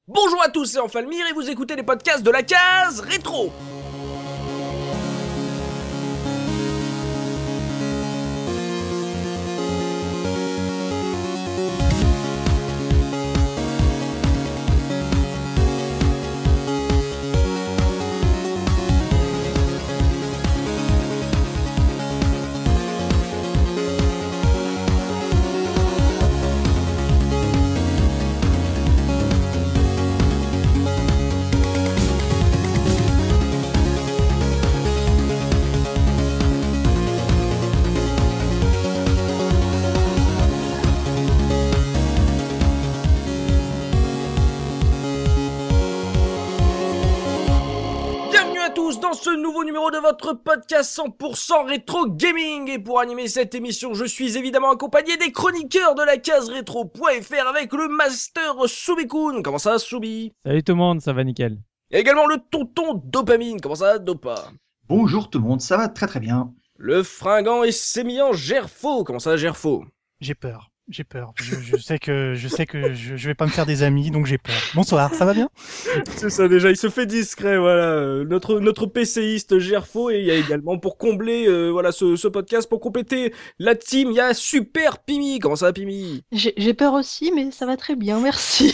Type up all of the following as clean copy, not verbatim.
Bonjour à tous, c'est Enfalmir et vous écoutez les podcasts de la case rétro. Dans ce nouveau numéro de votre podcast 100% rétro gaming, et pour animer cette émission je suis évidemment accompagné des chroniqueurs de la case rétro.fr avec le master Soubikoun. Comment ça Soubi? Salut tout le monde, ça va nickel. Et également le tonton Dopamine. Comment ça Dopa? Bonjour tout le monde, ça va très très bien. Le fringant et sémillant Gerfo. Comment ça Gerfo? J'ai peur. Je sais que je vais pas me faire des amis, donc j'ai peur. Bonsoir, ça va bien? C'est ça déjà, il se fait discret, voilà. Notre PCiste Gerfo, et il y a également pour combler ce podcast, pour compléter la team, il y a Super Pimi. Comment ça va Pimi? J'ai peur aussi, mais ça va très bien, merci.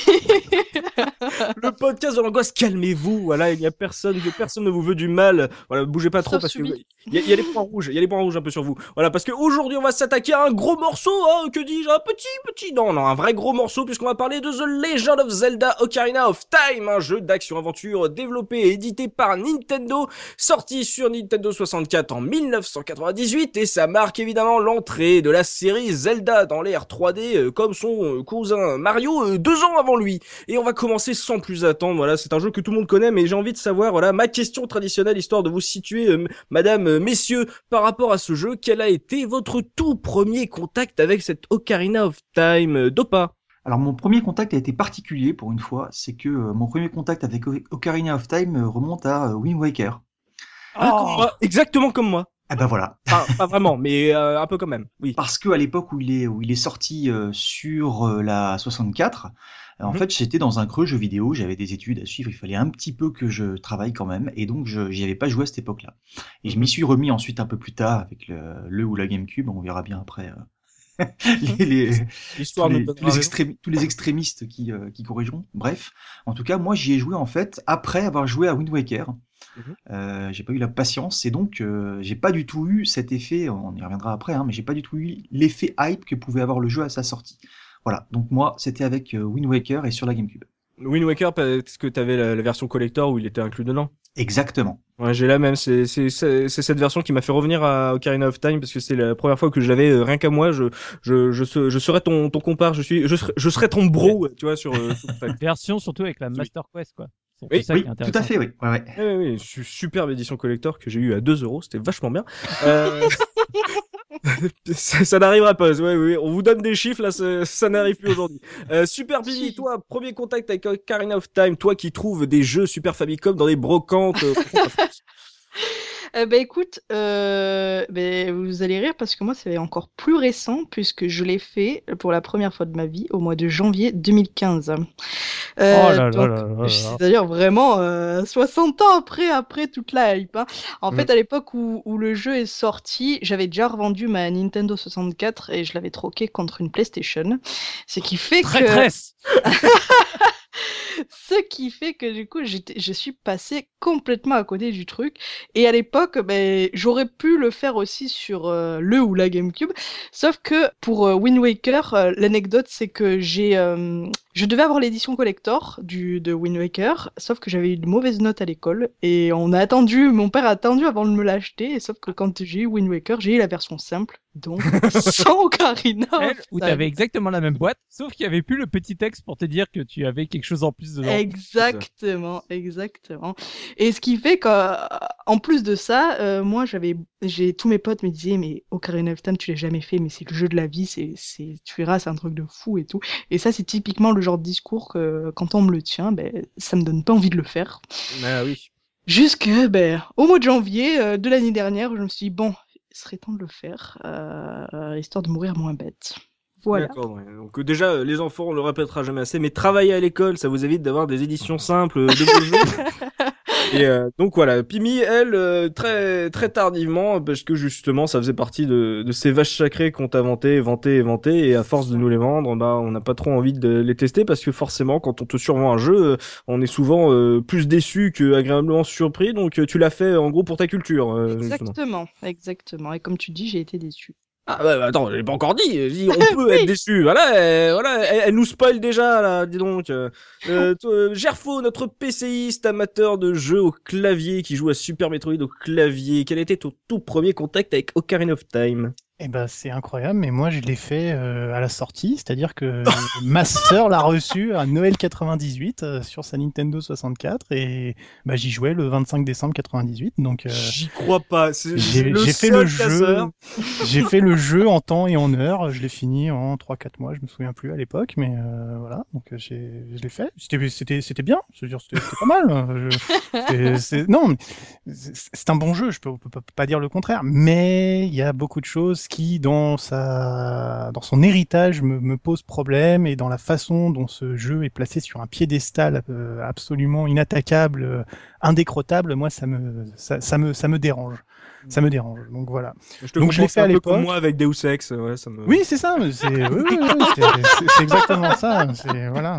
Le podcast de l'angoisse, calmez-vous, voilà, il y a personne ne vous veut du mal. Voilà, bougez pas trop Sauf parce Subi. que il y a les points rouges, il y a les points rouges un peu sur vous. Voilà, parce qu'aujourd'hui on va s'attaquer à un gros morceau, hein, que dis-je, un petit, non, un vrai gros morceau, puisqu'on va parler de The Legend of Zelda Ocarina of Time, un jeu d'action-aventure développé et édité par Nintendo, sorti sur Nintendo 64 en 1998, et ça marque évidemment l'entrée de la série Zelda dans l'ère 3D, comme son cousin Mario 2 ans avant lui. Et on va commencer sans plus attendre, voilà, c'est un jeu que tout le monde connaît, mais j'ai envie de savoir, voilà, ma question traditionnelle, histoire de vous situer, messieurs, par rapport à ce jeu, quel a été votre tout premier contact avec cette Ocarina of Time, Dopa? Alors mon premier contact a été particulier pour une fois, c'est que mon premier contact avec Ocarina of Time remonte à Wind Waker. Comme moi, exactement comme moi. Ah ben voilà. Enfin, pas vraiment, mais un peu quand même, oui. Parce que à l'époque où il est sorti sur la 64, en fait j'étais dans un creux jeu vidéo, j'avais des études à suivre, il fallait un petit peu que je travaille quand même, et donc j'y avais pas joué à cette époque-là. Et je m'y suis remis ensuite un peu plus tard avec le ou la GameCube, on verra bien après L'histoire tous les extrémistes qui corrigeront. Bref, en tout cas, moi j'y ai joué en fait après avoir joué à Wind Waker. J'ai pas eu la patience et donc j'ai pas du tout eu cet effet, on y reviendra après, hein, mais j'ai pas du tout eu l'effet hype que pouvait avoir le jeu à sa sortie. Voilà, donc moi c'était avec Wind Waker et sur la GameCube. Wind Waker, parce que t'avais la version collector où il était inclus dedans. Exactement. Ouais, j'ai la même, c'est cette version qui m'a fait revenir à Ocarina of Time, parce que c'est la première fois que je l'avais, rien qu'à moi, je serais ton compare, je serais ton bro, tu vois, sur Version surtout avec la Master Quest, quoi. C'est Oui, ça Oui, qui est tout intéressant. à fait, oui. Ouais. Oui, superbe édition collector que j'ai eu à 2€, c'était vachement bien. Ça n'arrivera pas, oui, on vous donne des chiffres, là, ça n'arrive plus aujourd'hui. Super Billy, Si. toi, premier contact avec Ocarina of Time, toi qui trouves des jeux Super Famicom dans des brocantes. Écoute, vous allez rire parce que moi c'est encore plus récent puisque je l'ai fait pour la première fois de ma vie au mois de janvier 2015. Oh là là Donc, là là là. c'est-à-dire vraiment 60 ans après toute la hype, hein. En fait, à l'époque où le jeu est sorti, j'avais déjà revendu ma Nintendo 64 et je l'avais troqué contre une PlayStation. Ce qui fait que Traîtresse. Ce qui fait que du coup, je suis passée complètement à côté du truc. Et à l'époque, j'aurais pu le faire aussi sur le ou la GameCube. Sauf que pour Wind Waker, l'anecdote, c'est que je devais avoir l'édition collector de Wind Waker, sauf que j'avais eu de mauvaises notes à l'école. Et mon père a attendu avant de me l'acheter. Et sauf que quand j'ai eu Wind Waker, j'ai eu la version simple. Donc, sans Ocarina of Où Time. t'avais exactement la même boîte, sauf qu'il y avait plus le petit texte pour te dire que tu avais quelque chose en plus dedans. Exactement. Et ce qui fait qu'en plus de ça, moi tous mes potes me disaient mais Ocarina of Time tu l'as jamais fait, mais c'est le jeu de la vie, tu verras, c'est un truc de fou et tout. Et ça c'est typiquement le genre de discours que quand on me le tient, ça me donne pas envie de le faire. Ah oui. Jusque au mois de janvier de l'année dernière, je me suis dit bon, il serait temps de le faire, histoire de mourir moins bête. Voilà. D'accord, ouais. Donc déjà, les enfants, on le répétera jamais assez, mais travailler à l'école, ça vous évite d'avoir des éditions simples de vos jeux. Et donc voilà, Pimi, elle, très très tardivement, parce que justement, ça faisait partie de ces vaches sacrées qu'on t'a vanté, et à force de nous les vendre, bah, on n'a pas trop envie de les tester, parce que forcément, quand on te survend un jeu, on est souvent plus déçu que agréablement surpris, donc tu l'as fait en gros pour ta culture, justement. Exactement, exactement. Et comme tu dis, j'ai été déçue. Ah bah attends, j'ai pas encore dit. J'ai dit on peut être déçu. Voilà, elle nous spoil déjà là. Dis donc. Gerfo, notre PCiste amateur de jeux au clavier qui joue à Super Metroid au clavier. Quel était ton tout premier contact avec Ocarina of Time? Eh ben, c'est incroyable, mais moi je l'ai fait à la sortie, c'est-à-dire que ma sœur l'a reçu à Noël 98 sur sa Nintendo 64 et bah, j'y jouais le 25 décembre 98. Donc J'y crois pas. C'est j'ai le j'ai fait seul le jeu, casseur. j'ai fait le jeu en temps et en heure. Je l'ai fini en 3-4 mois, je me souviens plus à l'époque, mais voilà. Donc je l'ai fait. C'était bien, je veux dire c'était pas mal. Non, mais c'est un bon jeu, on peut pas dire le contraire, mais il y a beaucoup de choses qui, dans son héritage, me pose problème, et dans la façon dont ce jeu est placé sur un piédestal absolument inattaquable, indécrottable, moi ça me dérange. Ça me dérange. Donc voilà. Je te Donc je l'ai comprends, fait c'est à un peu l'époque. comme moi avec Deus Ex. Ouais, ça me. Oui, c'est ça. C'est exactement ça. Voilà.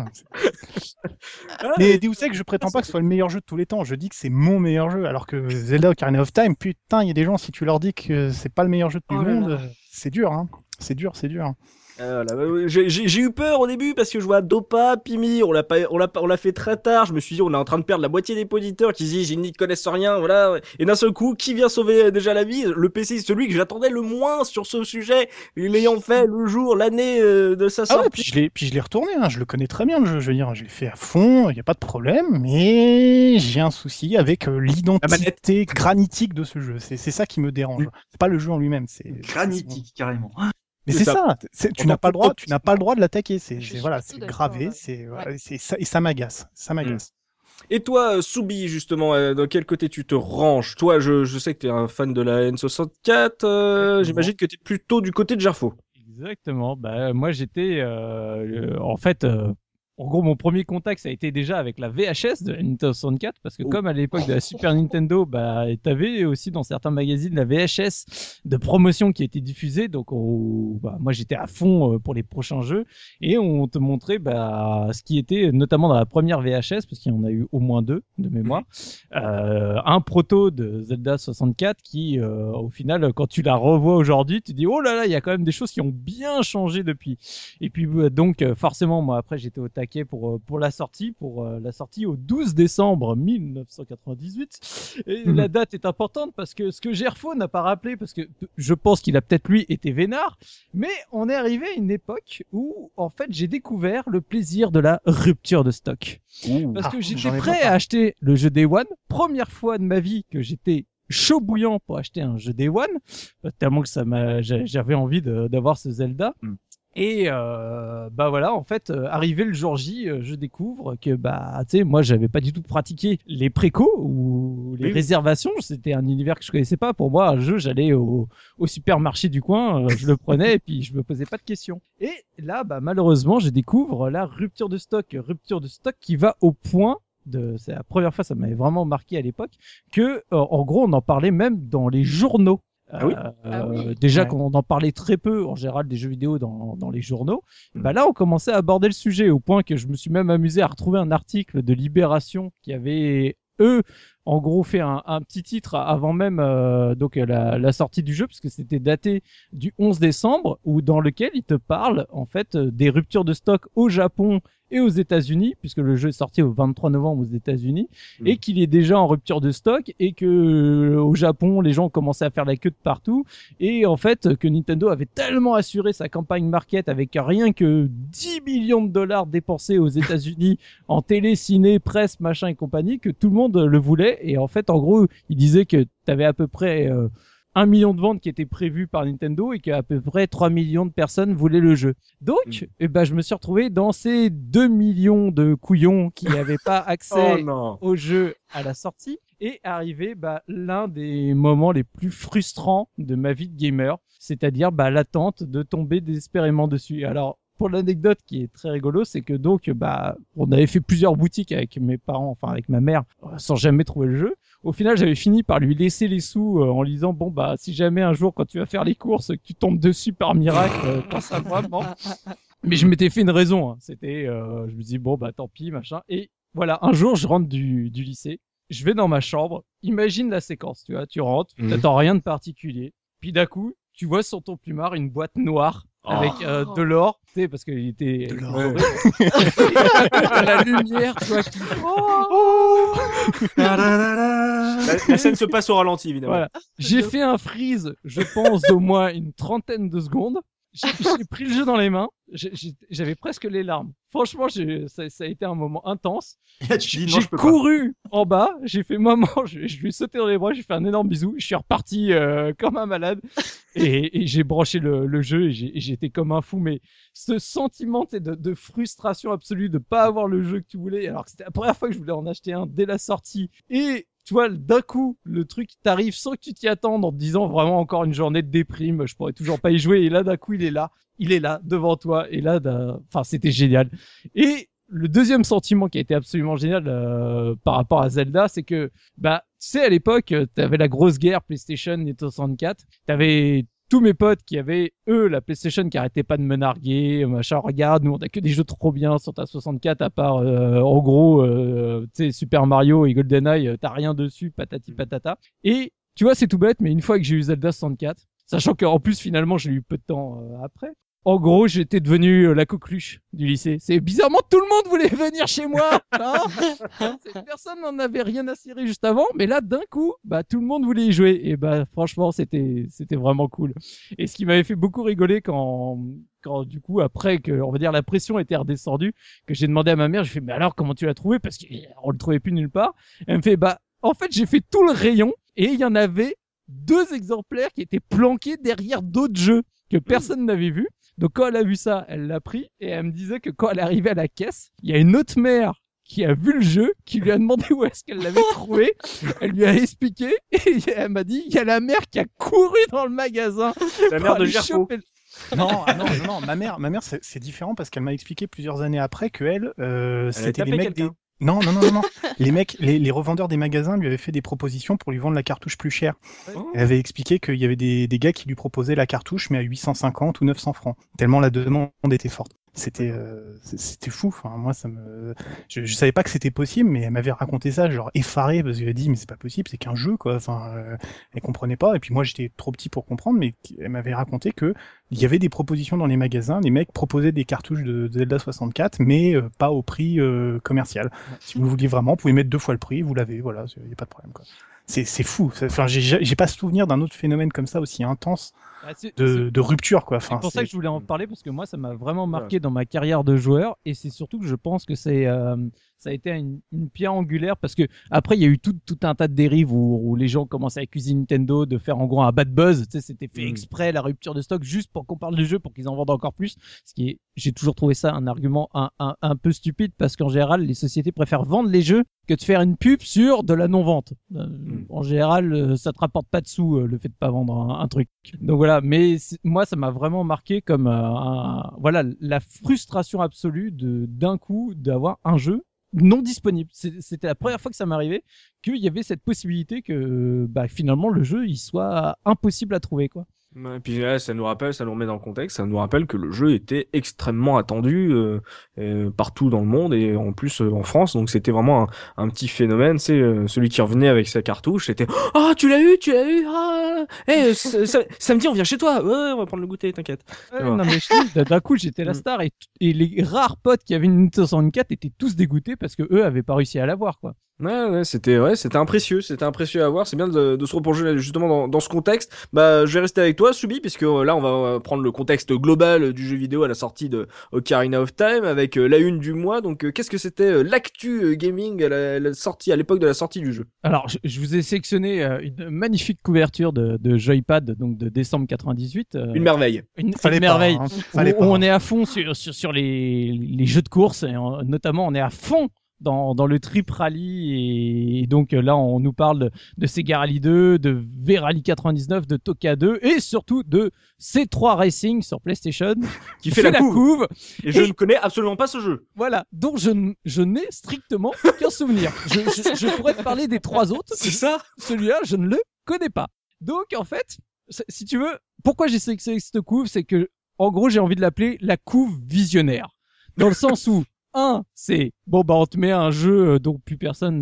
Ah, Mais Deus Ex, je prétends pas que ce soit le meilleur jeu de tous les temps. Je dis que c'est mon meilleur jeu. Alors que Zelda Ocarina of Time, putain, il y a des gens, si tu leur dis que c'est pas le meilleur jeu du Oh là monde, là. c'est dur, hein. C'est dur. Voilà, j'ai eu peur au début parce que je vois Dopa, Pimi, on l'a fait très tard. Je me suis dit, on est en train de perdre la moitié des auditeurs qui disent, ils n'y connaissent rien, voilà. Et d'un seul coup, qui vient sauver déjà la vie? Le PC, c'est celui que j'attendais le moins sur ce sujet, l'ayant fait le jour, l'année de sa Ah ouais, sortie. puis je l'ai retourné, hein. Je le connais très bien le jeu. Je veux dire, je l'ai fait à fond, il n'y a pas de problème. Mais j'ai un souci avec l'identité granitique de ce jeu. C'est ça qui me dérange. C'est pas le jeu en lui-même. Granitique, carrément. Mais C'est c'est ça. ça. Tu n'as pas le droit, tu n'as pas le droit de l'attaquer. C'est Je suis voilà, plutôt c'est d'accord, gravé, ouais. voilà, Ouais. c'est ça, et ça m'agace. Ça m'agace. Et toi, Soubi, justement, dans quel côté tu te ranges? Toi, je sais que t'es un fan de la N64, Exactement. j'imagine que t'es plutôt du côté de Gerfo. Exactement. Bah, moi, j'étais, en fait, en gros, mon premier contact, ça a été déjà avec la VHS de la Nintendo 64, parce que Oh. comme à l'époque de la Super Nintendo, bah, t'avais aussi dans certains magazines la VHS de promotion qui était diffusée, donc bah, moi j'étais à fond pour les prochains jeux, et on te montrait bah, ce qui était, notamment dans la première VHS, parce qu'il y en a eu au moins 2 de mémoire, un proto de Zelda 64 qui, au final, quand tu la revois aujourd'hui, tu dis oh là là, il y a quand même des choses qui ont bien changé depuis. Et puis donc forcément, moi après j'étais au taquet pour la sortie, au 12 décembre 1998. Et la date est importante parce que ce que Gerfo n'a pas rappelé, parce que je pense qu'il a peut-être lui été vénard, mais on est arrivé à une époque où en fait j'ai découvert le plaisir de la rupture de stock. Parce que j'étais j'en ai prêt pas à acheter le jeu Day One, première fois de ma vie que j'étais chaud bouillant pour acheter un jeu Day One, tellement que j'avais envie d'avoir ce Zelda. Et bah voilà, en fait, arrivé le jour J, je découvre que bah tu sais, moi j'avais pas du tout pratiqué les précos ou les réservations. C'était un univers que je connaissais pas. Pour moi, un jeu, j'allais au supermarché du coin, je le prenais et puis je me posais pas de questions. Et là, bah malheureusement, je découvre la rupture de stock qui va au point c'est la première fois, ça m'avait vraiment marqué à l'époque, que en gros on en parlait même dans les journaux. Ah oui Déjà Ouais. qu'on en parlait très peu en général des jeux vidéo dans les journaux, bah là on commençait à aborder le sujet au point que je me suis même amusé à retrouver un article de Libération qui avait eux en gros fait un petit titre avant même donc la sortie du jeu, parce que c'était daté du 11 décembre, où dans lequel il te parle en fait des ruptures de stock au Japon et aux États-Unis, puisque le jeu est sorti au 23 novembre aux États-Unis, et qu'il est déjà en rupture de stock, et que au Japon les gens commençaient à faire la queue de partout, et en fait que Nintendo avait tellement assuré sa campagne market avec rien que 10 millions de dollars dépensés aux États-Unis en télé, ciné, presse, machin et compagnie, que tout le monde le voulait. Et en fait, en gros, il disait que t'avais à peu près 1 million de ventes qui étaient prévues par Nintendo et qu'à peu près 3 millions de personnes voulaient le jeu. Donc, je me suis retrouvé dans ces 2 millions de couillons qui n'avaient pas accès au jeu à la sortie et arrivé l'un des moments les plus frustrants de ma vie de gamer, c'est-à-dire l'attente de tomber désespérément dessus. Alors, pour l'anecdote qui est très rigolo, c'est que donc on avait fait plusieurs boutiques avec mes parents, enfin avec ma mère, sans jamais trouver le jeu. Au final, j'avais fini par lui laisser les sous en lui disant si jamais un jour quand tu vas faire les courses que tu tombes dessus par miracle, pense à moi. Bon. Mais je m'étais fait une raison, hein. C'était je me dis tant pis, machin. Et voilà, un jour je rentre du lycée, je vais dans ma chambre, imagine la séquence, tu vois, tu rentres, t'attends rien de particulier, puis d'un coup, tu vois sur ton plumard une boîte noire avec de l'or, tu sais, parce qu'il était la lumière, tu vois, qui... La scène se passe au ralenti, évidemment. Voilà. J'ai fait un freeze, je pense, d'au moins une trentaine de secondes. J'ai pris le jeu dans les mains, j'avais presque les larmes. Franchement, ça a été un moment intense. J'ai couru en bas, j'ai fait maman, je lui ai sauté dans les bras, j'ai fait un énorme bisou, je suis reparti comme un malade et j'ai branché le jeu et j'étais comme un fou. Mais ce sentiment de frustration absolue de pas avoir le jeu que tu voulais, alors que c'était la première fois que je voulais en acheter un dès la sortie, et tu vois, d'un coup, le truc t'arrive sans que tu t'y attendes en te disant vraiment encore une journée de déprime, je pourrais toujours pas y jouer. Et là, d'un coup, il est là, devant toi. Et là, c'était génial. Et le deuxième sentiment qui a été absolument génial par rapport à Zelda, c'est que, tu sais, à l'époque, t'avais la grosse guerre PlayStation et 64. T'avais tous mes potes qui avaient, eux, la PlayStation qui arrêtait pas de me narguer, machin, regarde, nous on a que des jeux trop bien sur ta 64 à part, en gros, tu sais, Super Mario et GoldenEye, t'as rien dessus, patati patata. Et, tu vois, c'est tout bête, mais une fois que j'ai eu Zelda 64, sachant qu'en plus, finalement, j'ai eu peu de temps après, en gros, j'étais devenu la coqueluche du lycée. C'est bizarrement, tout le monde voulait venir chez moi. Hein. Personne n'en avait rien à cirer juste avant, mais là, d'un coup, tout le monde voulait y jouer. Et franchement, c'était vraiment cool. Et ce qui m'avait fait beaucoup rigoler quand du coup, après que, on va dire, la pression était redescendue, que j'ai demandé à ma mère, j'ai fait, mais alors, comment tu l'as trouvé? Parce qu'on le trouvait plus nulle part. Elle me fait, en fait, j'ai fait tout le rayon et il y en avait 2 exemplaires qui étaient planqués derrière d'autres jeux que personne n'avait vus. Donc quand elle a vu ça, elle l'a pris et elle me disait que quand elle est arrivée à la caisse, il y a une autre mère qui a vu le jeu, qui lui a demandé où est-ce qu'elle l'avait trouvé. Elle lui a expliqué et elle m'a dit, il y a la mère qui a couru dans le magasin. La mère de Gerfo. Non, ma mère, c'est différent parce qu'elle m'a expliqué plusieurs années après que c'était les mecs des... Non. Les mecs, les revendeurs des magasins lui avaient fait des propositions pour lui vendre la cartouche plus chère. Oh. Elle avait expliqué qu'il y avait des gars qui lui proposaient la cartouche mais à 850 ou 900 francs. Tellement la demande était forte. C'était fou. Enfin, moi, je savais pas que c'était possible, mais elle m'avait raconté ça, genre effaré, parce qu'elle a dit, mais c'est pas possible, c'est qu'un jeu, quoi. Enfin, elle comprenait pas. Et puis moi, j'étais trop petit pour comprendre, mais elle m'avait raconté que il y avait des propositions dans les magasins. Les mecs proposaient des cartouches de Zelda 64, mais pas au prix commercial. Si vous le vouliez vraiment, vous pouvez mettre 2 fois le prix, vous l'avez, voilà, y a pas de problème, quoi. C'est fou. Enfin, j'ai pas souvenir d'un autre phénomène comme ça aussi intense. De rupture, quoi. Enfin, c'est pour ça que je voulais en parler, parce que moi, ça m'a vraiment marqué dans ma carrière de joueur, et c'est surtout que je pense que ça a été une pierre angulaire, parce que après, il y a eu tout un tas de dérives où les gens commençaient à accuser Nintendo de faire en gros un bad buzz. Tu sais, c'était fait exprès, la rupture de stock, juste pour qu'on parle du jeu, pour qu'ils en vendent encore plus. J'ai toujours trouvé ça un argument un peu stupide, parce qu'en général, les sociétés préfèrent vendre les jeux que de faire une pub sur de la non-vente. En général, ça te rapporte pas de sous, le fait de pas vendre un truc. Donc voilà, mais moi, ça m'a vraiment marqué comme voilà, la frustration absolue d'un coup d'avoir un jeu non disponible. C'était la première fois que ça m'arrivait, qu'il y avait cette possibilité que finalement le jeu il soit impossible à trouver, quoi. Et puis là, ça nous remet dans le contexte, ça nous rappelle que le jeu était extrêmement attendu partout dans le monde et en plus en France, donc c'était vraiment un petit phénomène. C'est celui qui revenait avec sa cartouche, c'était ah tu l'as eu, samedi on vient chez toi, ouais on va prendre le goûter, t'inquiète. Non mais d'un coup j'étais la star et les rares potes qui avaient une Nintendo 64 étaient tous dégoûtés parce que eux avaient pas réussi à l'avoir, quoi. Ouais, c'était imprécieux à voir. C'est bien de se replonger là, justement dans ce contexte. Bah, je vais rester avec toi, Soubi, puisque là, on va prendre le contexte global du jeu vidéo à la sortie de Ocarina of Time avec la une du mois. Donc, qu'est-ce que c'était l'actu gaming à la sortie, à l'époque de la sortie du jeu? Alors, je vous ai sélectionné une magnifique couverture de Joypad, donc de décembre 98. Une merveille. Une Fallait pas, merveille. hein. Où Fallait pas. on est à fond sur les jeux de course, et notamment on est à fond dans le Trip Rally, et donc là on nous parle de Sega Rally 2, de V-Rally 99, de Toka 2 et surtout de C3 Racing sur PlayStation Qui fait la la couve. couve. Et je ne connais absolument pas ce jeu. Voilà, dont je n'ai strictement aucun souvenir. Je pourrais te parler des trois autres. C'est ça? Celui-là, je ne le connais pas. Donc, en fait, si tu veux, pourquoi j'ai sélectionné cette couve, c'est que, en gros, j'ai envie de l'appeler la couve visionnaire. Dans le sens où, c'est, bon, bah, on te met un jeu dont plus personne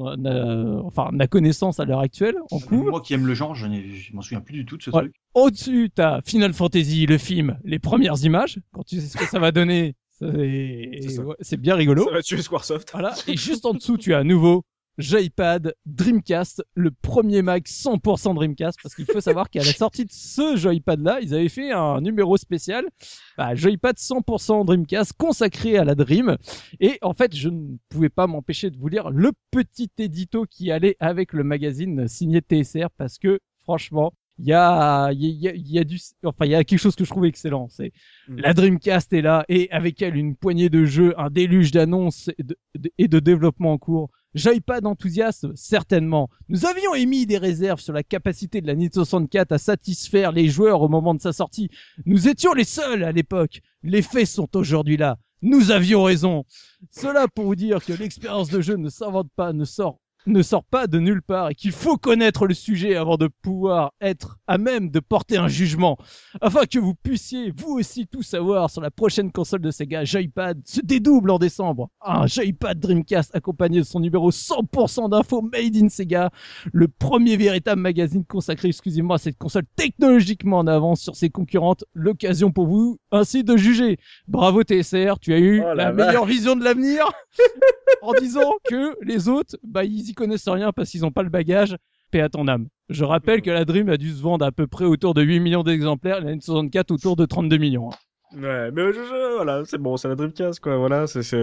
n'a connaissance à l'heure actuelle, en couve. Moi qui aime le genre, je m'en souviens plus du tout de ce Ouais. truc. Au-dessus, t'as Final Fantasy, le film, les premières images. Quand tu sais ce que ça va donner, ça. c'est bien rigolo. Ça va tuer Squaresoft. Voilà. Et juste en dessous, tu as à nouveau Joypad Dreamcast, le premier Mac 100% Dreamcast, parce qu'il faut savoir qu'à la sortie de ce Joypad-là, ils avaient fait un numéro spécial, Joypad 100% Dreamcast, consacré à la Dream. Et en fait, je ne pouvais pas m'empêcher de vous lire le petit édito qui allait avec le magazine signé TSR, parce que franchement, il y a quelque chose que je trouve excellent. C'est la Dreamcast est là, et avec elle une poignée de jeux, un déluge d'annonces et de développement en cours. Joypad enthousiaste, certainement. Nous avions émis des réserves sur la capacité de la Nintendo 64 à satisfaire les joueurs au moment de sa sortie. Nous étions les seuls à l'époque. Les faits sont aujourd'hui là. Nous avions raison. Cela pour vous dire que l'expérience de jeu ne s'invente pas, ne sort pas de nulle part, et qu'il faut connaître le sujet avant de pouvoir être à même de porter un jugement, afin que vous puissiez vous aussi tout savoir sur la prochaine console de Sega. Joypad se dédouble en décembre. Un Joypad Dreamcast accompagné de son numéro 100% d'infos made in Sega, le premier véritable magazine consacré exclusivement à cette console technologiquement en avance sur ses concurrentes. L'occasion pour vous ainsi de juger. Bravo TSR, tu as eu la meilleure vision de l'avenir en disant que les autres, ils y connaissent rien parce qu'ils ont pas le bagage. Paix à ton âme. Je rappelle que la Dream a dû se vendre à peu près autour de 8 millions d'exemplaires, la N64 autour de 32 millions. Ouais, mais voilà, c'est bon, c'est la Dreamcast, quoi, voilà,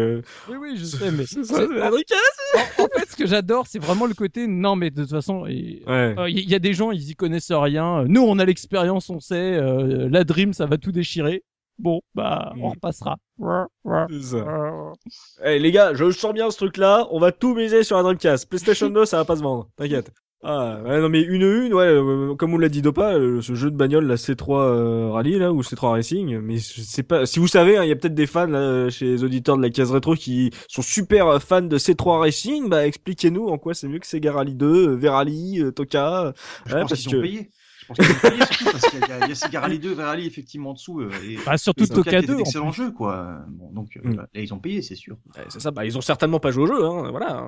Oui, je sais, mais c'est la Dreamcast. En fait, ce que j'adore, c'est vraiment le côté, non, mais de toute façon, il y a des gens, ils y connaissent rien. Nous, on a l'expérience, on sait, la Dream, ça va tout déchirer. Bon, on repassera. C'est ça. Hey, les gars, je sens bien ce truc-là. On va tout miser sur la Dreamcast. PlayStation 2, ça va pas se vendre. T'inquiète. Ah, ouais, non, mais comme on l'a dit Dopa, ce jeu de bagnole, la C3 Rally, là, ou C3 Racing, mais je sais pas, si vous savez, il y a peut-être des fans, là, chez les auditeurs de la case rétro qui sont super fans de C3 Racing, expliquez-nous en quoi c'est mieux que Sega Rally 2, V-Rally, Toka. Je pense qu'ils ont payé. Je pense qu'ils ont payé surtout parce qu'il y a Sega Rally 2, V-Rally effectivement en dessu. Surtout Toka 2. Excellent jeu, quoi. Bon, donc, là, ils ont payé, c'est sûr. C'est ça, ils ont certainement pas joué au jeu, hein, voilà.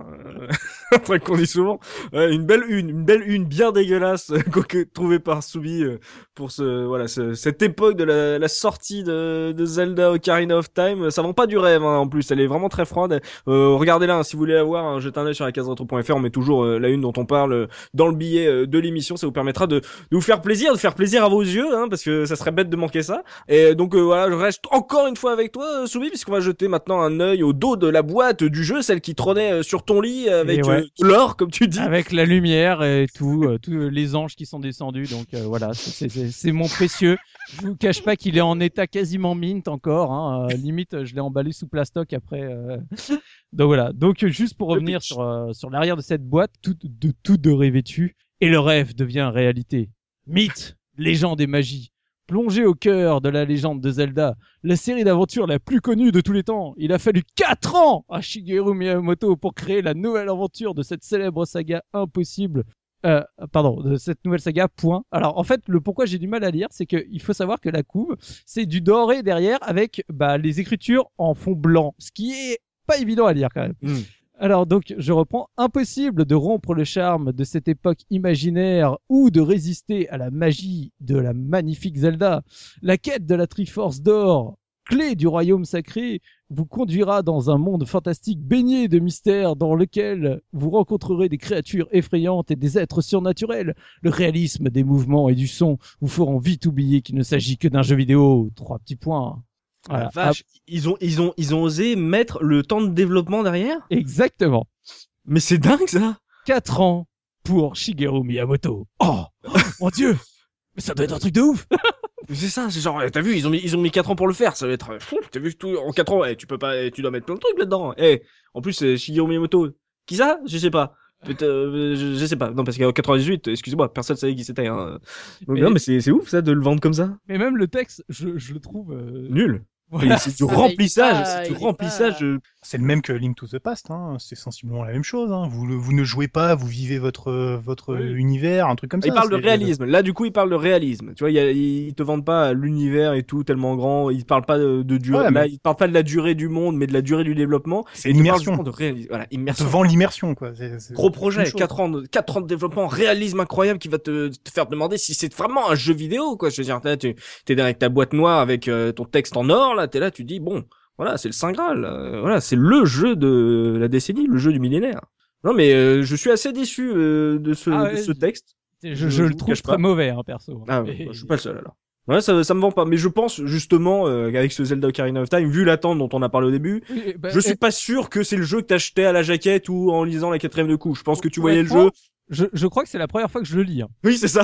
Un truc qu'on dit souvent. Une belle une bien dégueulasse, trouvée par Soubi, pour cette époque de la sortie de Zelda Ocarina of Time. Ça vend pas du rêve, hein, en plus. Elle est vraiment très froide. Regardez-la, hein, si vous voulez la voir, hein, jetez un œil sur la caseretro.fr. On met toujours la une dont on parle dans le billet de l'émission. Ça vous permettra de vous faire plaisir, à vos yeux, hein, parce que ça serait bête de manquer ça. Et donc voilà, je reste encore une fois avec toi, Soubi, puisqu'on va jeter maintenant un œil au dos de la boîte du jeu, celle qui trônait sur ton lit avec l'or, comme tu dis. Avec la lumière et tous les anges qui sont descendus. Donc voilà, c'est mon précieux. Je vous cache pas qu'il est en état quasiment mint encore. Hein. Limite, je l'ai emballé sous plastoc après. Donc voilà. Donc juste pour revenir sur l'arrière de cette boîte, toute dorée vêtue, et le rêve devient réalité. Mythe, légende et magie. Plongé au cœur de la légende de Zelda, la série d'aventures la plus connue de tous les temps, il a fallu 4 ans à Shigeru Miyamoto pour créer la nouvelle aventure de cette célèbre saga impossible. De cette nouvelle saga, point. Alors, en fait, le pourquoi j'ai du mal à lire, c'est qu'il faut savoir que la couve, c'est du doré derrière avec les écritures en fond blanc, ce qui est pas évident à lire quand même. Alors donc, je reprends. Impossible de rompre le charme de cette époque imaginaire ou de résister à la magie de la magnifique Zelda. La quête de la Triforce d'or clé du royaume sacré vous conduira dans un monde fantastique baigné de mystères dans lequel vous rencontrerez des créatures effrayantes et des êtres surnaturels. Le réalisme des mouvements et du son vous feront vite oublier qu'il ne s'agit que d'un jeu vidéo. 3 petits points. Voilà. La vache, ils ont osé mettre le temps de développement derrière? Exactement. Mais c'est dingue ça! 4 ans pour Shigeru Miyamoto. Oh mon Dieu! Mais ça doit être un truc de ouf! C'est ça, c'est genre, t'as vu, ils ont mis 4 ans pour le faire, ça va être fou, t'as vu tout, en 4 ans, tu peux pas, tu dois mettre plein de trucs là-dedans. En plus, c'est Shigeru Miyamoto. Qui ça? Je sais pas. Je sais pas. Non, parce qu'en 98, excusez-moi, personne savait qui c'était, hein. Donc, non, mais c'est ouf, ça, de le vendre comme ça. Mais même le texte, je le trouve... Nul. Voilà. C'est du remplissage, C'est le même que Link to the Past, hein. C'est sensiblement la même chose. Hein. Vous ne jouez pas, vous vivez votre Oui. univers, un truc comme ça. Il parle de réalisme. Là, du coup, il parle de réalisme. Tu vois, ils te vendent pas l'univers et tout tellement grand. Ils parlent pas de durée. Ouais, mais- Là, ils parlent pas de la durée du monde, mais de la durée du développement. C'est Et ils te parlent l'immersion. justement de réalisme. Voilà, On te immersion. vend l'immersion, quoi. Gros projet, une chose. 4 ans de développement, réalisme incroyable qui va te faire demander si c'est vraiment un jeu vidéo, quoi. Je veux dire, là, t'es avec ta boîte noire avec ton texte en or, là, t'es là, tu dis, bon, voilà, c'est le Saint Graal, voilà, c'est le jeu de la décennie, le jeu du millénaire. Non, mais je suis assez déçu de ce texte. Je le vous trouve cache très pas. mauvais, hein, perso. Ah, ouais, Et- je suis pas le seul, alors. Ouais, ça me vend pas. Mais je pense, justement, qu'avec ce Zelda Ocarina of Time, vu l'attente dont on a parlé au début, Oui, bah, je suis pas sûr que c'est le jeu que t'achetais à la jaquette ou en lisant la 4ème de coup. Je pense que tu voyais le jeu. Je crois que c'est la première fois que je le lis. Hein. Oui, c'est ça.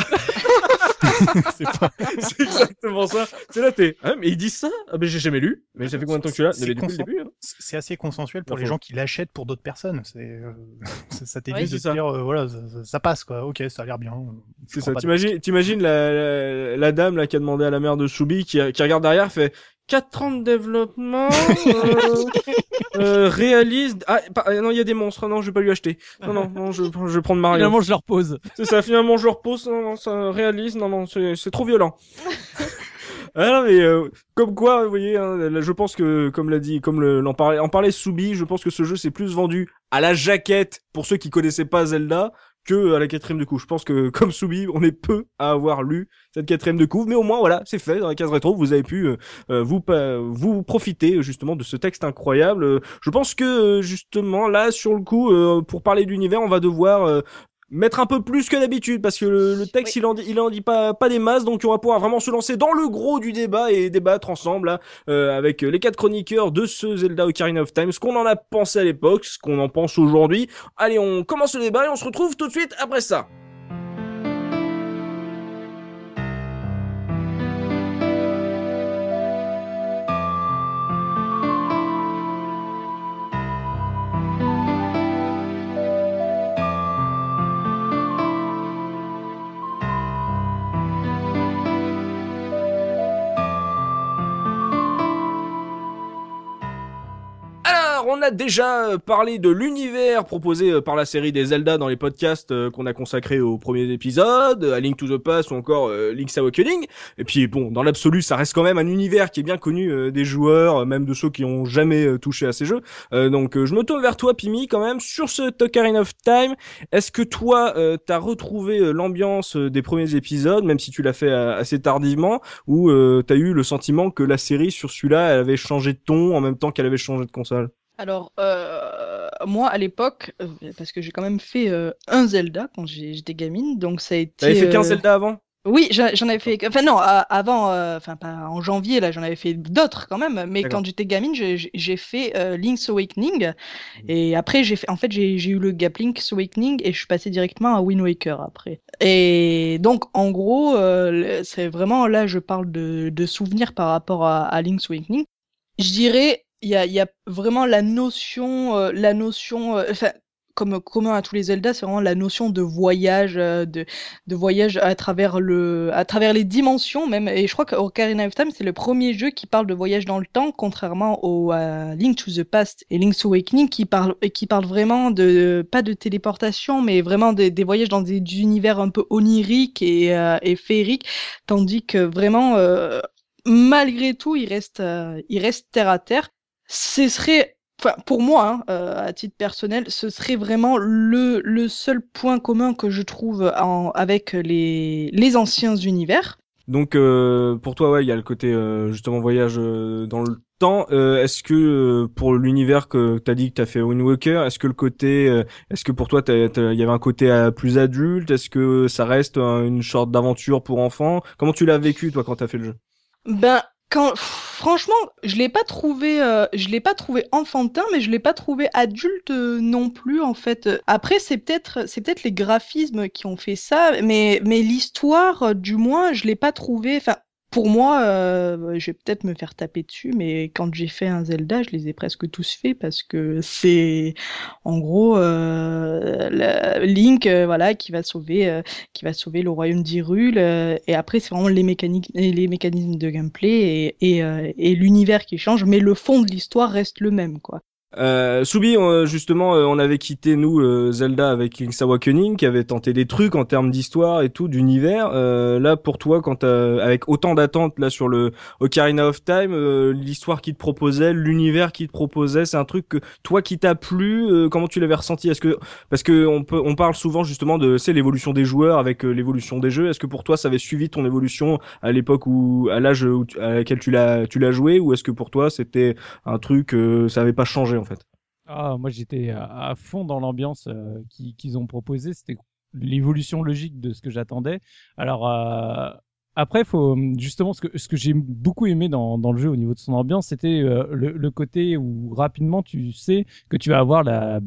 C'est pas- C'est exactement ça. C'est là, ah, mais ils disent ça? Ah, mais j'ai jamais lu. Mais ça fait combien de temps que tu l'as? C'est Mais depuis le consent- début, hein. C'est assez consensuel pour Pas les faux. gens qui l'achètent pour d'autres personnes. Ça t'évite Oui, de c'est te ça. dire, voilà, ça passe, quoi. Ok, ça a l'air bien. Je C'est prends ça. pas T'imagines la dame, là, qui a demandé à la mère de Soubi, qui regarde derrière, fait 4 ans de développement, réalise, non, il y a des monstres. Non, je vais pas lui acheter. Non, je vais prendre Mario. Finalement, je le repose. C'est ça, finalement, je repose, non, ça réalise, non, c'est trop violent. Ah non, mais comme quoi, vous voyez, hein, là, je pense que, en parlait Soubi, je pense que ce jeu s'est plus vendu à la jaquette pour ceux qui connaissaient pas Zelda que à la 4ème de couve. Je pense que, comme Soubi, on est peu à avoir lu cette 4ème de couve, mais au moins, voilà, c'est fait. Dans la case rétro, vous avez pu vous profiter justement de ce texte incroyable. Je pense que, justement, là, sur le coup, pour parler d'univers, on va devoir mettre un peu plus que d'habitude parce que le texte Oui. il en dit pas des masses, donc on va pouvoir vraiment se lancer dans le gros du débat et débattre ensemble là, avec les 4 chroniqueurs de ce Zelda Ocarina of Time, ce qu'on en a pensé à l'époque, ce qu'on en pense aujourd'hui. Allez, on commence le débat et on se retrouve tout de suite après ça. Alors, on a déjà parlé de l'univers proposé par la série des Zelda dans les podcasts qu'on a consacrés aux premiers épisodes, à Link to the Past ou encore Link's Awakening. Et puis bon, dans l'absolu, ça reste quand même un univers qui est bien connu des joueurs, même de ceux qui ont jamais touché à ces jeux. Donc je me tourne vers toi, Pimi, quand même, sur ce Ocarina of Time. Est-ce que toi, t'as retrouvé l'ambiance des premiers épisodes, même si tu l'as fait assez tardivement, ou t'as eu le sentiment que la série sur celui-là, elle avait changé de ton en même temps qu'elle avait changé de console? Alors, moi, à l'époque, parce que j'ai quand même fait un Zelda quand j'étais gamine, donc ça a été... T'avais fait 15 Zelda avant? Oui, j'en avais fait... Enfin non, avant, enfin pas en janvier, là, j'en avais fait d'autres quand même, mais D'accord. quand j'étais gamine, j'ai fait Link's Awakening, et après, j'ai eu le gap Link's Awakening, et je suis passé directement à Wind Waker après. Et donc, en gros, c'est vraiment, là, je parle de souvenirs par rapport à Link's Awakening. Je dirais, il y a vraiment la notion, enfin, comme commun à tous les Zelda, c'est vraiment la notion de voyage, de voyage à travers les dimensions même. Et je crois qu'Ocarina of Time, c'est le premier jeu qui parle de voyage dans le temps, contrairement au Link to the Past et Link's Awakening, qui parle vraiment pas de téléportation, mais vraiment des voyages dans des univers un peu oniriques et féeriques, tandis que vraiment, malgré tout, il reste terre à terre. Ce serait, enfin, pour moi, hein, à titre personnel, ce serait vraiment le seul point commun que je trouve avec les anciens univers. Donc pour toi, ouais, il y a le côté justement voyage dans le temps. Est-ce que pour l'univers que t'as dit que t'as fait Wind Waker, est-ce que le côté, est-ce que pour toi, il y avait un côté plus adulte? Est-ce que ça reste une sorte d'aventure pour enfants? Comment tu l'as vécu toi quand t'as fait le jeu? Ben, franchement, je l'ai pas trouvé enfantin, mais je l'ai pas trouvé adulte non plus en fait. Après, c'est peut-être les graphismes qui ont fait ça, mais l'histoire, du moins, je l'ai pas trouvé. Enfin, pour moi, je vais peut-être me faire taper dessus, mais quand j'ai fait un Zelda, je les ai presque tous faits parce que c'est, en gros, Link, voilà, qui va sauver le royaume d'Hyrule. Et après, c'est vraiment les mécanismes de gameplay et l'univers qui change, mais le fond de l'histoire reste le même, quoi. Soubi, justement, on avait quitté nous Zelda avec Link's Awakening, qui avait tenté des trucs en termes d'histoire et tout, d'univers. Là, pour toi, avec autant d'attentes là sur le Ocarina of Time, l'histoire qu'il te proposait, l'univers qu'il te proposait, c'est un truc que toi qui t'a plu. Comment tu l'avais ressenti? Est-ce que parce que on parle souvent justement de c'est l'évolution des joueurs avec l'évolution des jeux. Est-ce que pour toi ça avait suivi ton évolution à l'époque ou à l'âge à laquelle tu l'as joué, ou est-ce que pour toi c'était un truc, ça avait pas changé en fait? Ah, moi j'étais à fond dans l'ambiance qu'ils ont proposée. C'était l'évolution logique de ce que j'attendais. Alors après, faut justement ce que j'ai beaucoup aimé dans le jeu au niveau de son ambiance, c'était le côté où rapidement tu sais que tu vas avoir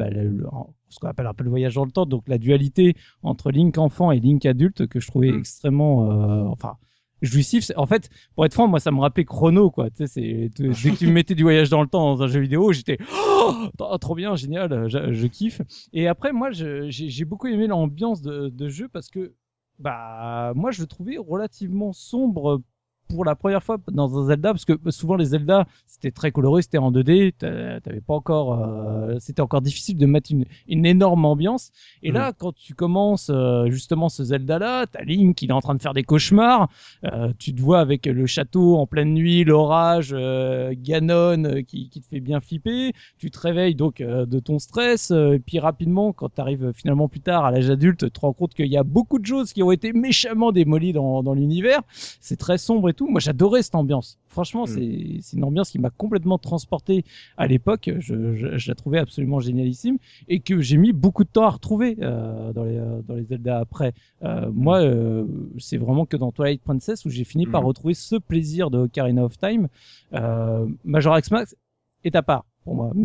ce qu'on appelle un peu le voyage dans le temps, donc la dualité entre Link enfant et Link adulte que je trouvais extrêmement, enfin jouissif. En fait, pour être franc, moi, ça me rappelait Chrono, quoi. Tu sais, dès que tu me mettais du voyage dans le temps dans un jeu vidéo, j'étais trop bien, génial, je kiffe. Et après, moi, j'ai beaucoup aimé l'ambiance de jeu parce que, bah, moi, je le trouvais relativement sombre pour la première fois dans un Zelda, parce que souvent les Zelda c'était très coloré, c'était en 2D, t'avais pas encore, c'était encore difficile de mettre une énorme ambiance. Et là, quand tu commences justement ce Zelda-là, t'as Link, il est en train de faire des cauchemars, tu te vois avec le château en pleine nuit, l'orage, Ganon qui te fait bien flipper, tu te réveilles donc de ton stress, et puis rapidement, quand t'arrives finalement plus tard à l'âge adulte, tu te rends compte qu'il y a beaucoup de choses qui ont été méchamment démolies dans l'univers, c'est très sombre et tout. Moi, j'adorais cette ambiance. Franchement, c'est une ambiance qui m'a complètement transporté à l'époque. Je la trouvais absolument génialissime et que j'ai mis beaucoup de temps à retrouver dans les Zelda après. Moi, c'est vraiment que dans Twilight Princess où j'ai fini par retrouver ce plaisir de Ocarina of Time. Majora's Mask est à part pour moi,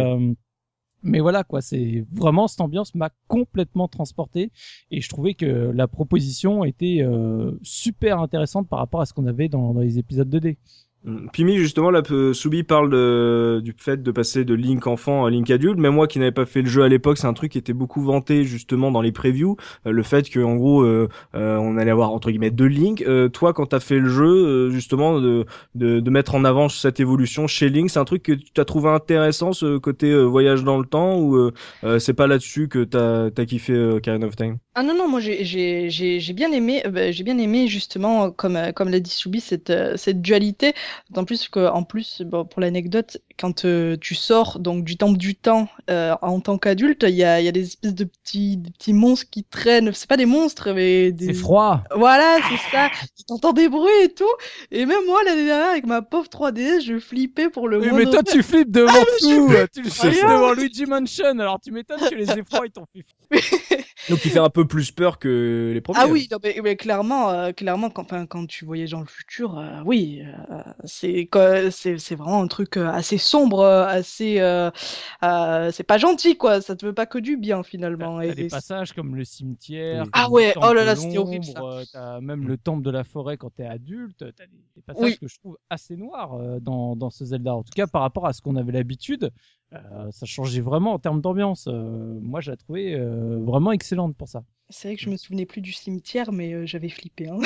mais voilà quoi, c'est vraiment cette ambiance m'a complètement transporté et je trouvais que la proposition était super intéressante par rapport à ce qu'on avait dans les épisodes 2D. Pimi, justement, là, Soubi parle du fait de passer de Link enfant à Link adulte. Mais moi, qui n'avais pas fait le jeu à l'époque, c'est un truc qui était beaucoup vanté, justement, dans les previews. Le fait que, en gros, on allait avoir, entre guillemets, deux Link. Toi, quand t'as fait le jeu, justement, de mettre en avant cette évolution chez Link, c'est un truc que tu as trouvé intéressant, ce côté voyage dans le temps, ou c'est pas là-dessus que t'as kiffé Ocarina of Time? Ah non, non, moi j'ai bien aimé justement, comme l'a dit Soubi, cette dualité. D'autant plus que, en plus, bon, pour l'anecdote, quand tu sors donc du temple du temps en tant qu'adulte, il y a des espèces de petits monstres qui traînent. C'est pas des monstres, mais C'est des. froid. Voilà, c'est ça. T'entends des bruits et tout. Et même moi, l'année dernière, avec ma pauvre 3DS, je flippais pour le Oui, moindre mais toi truc. tu flippes devant tout. Tu le flippes Rien. devant Luigi Mansion. Alors tu m'étonnes que les effrois ils t'ont fait. Donc, il fait un peu plus peur que les premiers. Ah oui, non, mais clairement, clairement quand tu voyages dans le futur, oui, c'est vraiment un truc assez sombre, c'est pas gentil, quoi. Ça te veut pas que du bien, finalement. T'as des passages comme le cimetière, Oui. comme Ah le ouais, oh temple là de là, c'était horrible, ça. l'ombre, t'as même le temple de la forêt quand t'es adulte. T'as des passages Oui. que je trouve assez noirs dans ce Zelda. En tout cas, par rapport à ce qu'on avait l'habitude, ça changeait vraiment en termes d'ambiance. Moi, je la trouvais vraiment excellente pour ça. C'est vrai que je me souvenais plus du cimetière, mais j'avais flippé, hein.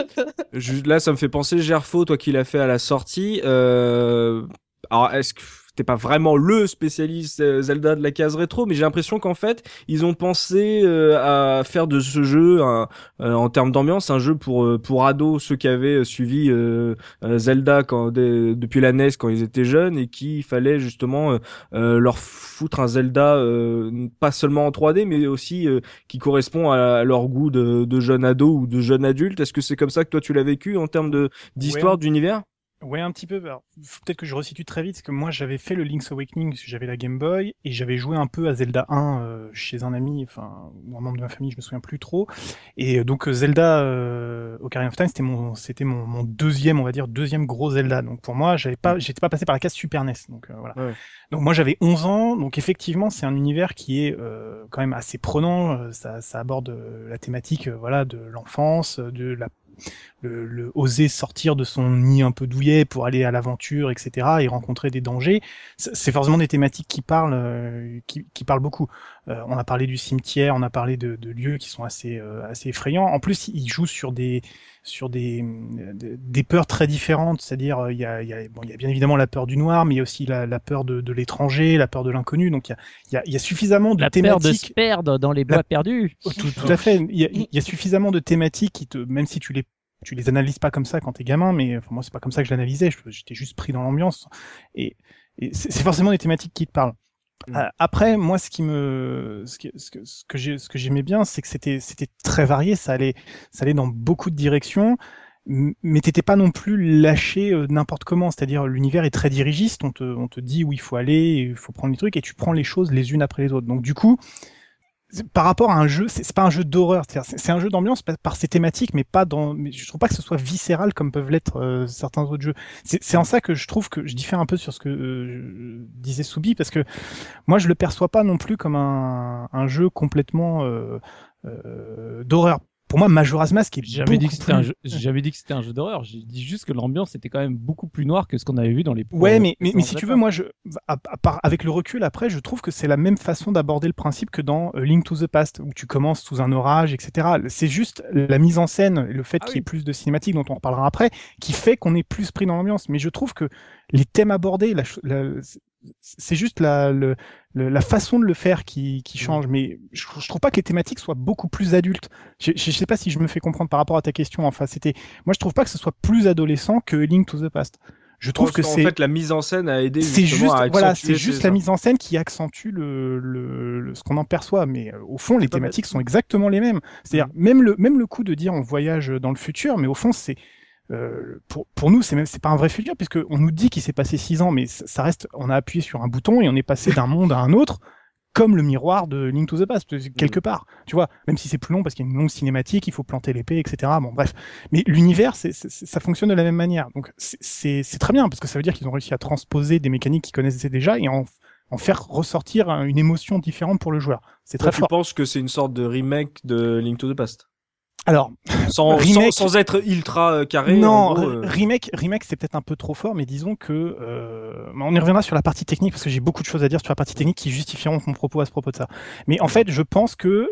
Là, ça me fait penser, Gerfo, toi qui l'as fait à la sortie. Alors, est-ce que t'es pas vraiment le spécialiste Zelda de la case rétro, mais j'ai l'impression qu'en fait, ils ont pensé à faire de ce jeu, en termes d'ambiance, un jeu pour ados, ceux qui avaient suivi Zelda depuis la NES quand ils étaient jeunes, et qu'il fallait justement leur foutre un Zelda pas seulement en 3D, mais aussi qui correspond à leur goût de jeune ado ou de jeune adulte. Est-ce que c'est comme ça que toi tu l'as vécu en termes d'histoire, d'univers? Ouais, un petit peu. Alors, faut peut-être que je resitue très vite, parce que moi j'avais fait le Link's Awakening, parce que j'avais la Game Boy, et j'avais joué un peu à Zelda 1 chez un ami, enfin, ou un membre de ma famille, je me souviens plus trop. Et donc Zelda Ocarina of Time, c'était mon deuxième, on va dire, deuxième gros Zelda. Donc pour moi, j'étais pas passé par la case Super NES. Donc voilà. Ouais. Donc moi j'avais 11 ans, donc effectivement c'est un univers qui est quand même assez prenant. Ça aborde la thématique, voilà, de l'enfance, de la le oser sortir de son nid un peu douillet pour aller à l'aventure, etc., et rencontrer des dangers. C'est forcément des thématiques qui parlent beaucoup. On a parlé du cimetière, on a parlé de lieux qui sont assez effrayants. En plus, ils jouent sur des peurs très différentes, c'est-à-dire il y a bien évidemment la peur du noir, mais il y a aussi la peur de l'étranger, la peur de l'inconnu. Donc il y a suffisamment de La thématiques. peur de se perdre dans les bois perdus. Tout à fait. Il y a suffisamment de thématiques même si tu les analyses pas comme ça quand t'es gamin, mais enfin, moi c'est pas comme ça que je l'analysais. J'étais juste pris dans l'ambiance, et c'est forcément des thématiques qui te parlent. Après, moi, ce que j'aimais bien, c'est que c'était très varié. Ça allait dans beaucoup de directions, mais t'étais pas non plus lâché n'importe comment. C'est-à-dire, l'univers est très dirigiste. On te dit où il faut aller, il faut prendre les trucs, et tu prends les choses les unes après les autres. Donc du coup, par rapport à un jeu, c'est pas un jeu d'horreur, c'est un jeu d'ambiance par ses thématiques, mais je trouve pas que ce soit viscéral comme peuvent l'être certains autres jeux. C'est en ça que je trouve que je diffère un peu sur ce que disait Soubi, parce que moi je le perçois pas non plus comme un jeu complètement d'horreur. Pour moi, Majora's Mask est J'ai jamais dit que c'était plus... un jeu d'horreur. J'ai dit juste que l'ambiance était quand même beaucoup plus noire que ce qu'on avait vu dans les. Ouais, mais si tu veux, moi, avec le recul après, je trouve que c'est la même façon d'aborder le principe que dans Link to the Past, où tu commences sous un orage, etc. C'est juste la mise en scène, le fait qu'il y ait plus de cinématiques, dont on reparlera après, qui fait qu'on est plus pris dans l'ambiance. Mais je trouve que les thèmes abordés, c'est juste la façon de le faire qui change, mais je trouve pas que les thématiques soient beaucoup plus adultes. Je sais pas si je me fais comprendre par rapport à ta question. Enfin, moi je trouve pas que ce soit plus adolescent que Link to the Past. Je trouve que en fait la mise en scène a aidé c'est justement à accentuer c'est juste la mise en scène qui accentue ce qu'on en perçoit, mais au fond les thématiques sont exactement les mêmes. C'est-à-dire même le coup de dire on voyage dans le futur, mais au fond c'est pour nous, c'est pas un vrai futur, puisque on nous dit qu'il s'est passé 6 ans, mais ça reste, on a appuyé sur un bouton et on est passé d'un monde à un autre, comme le miroir de Link to the Past, quelque part. Tu vois, même si c'est plus long parce qu'il y a une longue cinématique, il faut planter l'épée, etc. Bon, bref. Mais l'univers, ça fonctionne de la même manière. Donc, c'est très bien, parce que ça veut dire qu'ils ont réussi à transposer des mécaniques qu'ils connaissaient déjà et en faire ressortir une émotion différente pour le joueur. C'est très fort. Tu penses que c'est une sorte de remake de Link to the Past? Alors, sans être ultra carré. Non, remake, c'est peut-être un peu trop fort, mais disons que on y reviendra sur la partie technique, parce que j'ai beaucoup de choses à dire sur la partie technique qui justifieront mon propos à ce propos de ça. Mais en fait, je pense que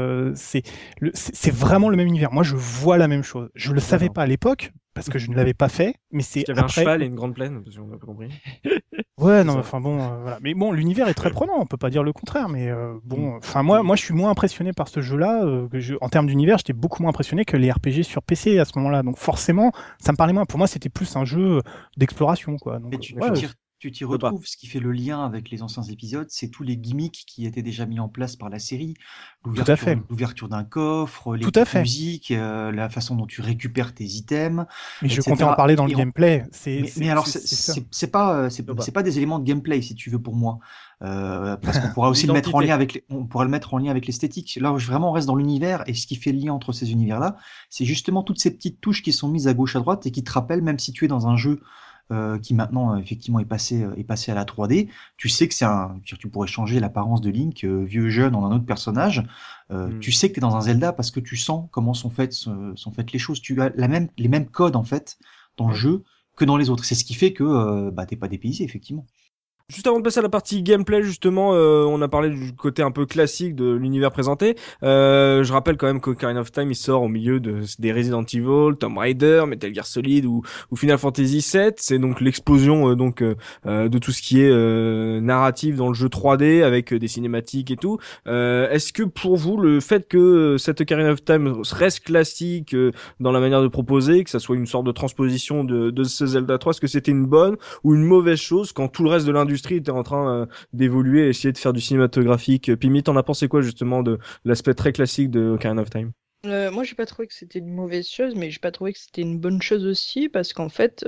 c'est vraiment le même univers. Moi, je vois la même chose. Je le savais pas à l'époque parce que je ne l'avais pas fait, mais c'est il y avait un cheval et une grande plaine, parce qu'on n'a pas compris. Ouais, non, enfin bon, voilà. Mais bon, l'univers est très prenant, on peut pas dire le contraire, mais bon, enfin moi, je suis moins impressionné par ce jeu-là. En termes d'univers, j'étais beaucoup moins impressionné que les RPG sur PC à ce moment-là. Donc forcément, ça me parlait moins. Pour moi, c'était plus un jeu d'exploration, quoi. Donc, tu t'y retrouves. Ce qui fait le lien avec les anciens épisodes, c'est tous les gimmicks qui étaient déjà mis en place par la série. L'ouverture d'un coffre, les musiques, la façon dont tu récupères tes items. Mais je comptais en parler dans le gameplay. Mais alors, c'est pas des éléments de gameplay, si tu veux, pour moi. Parce qu'on pourra aussi le mettre en lien avec l'esthétique. Là, vraiment, on reste dans l'univers, et ce qui fait le lien entre ces univers-là, c'est justement toutes ces petites touches qui sont mises à gauche, à droite, et qui te rappellent, même si tu es dans un jeu qui maintenant effectivement est passé à la 3D, tu sais que tu pourrais changer l'apparence de Link, vieux jeune, en un autre personnage. Tu sais que tu es dans un Zelda parce que tu sens comment sont faites les choses. Tu as les mêmes codes en fait dans le jeu que dans les autres. C'est ce qui fait que t'es pas dépaysé, effectivement. Juste avant de passer à la partie gameplay, justement, on a parlé du côté un peu classique de l'univers présenté. Je rappelle quand même qu'Ocarina of Time, il sort au milieu des Resident Evil, Tomb Raider, Metal Gear Solid ou Final Fantasy VII. C'est donc l'explosion de tout ce qui est narratif dans le jeu 3D avec des cinématiques et tout. Est-ce que pour vous, le fait que cette Ocarina of Time reste classique dans la manière de proposer, que ça soit une sorte de transposition de ce Zelda 3, est-ce que c'était une bonne ou une mauvaise chose quand tout le reste de l'industrie était en train d'évoluer et essayer de faire du cinématographique? Pimi, t'en as pensé quoi justement de l'aspect très classique de Ocarina of Time? Moi, j'ai pas trouvé que c'était une mauvaise chose, mais j'ai pas trouvé que c'était une bonne chose aussi, parce qu'en fait,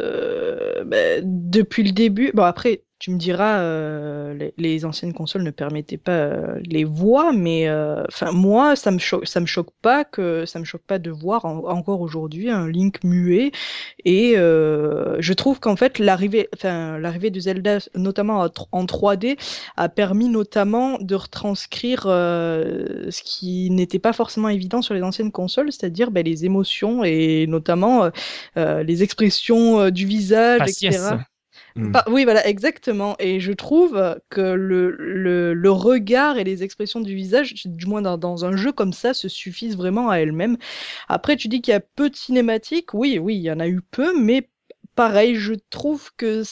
depuis le début, bon après, tu me diras, les anciennes consoles ne permettaient pas les voix, mais enfin moi, ça me choque pas de voir encore aujourd'hui un Link muet, et je trouve qu'en fait l'arrivée de Zelda, notamment en 3D, a permis notamment de retranscrire ce qui n'était pas forcément évident sur les anciennes consoles, c'est-à-dire les émotions et notamment les expressions du visage, Faciès. etc. Oui, voilà, exactement. Et je trouve que le regard et les expressions du visage, du moins dans un jeu comme ça, se suffisent vraiment à elles-mêmes. Après, tu dis qu'il y a peu de cinématiques. Oui, oui, il y en a eu peu, mais pareil, je trouve que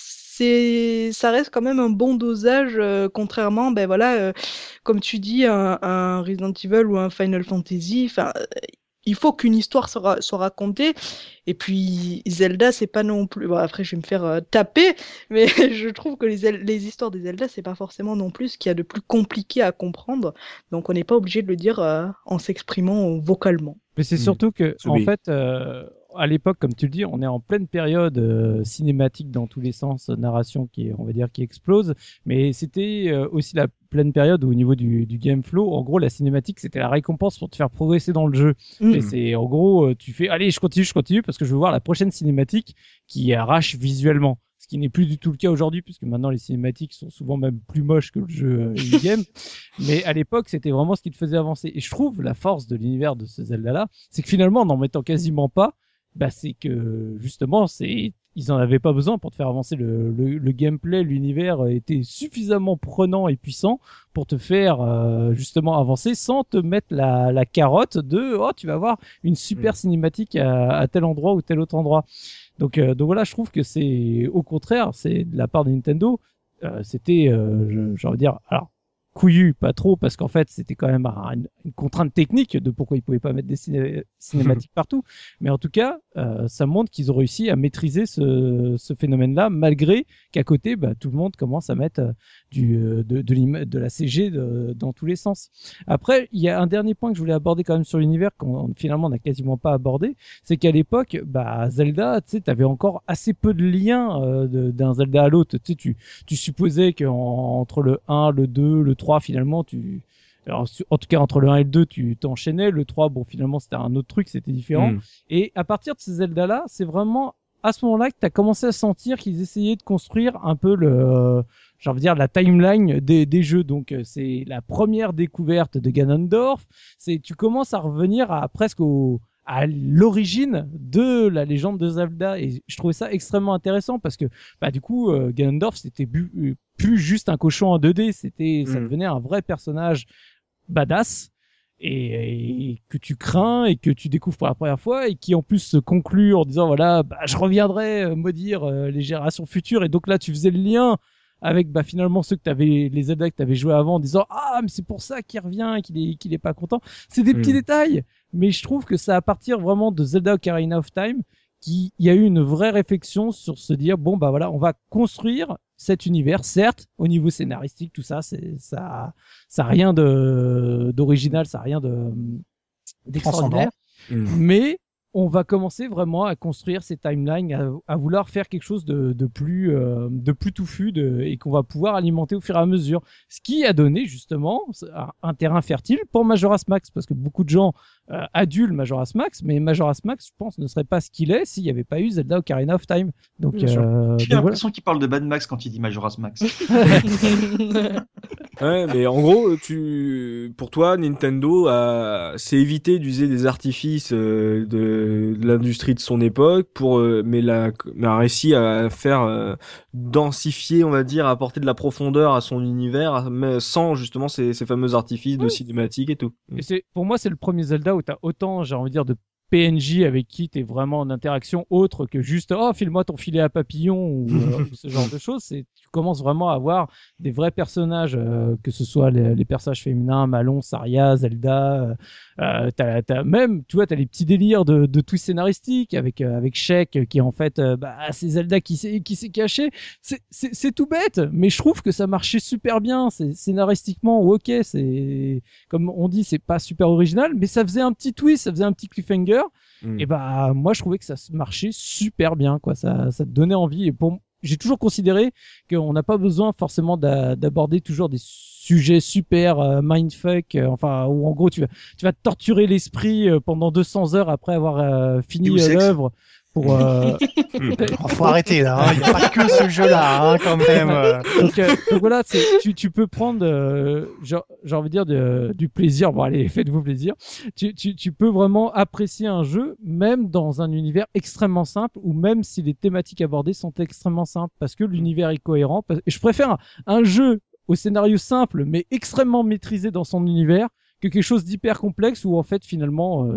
ça reste quand même un bon dosage, contrairement, comme tu dis, un Resident Evil ou un Final Fantasy. Enfin, il faut qu'une histoire soit racontée. Et puis Zelda, c'est pas non plus. Bon, après, je vais me faire taper, mais je trouve que les histoires des Zelda, c'est pas forcément non plus ce qu'il y a de plus compliqué à comprendre. Donc, on n'est pas obligé de le dire en s'exprimant vocalement. Mais c'est surtout que, en Oui. fait, à l'époque, comme tu le dis, on est en pleine période cinématique dans tous les sens, narration qui, on va dire, qui explose. Mais c'était aussi la pleine période où, au niveau du game flow, en gros, la cinématique, c'était la récompense pour te faire progresser dans le jeu. Et c'est, en gros, tu fais, allez, je continue parce que je veux voir la prochaine cinématique qui arrache visuellement. Ce qui n'est plus du tout le cas aujourd'hui, puisque maintenant les cinématiques sont souvent même plus moches que le jeu in-game. Mais à l'époque, c'était vraiment ce qui te faisait avancer. Et je trouve la force de l'univers de ce Zelda-là, c'est que finalement, en n'en mettant quasiment pas, c'est que justement, ils en avaient pas besoin pour te faire avancer le gameplay, l'univers était suffisamment prenant et puissant pour te faire justement avancer sans te mettre la carotte de oh tu vas voir une super cinématique à tel endroit ou tel autre endroit. Donc voilà, je trouve que c'est au contraire, c'est de la part de Nintendo, c'était j'ai envie de dire alors couillu, pas trop, parce qu'en fait, c'était quand même une contrainte technique de pourquoi ils pouvaient pas mettre des cinématiques partout. Mais en tout cas, ça montre qu'ils ont réussi à maîtriser ce phénomène-là, malgré qu'à côté, tout le monde commence à mettre de la CG dans tous les sens. Après, il y a un dernier point que je voulais aborder quand même sur l'univers, qu'on finalement n'a quasiment pas abordé, c'est qu'à l'époque, Zelda, tu sais, t'avais encore assez peu de liens d'un Zelda à l'autre. Tu sais, tu supposais qu'entre le 1, le 2, le 3, finalement, alors, en tout cas, entre le 1 et le 2, tu t'enchaînais. Le 3, bon, finalement, c'était un autre truc, c'était différent. Et à partir de ces Zelda-là, c'est vraiment à ce moment-là que tu as commencé à sentir qu'ils essayaient de construire un peu j'ai envie de dire, la timeline des jeux. Donc, c'est la première découverte de Ganondorf. Tu commences à revenir presque à l'origine de la légende de Zelda, et je trouvais ça extrêmement intéressant parce que du coup Ganondorf c'était plus juste un cochon en 2D, ça devenait un vrai personnage badass et que tu crains et que tu découvres pour la première fois et qui en plus se conclut en disant voilà je reviendrai maudire les générations futures, et donc là tu faisais le lien avec finalement ceux que les Zelda que t'avais joué avant en disant mais c'est pour ça qu'il revient et qu'il est pas content. C'est des petits détails, mais je trouve que c'est à partir vraiment de Zelda Ocarina of Time qu'il y a eu une vraie réflexion sur se dire voilà, on va construire cet univers, certes au niveau scénaristique tout ça ça a rien d'original, ça a rien d'extraordinaire, mais on va commencer vraiment à construire ces timelines, à vouloir faire quelque chose de plus touffu et qu'on va pouvoir alimenter au fur et à mesure. Ce qui a donné justement un terrain fertile pour Majora's Mask, parce que beaucoup de gens adulent Majora's Mask, mais Majora's Mask, je pense, ne serait pas ce qu'il est s'il n'y avait pas eu Zelda Ocarina of Time. Donc, j'ai l'impression qu'il parle de Bad Max quand il dit Majora's Mask. Ouais, mais en gros, pour toi, Nintendo s'est évité d'user des artifices de l'industrie de son époque mais a réussi à faire densifier, on va dire, à apporter de la profondeur à son univers, mais sans justement ces fameux artifices de cinématiques et tout. Et pour moi, c'est le premier Zelda où t'as autant, j'ai envie de dire, de PNJ avec qui t'es vraiment en interaction autre que juste oh file-moi ton filet à papillon ou ce genre de choses. Tu commences vraiment à avoir des vrais personnages, que ce soit les personnages féminins, Malon, Saria, Zelda. T'as même, tu vois, t'as les petits délires de twist scénaristique avec Sheik qui en fait, c'est Zelda qui s'est caché. C'est tout bête, mais je trouve que ça marchait super bien. C'est scénaristiquement ok, c'est comme on dit, c'est pas super original, mais ça faisait un petit twist, ça faisait un petit cliffhanger. Et moi je trouvais que ça marchait super bien, quoi. Ça te donnait envie. Et j'ai toujours considéré qu'on n'a pas besoin forcément d'aborder toujours des sujets super mindfuck, enfin où en gros tu vas te torturer l'esprit pendant 200 heures après avoir fini l'œuvre. Pour faut arrêter là, il n'y a pas que ce jeu-là, quand même. Donc voilà, tu peux prendre, j'ai envie de dire du plaisir. Bon allez, faites-vous plaisir. Tu peux vraiment apprécier un jeu, même dans un univers extrêmement simple, ou même si les thématiques abordées sont extrêmement simples, parce que l'univers est cohérent. Et je préfère un jeu au scénario simple, mais extrêmement maîtrisé dans son univers, que quelque chose d'hyper complexe où en fait finalement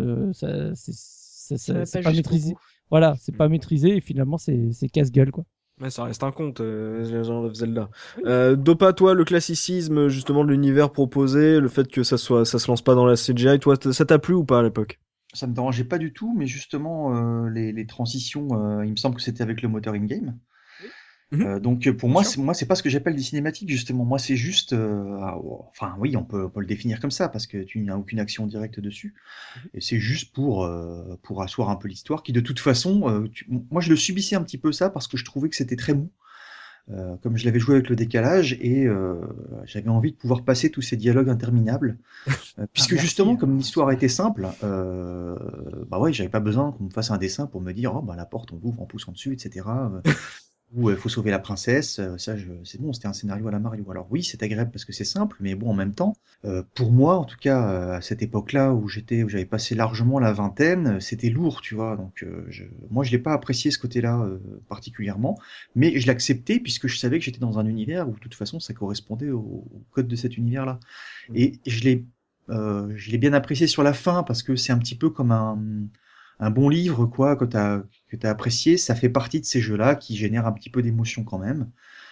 c'est pas maîtrisé. Voilà, c'est pas maîtrisé et finalement c'est casse-gueule, quoi. Ouais, ça reste un conte, Legend of Zelda. Dopa, toi, le classicisme justement de l'univers proposé, le fait que ça se lance pas dans la CGI, toi, ça t'a plu ou pas à l'époque? Ça me dérangeait pas du tout, mais justement, les transitions, il me semble que c'était avec le moteur in-game. Donc pour moi, c'est pas ce que j'appelle des cinématiques justement. Moi, c'est juste, enfin oui, on peut le définir comme ça parce que tu n'as aucune action directe dessus. Et c'est juste pour asseoir un peu l'histoire, qui de toute façon, moi je le subissais un petit peu ça parce que je trouvais que c'était très mou. Comme je l'avais joué avec le décalage et j'avais envie de pouvoir passer tous ces dialogues interminables, puisque justement comme l'histoire était simple, bah ouais, j'avais pas besoin qu'on me fasse un dessin pour me dire oh bah la porte on l'ouvre en poussant dessus, etc. Où il faut sauver la princesse, c'est bon, c'était un scénario à la Mario. Alors oui, c'est agréable parce que c'est simple, mais bon, en même temps, pour moi, en tout cas, à cette époque-là où j'avais passé largement la vingtaine, c'était lourd, tu vois. Donc, moi, je l'ai pas apprécié ce côté-là particulièrement, mais je l'acceptais puisque je savais que j'étais dans un univers où, de toute façon, ça correspondait au code de cet univers-là. Et je l'ai bien apprécié sur la fin parce que c'est un petit peu comme un bon livre, quoi, que t'as apprécié. Ça fait partie de ces jeux-là qui génèrent un petit peu d'émotion quand même,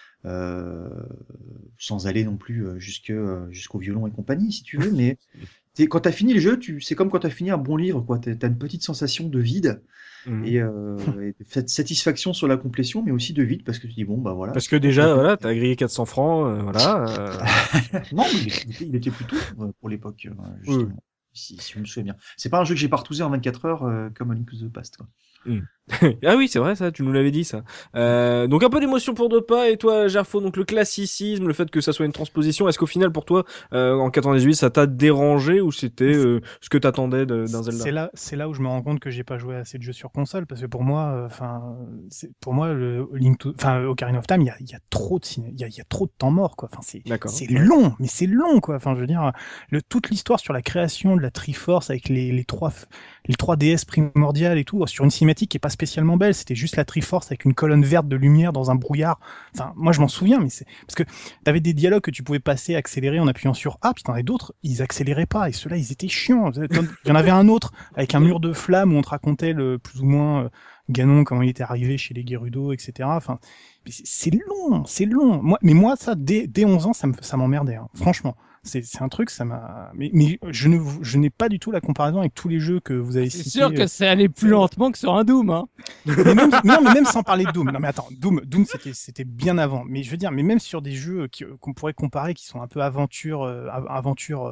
sans aller non plus jusqu'au violon et compagnie, si tu veux. Mais quand t'as fini le jeu, c'est comme quand t'as fini un bon livre, quoi. T'as une petite sensation de vide et de satisfaction sur la complétion, mais aussi de vide parce que tu dis bon bah voilà. Parce que déjà, voilà, t'as grillé 400 francs, voilà. Non, mais il était plutôt pour l'époque, justement. Si je me souviens bien. C'est pas un jeu que j'ai partousé en 24 heures comme A Link to the Past, quoi. Ah oui, c'est vrai ça, tu nous l'avais dit ça. Donc un peu d'émotion pour Dopa, et toi Gerfo, donc le classicisme, le fait que ça soit une transposition, est-ce qu'au final pour toi en 98 ça t'a dérangé ou c'était ce que t'attendais d'un Zelda? C'est là où je me rends compte que j'ai pas joué à assez de jeux sur console parce que pour moi, pour moi le Ocarina of Time, il y a trop de il y a trop de temps mort, quoi. Enfin c'est long, mais c'est long, quoi. Enfin je veux dire toute l'histoire sur la création de la Triforce avec les trois déesses primordiales et tout sur une cinématique qui est pas spécialement belle, c'était juste la Triforce avec une colonne verte de lumière dans un brouillard. Enfin, moi je m'en souviens, mais c'est parce que t'avais des dialogues que tu pouvais passer, accélérer en appuyant sur A, puis t'en avais d'autres, ils accéléraient pas, et ceux-là ils étaient chiants. Il y en avait un autre avec un mur de flammes où on te racontait plus ou moins Ganon, comment il était arrivé chez les Gerudo, etc. Enfin, c'est long. Moi ça, dès 11 ans, ça m'emmerdait, hein, franchement. C'est un truc, ça m'a. Mais je n'ai pas du tout la comparaison avec tous les jeux que vous avez cités. C'est sûr que c'est allé plus lentement que sur un Doom, hein. Mais même sans parler de Doom. Non mais attends, Doom c'était bien avant. Mais je veux dire, mais même sur des jeux qu'on pourrait comparer, qui sont un peu aventure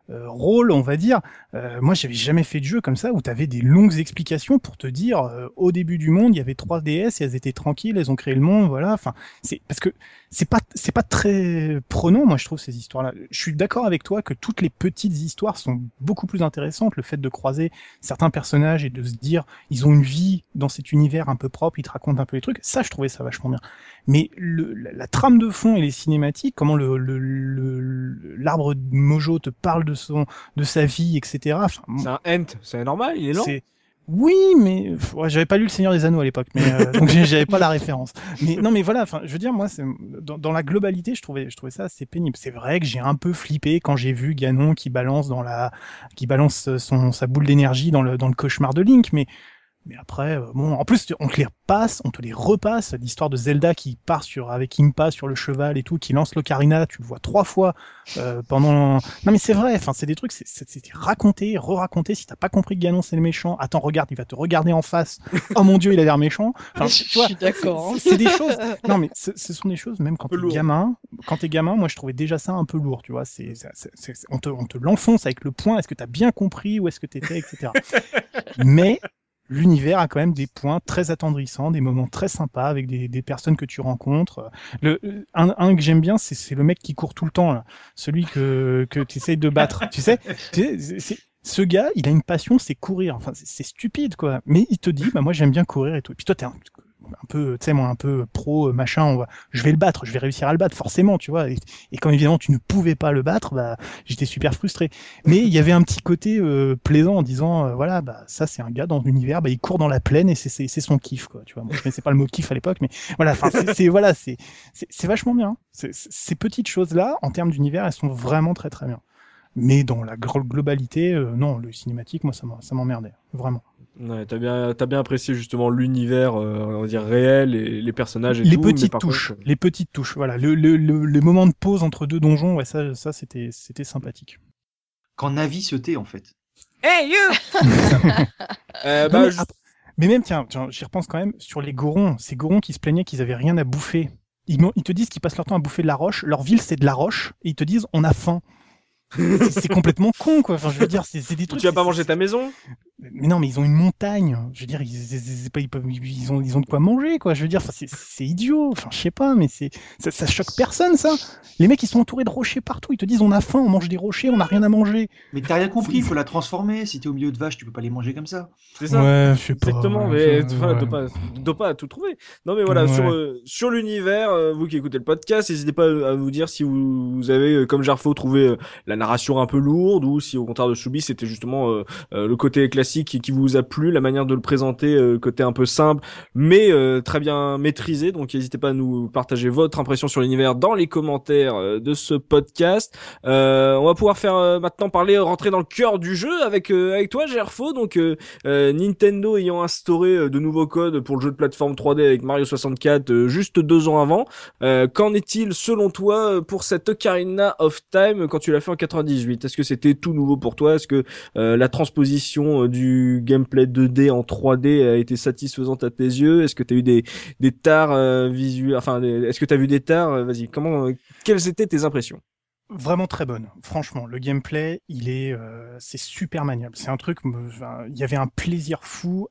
rôle, on va dire. Moi, j'avais jamais fait de jeu comme ça où t'avais des longues explications pour te dire au début du monde, il y avait 3 déesses et elles étaient tranquilles, elles ont créé le monde, voilà. Enfin, c'est parce que c'est pas très prenant, moi je trouve ces histoires-là. Je suis d'accord avec toi que toutes les petites histoires sont beaucoup plus intéressantes. Le fait de croiser certains personnages et de se dire ils ont une vie dans cet univers un peu propre, ils te racontent un peu les trucs. Ça, je trouvais ça vachement bien. Mais la trame de fond et les cinématiques, comment l'arbre Mojo te parle de sa vie, etc. Enfin, C'est un Ent, c'est normal, il est lent. Oui, mais ouais, j'avais pas lu Le Seigneur des Anneaux à l'époque, mais donc j'avais pas la référence. Mais non, mais voilà, enfin, je veux dire, moi, dans la globalité, je trouvais ça assez pénible. C'est vrai que j'ai un peu flippé quand j'ai vu Ganon qui balance sa boule d'énergie dans le cauchemar de Link, mais après, bon, en plus, on te les repasse, on te les repasse. L'histoire de Zelda qui part avec Impa sur le cheval et tout, qui lance l'ocarina, tu le vois 3 fois pendant. Non mais c'est vrai. Enfin, c'est des trucs, c'est raconté, re-raconté. Si t'as pas compris que Ganon c'est le méchant, attends, regarde, il va te regarder en face. Oh mon Dieu, il a l'air méchant. Enfin, tu vois, je suis d'accord. c'est des choses. Non mais ce sont des choses même quand t'es lourd. gamin. Quand t'es gamin, moi je trouvais déjà ça un peu lourd. Tu vois, on te l'enfonce avec le poing. Est-ce que t'as bien compris où est-ce que t'étais, etc. Mais l'univers a quand même des points très attendrissants, des moments très sympas avec des personnes que tu rencontres. Un que j'aime bien, c'est le mec qui court tout le temps, là. Celui que tu essayes de battre. Tu sais, ce gars, il a une passion, c'est courir. Enfin, c'est stupide, quoi. Mais il te dit, bah moi j'aime bien courir et tout. Et puis toi, t'es un peu, tu sais, moi un peu pro, machin. Je vais le battre, je vais réussir à le battre, forcément, tu vois. Et comme évidemment tu ne pouvais pas le battre, bah j'étais super frustré. Mais il y avait un petit côté plaisant en disant, voilà, bah ça c'est un gars dans l'univers, bah il court dans la plaine et c'est son kiff, quoi. Tu vois. Moi, je connaissais pas le mot kiff à l'époque, mais voilà. Enfin, c'est vachement bien. Ces petites choses là, en termes d'univers, elles sont vraiment très très bien. Mais dans la globalité, non, le cinématique, moi, ça m'emmerdait, vraiment. Ouais, t'as bien apprécié justement l'univers, on va dire réel et les personnages et les tout. Petites touches, les petites touches, voilà, le moment de pause entre deux donjons, ouais, ça c'était sympathique. Quand Navi se tait, en fait. Hey you. Mais même, tiens, j'y repense quand même sur les Gorons, ces Gorons qui se plaignaient qu'ils avaient rien à bouffer. Ils te disent qu'ils passent leur temps à bouffer de la roche. Leur ville, c'est de la roche, et ils te disent on a faim. C'est complètement con, quoi. Enfin, je veux dire, c'est des trucs. Tu vas pas manger ta maison? Mais non, mais ils ont une montagne. Je veux dire, ils ont de quoi manger, quoi. Je veux dire, enfin, c'est idiot. Enfin, je sais pas, mais ça choque personne, ça. Les mecs, ils sont entourés de rochers partout. Ils te disent, on a faim, on mange des rochers, on n'a rien à manger. Mais t'as rien compris, il faut la transformer. Si t'es au milieu de vaches, tu peux pas les manger comme ça. C'est ça. Ouais, je sais pas. Exactement, mais dois pas tout trouver. Non, mais voilà, Ouais. sur l'univers, vous qui écoutez le podcast, n'hésitez pas à nous dire si vous avez, comme Jarfo, trouvé la narration un peu lourde ou si au contraire de Soubi, c'était justement le côté classique qui vous a plu, la manière de le présenter, côté un peu simple, mais très bien maîtrisé. Donc n'hésitez pas à nous partager votre impression sur l'univers dans les commentaires de ce podcast. On va pouvoir faire maintenant rentrer dans le cœur du jeu avec toi, Gerfo. Donc Nintendo ayant instauré de nouveaux codes pour le jeu de plateforme 3D avec Mario 64 juste 2 ans avant. Qu'en est-il selon toi pour cette Ocarina of Time quand tu l'as fait en 98? Est-ce que c'était tout nouveau pour toi? Est-ce que la transposition du gameplay 2D en 3D a été satisfaisante à tes yeux? Est-ce que tu as eu des tares visuels? Enfin, est-ce que tu as vu des tares? Vas-y, quelles étaient tes impressions? Vraiment très bonne. Franchement, le gameplay, c'est super maniable. C'est un truc, il y avait un plaisir fou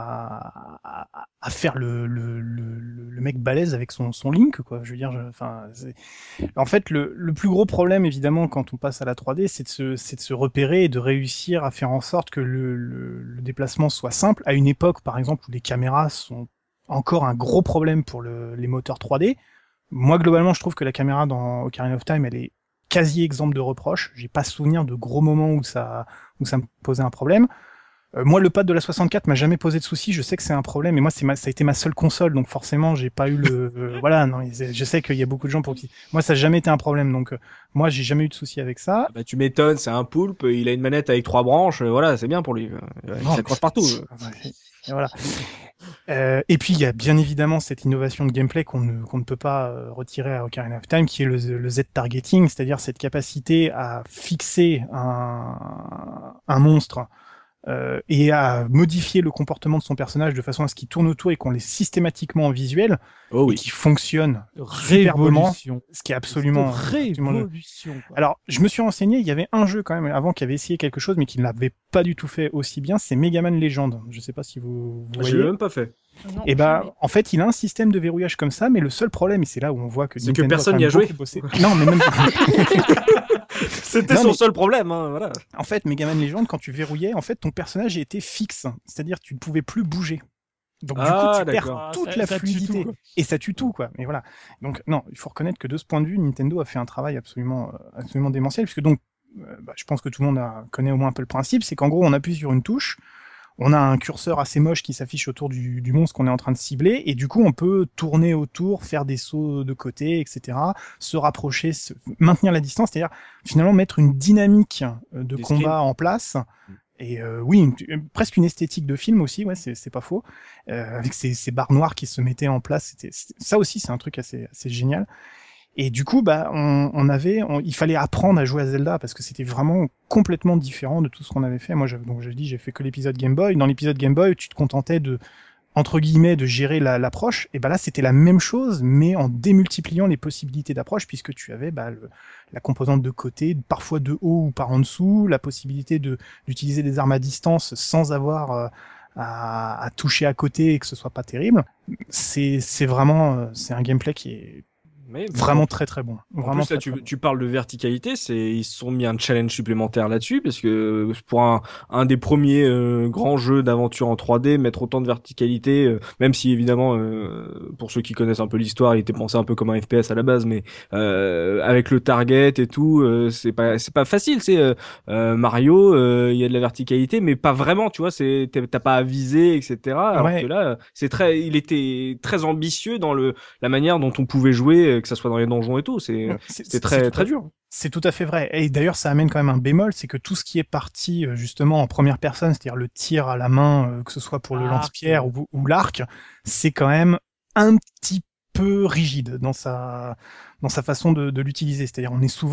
à faire le mec balèze avec son Link, quoi. Je veux dire, en fait, le plus gros problème, évidemment, quand on passe à la 3D, c'est de se repérer et de réussir à faire en sorte que le déplacement soit simple. À une époque, par exemple, où les caméras sont encore un gros problème pour les moteurs 3D. Moi, globalement, je trouve que la caméra dans Ocarina of Time, elle est quasi exemple de reproche. J'ai pas souvenir de gros moments où ça me posait un problème. Moi, le pad de la 64 m'a jamais posé de soucis. Je sais que c'est un problème, et moi, ça a été ma seule console, donc forcément, j'ai pas eu voilà, non, je sais qu'il y a beaucoup de gens pour qui. Moi, ça a jamais été un problème, donc moi, j'ai jamais eu de soucis avec ça. Bah, tu m'étonnes, c'est un poulpe, il a une manette avec 3 branches, voilà, c'est bien pour lui. Il s'accroche partout. Et voilà. Et puis il y a bien évidemment cette innovation de gameplay qu'on ne peut pas retirer à Ocarina of Time, qui est le Z-targeting, c'est-à-dire cette capacité à fixer un monstre et à modifier le comportement de son personnage de façon à ce qu'il tourne autour et qu'on l'ait systématiquement en visuel Oh et oui. qui fonctionne superbement, Révolution. ce qui est absolument... Révolution. Quoi. Alors, je me suis renseigné, il y avait un jeu quand même avant qui avait essayé quelque chose mais qui ne l'avait pas du tout fait aussi bien, c'est Mega Man Legend. Je sais pas si vous Je voyez. l'ai même pas fait. Non, Et bah, jamais. en fait, il a un système de verrouillage comme ça, mais le seul problème, et c'est là où on voit que C'est que Nintendo personne quand n'y a même joué. beaucoup bossé. Non, mais même C'était Non, son mais- seul problème, hein, voilà. en fait, Mega Man Legend, quand tu verrouillais, en fait, ton personnage était fixe, c'est-à-dire tu ne pouvais plus bouger. Donc du coup, Ah, tu perds d'accord. toute Ça- la ça tue fluidité tout, quoi. et ça tue tout, quoi. Et voilà. Donc non, il faut reconnaître que de ce point de vue, Nintendo a fait un travail absolument démentiel, puisque donc, je pense que tout le monde connaît au moins un peu le principe, c'est qu'en gros, on appuie sur une touche. On a un curseur assez moche qui s'affiche autour du monstre qu'on est en train de cibler, et du coup on peut tourner autour, faire des sauts de côté, etc., se rapprocher, maintenir la distance, c'est-à-dire finalement mettre une dynamique de D'escrime. combat en place, et oui, presque une esthétique de film aussi, ouais, c'est pas faux, avec ces barres noires qui se mettaient en place, ça aussi c'est un truc assez génial. Et du coup, bah, il fallait apprendre à jouer à Zelda parce que c'était vraiment complètement différent de tout ce qu'on avait fait. Moi, donc je dis, j'ai fait que l'épisode Game Boy. Dans l'épisode Game Boy, tu te contentais de, entre guillemets, de gérer l'approche. Et bah là, c'était la même chose, mais en démultipliant les possibilités d'approche, puisque tu avais la composante de côté, parfois de haut ou par en dessous, la possibilité d'utiliser des armes à distance sans avoir à toucher à côté et que ce soit pas terrible. C'est vraiment, c'est un gameplay qui est Mais vraiment très très bon. En Vraiment plus, là, très, très bon. tu parles de verticalité, ils se sont mis un challenge supplémentaire là-dessus, parce que pour un des premiers grands jeux d'aventure en 3D, mettre autant de verticalité, même si évidemment, pour ceux qui connaissent un peu l'histoire, il était pensé un peu comme un FPS à la base, mais avec le target et tout, c'est pas facile. Mario, il y a de la verticalité, mais pas vraiment, tu vois. T'as pas à viser, etc. Alors Ouais. que là, il était très ambitieux dans la manière dont on pouvait jouer, que ça soit dans les donjons et tout. C'était très très dur. C'est tout à fait vrai. Et d'ailleurs, ça amène quand même un bémol, c'est que tout ce qui est parti justement en première personne, c'est-à-dire le tir à la main, que ce soit pour le L'arc, lance-pierre ou l'arc, c'est quand même un petit peu rigide dans sa façon de l'utiliser. C'est-à-dire,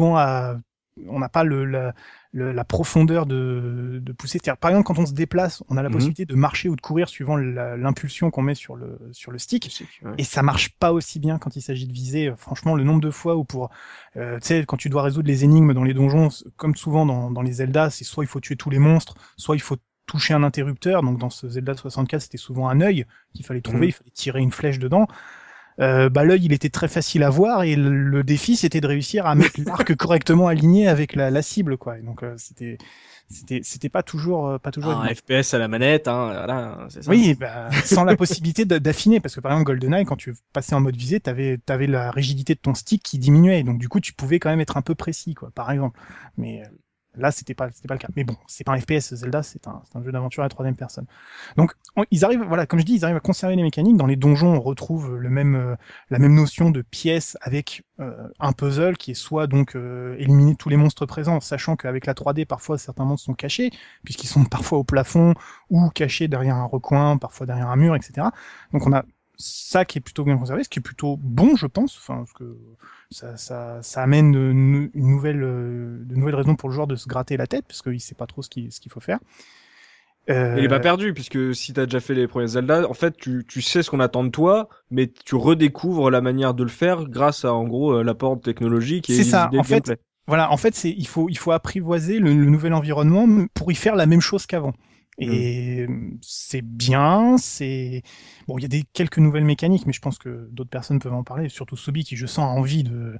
on n'a pas la profondeur de pousser. C'est-à-dire, par exemple, quand on se déplace, on a la Mhm. possibilité de marcher ou de courir suivant l'impulsion qu'on met sur le stick. Ouais. Et ça marche pas aussi bien quand il s'agit de viser. Franchement, le nombre de fois où tu sais, quand tu dois résoudre les énigmes dans les donjons, comme souvent dans les Zelda, c'est soit il faut tuer tous les monstres, soit il faut toucher un interrupteur. Donc dans ce Zelda 64, c'était souvent un œil qu'il fallait trouver, Mhm. il fallait tirer une flèche dedans. L'œil, il était très facile à voir et le défi, c'était de réussir à mettre l'arc correctement aligné avec la cible, quoi. Et donc c'était pas toujours Un évident. FPS à la manette, hein, voilà, c'est ça. Oui, sans la possibilité d'affiner, parce que par exemple GoldenEye, quand tu passais en mode visée, t'avais la rigidité de ton stick qui diminuait, donc du coup tu pouvais quand même être un peu précis, quoi, par exemple. Mais là, c'était pas le cas. Mais bon, c'est pas un FPS, Zelda, c'est un jeu d'aventure à la troisième personne. Donc ils arrivent, voilà, comme je dis, ils arrivent à conserver les mécaniques. Dans les donjons, on retrouve la même notion de pièce avec un puzzle qui est soit donc éliminer tous les monstres présents, sachant qu'avec la 3D, parfois certains monstres sont cachés, puisqu'ils sont parfois au plafond ou cachés derrière un recoin, parfois derrière un mur, etc. Donc on a ça qui est plutôt bien conservé, ce qui est plutôt bon, je pense, enfin, parce que ça amène de nouvelles raisons pour le joueur de se gratter la tête, parce qu'il sait pas trop ce qu'il faut faire. Mais il est pas perdu, puisque si t'as déjà fait les premiers Zelda, en fait, tu sais ce qu'on attend de toi, mais tu redécouvres la manière de le faire grâce à, en gros, l'apport technologique et C'est les ça, idées en de fait. gameplay. Voilà, en fait, il faut apprivoiser le nouvel environnement pour y faire la même chose qu'avant. Et c'est bien, bon, il y a quelques nouvelles mécaniques, mais je pense que d'autres personnes peuvent en parler, surtout Sobi qui, je sens, a envie de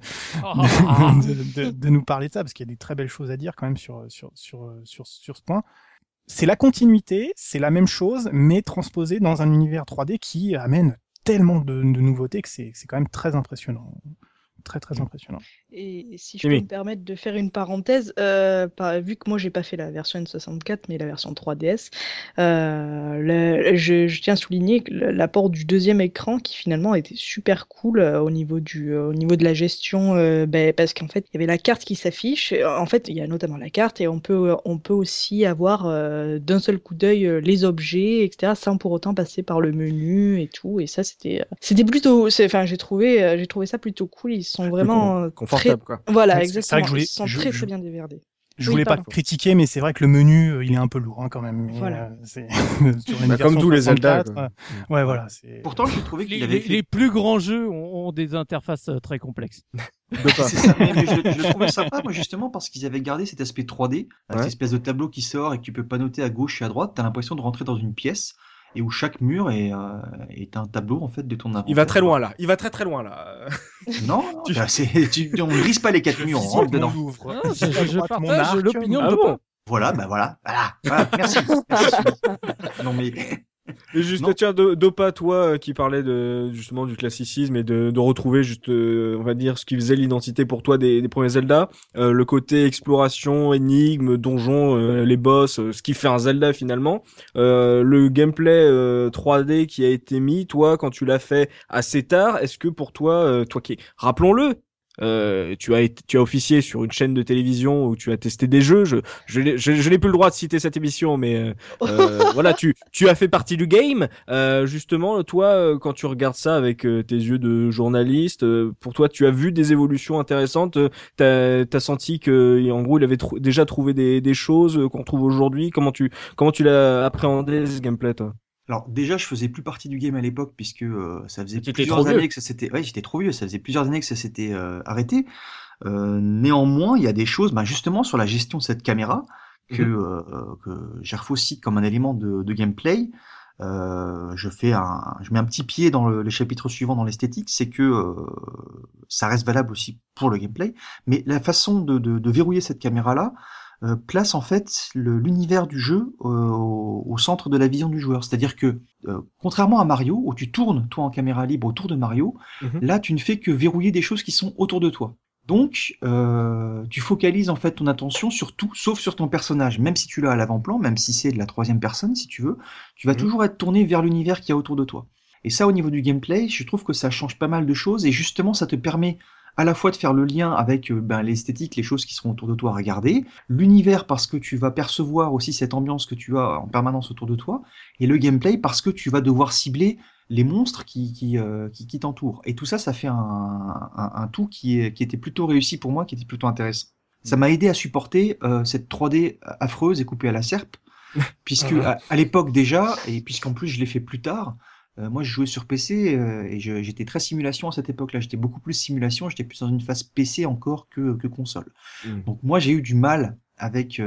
nous parler de ça, parce qu'il y a des très belles choses à dire quand même sur ce point. C'est la continuité, c'est la même chose, mais transposée dans un univers 3D qui amène tellement de nouveautés que c'est quand même très impressionnant. Très très impressionnant. Et si je peux me permettre de faire une parenthèse, vu que moi j'ai pas fait la version N64 mais la version 3DS, je tiens à souligner l'apport du deuxième écran qui finalement était super cool au niveau de la gestion, parce qu'en fait il y avait la carte qui s'affiche. En fait il y a notamment la carte et on peut aussi avoir d'un seul coup d'œil les objets, etc. sans pour autant passer par le menu et tout. Et ça c'était plutôt, enfin j'ai trouvé ça plutôt cool. Ils sont vraiment confortable, quoi. Voilà, Ouais, exactement. c'est vrai que Ils sont très très bien déverdés. Je Oui, voulais pas pardon. critiquer, mais c'est vrai que le menu, il est un peu lourd, hein, quand même. Mais, Voilà. c'est sur une Comme version tous les Zelda. 64, Quoi. ouais, voilà. C'est Pourtant, j'ai trouvé qu'il Les, avait les- fait. les plus grands jeux ont des interfaces très complexes. De pas. C'est ça, mais je le trouvais sympa, moi, justement, parce qu'ils avaient gardé cet aspect 3D, avec Ouais. cette espèce de tableau qui sort et que tu peux pas noter à gauche et à droite. T'as l'impression de rentrer dans une pièce et où chaque mur est un tableau, en fait, de ton inventaire. Il va très loin là. Il va très très loin là. Non, non, on ne brise pas les quatre murs, on rentre mon dedans. Louvre. Ah, je Droite, mon partage arc, l'opinion Ah de bon Dopin. Voilà, voilà, merci. Non, mais Et juste, Non. tiens, Dopa, toi, qui parlait justement du classicisme et de retrouver juste, on va dire, ce qui faisait l'identité pour toi des premiers Zelda, le côté exploration, énigme, donjon, les boss, ce qui fait un Zelda finalement, le gameplay 3D qui a été mis, toi, quand tu l'as fait assez tard, est-ce que pour toi, toi qui, rappelons-le, tu as officié sur une chaîne de télévision où tu as testé des jeux. Je n'ai plus le droit de citer cette émission, mais voilà, tu as fait partie du game. Justement, toi, quand tu regardes ça avec tes yeux de journaliste, pour toi, tu as vu des évolutions intéressantes. T'as senti que, en gros, il avait déjà trouvé des choses qu'on trouve aujourd'hui. Comment tu l'as appréhendé ce gameplay, toi? alors déjà, je faisais plus partie du game à l'époque puisque ça faisait T'étais plusieurs trop vieux. années que ça s'était. Ouais, j'étais trop vieux. Ça faisait plusieurs années que ça s'était arrêté. Néanmoins, il y a des choses, bah, justement sur la gestion de cette caméra que Gerfo cite comme un élément de gameplay. Je mets un petit pied dans les chapitres suivants dans l'esthétique, c'est que ça reste valable aussi pour le gameplay, mais la façon de verrouiller cette caméra-là place en fait l'univers du jeu au centre de la vision du joueur. C'est-à-dire que contrairement à Mario, où tu tournes toi en caméra libre autour de Mario, Mhm. là tu ne fais que verrouiller des choses qui sont autour de toi. Donc, tu focalises en fait ton attention sur tout, sauf sur ton personnage. Même si tu l'as à l'avant-plan, même si c'est de la troisième personne, si tu veux, tu vas Mhm. toujours être tourné vers l'univers qu'il y a autour de toi. Et ça, au niveau du gameplay, je trouve que ça change pas mal de choses, et justement, ça te permet à la fois de faire le lien avec l'esthétique, les choses qui seront autour de toi à regarder, l'univers parce que tu vas percevoir aussi cette ambiance que tu as en permanence autour de toi, et le gameplay parce que tu vas devoir cibler les monstres qui t'entourent. Et tout ça, ça fait un tout qui était plutôt réussi pour moi, qui était plutôt intéressant. Ça m'a aidé à supporter cette 3D affreuse et coupée à la serpe, puisque à l'époque déjà, et puisqu'en plus je l'ai fait plus tard, moi je jouais sur PC et j'étais très simulation à cette époque-là. J'étais beaucoup plus simulation, j'étais plus dans une phase PC encore que console. Mm. Donc moi j'ai eu du mal avec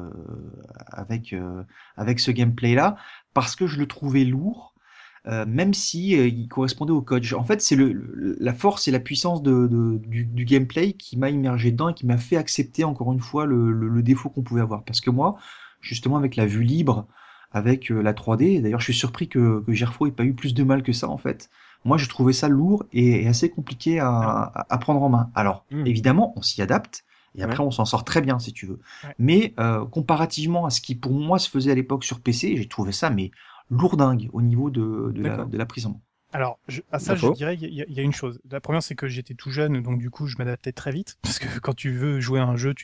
avec ce gameplay-là parce que je le trouvais lourd. Même si il correspondait au code. En fait, c'est la force et la puissance du gameplay qui m'a immergé dedans et qui m'a fait accepter encore une fois le défaut qu'on pouvait avoir. Parce que moi, justement, avec la vue libre, avec la 3D, d'ailleurs, je suis surpris que Gerfo ait pas eu plus de mal que ça, en fait. Moi, je trouvais ça lourd et assez compliqué à prendre en main. Alors, évidemment, on s'y adapte. Et après, on s'en sort très bien, si tu veux. Ouais. Mais comparativement à ce qui, pour moi, se faisait à l'époque sur PC, j'ai trouvé ça, mais lourdingue au niveau de la prise en main. Alors, à ça, je dirais, il y a une chose. La première, c'est que j'étais tout jeune, donc du coup, je m'adaptais très vite. Parce que quand tu veux jouer à un jeu,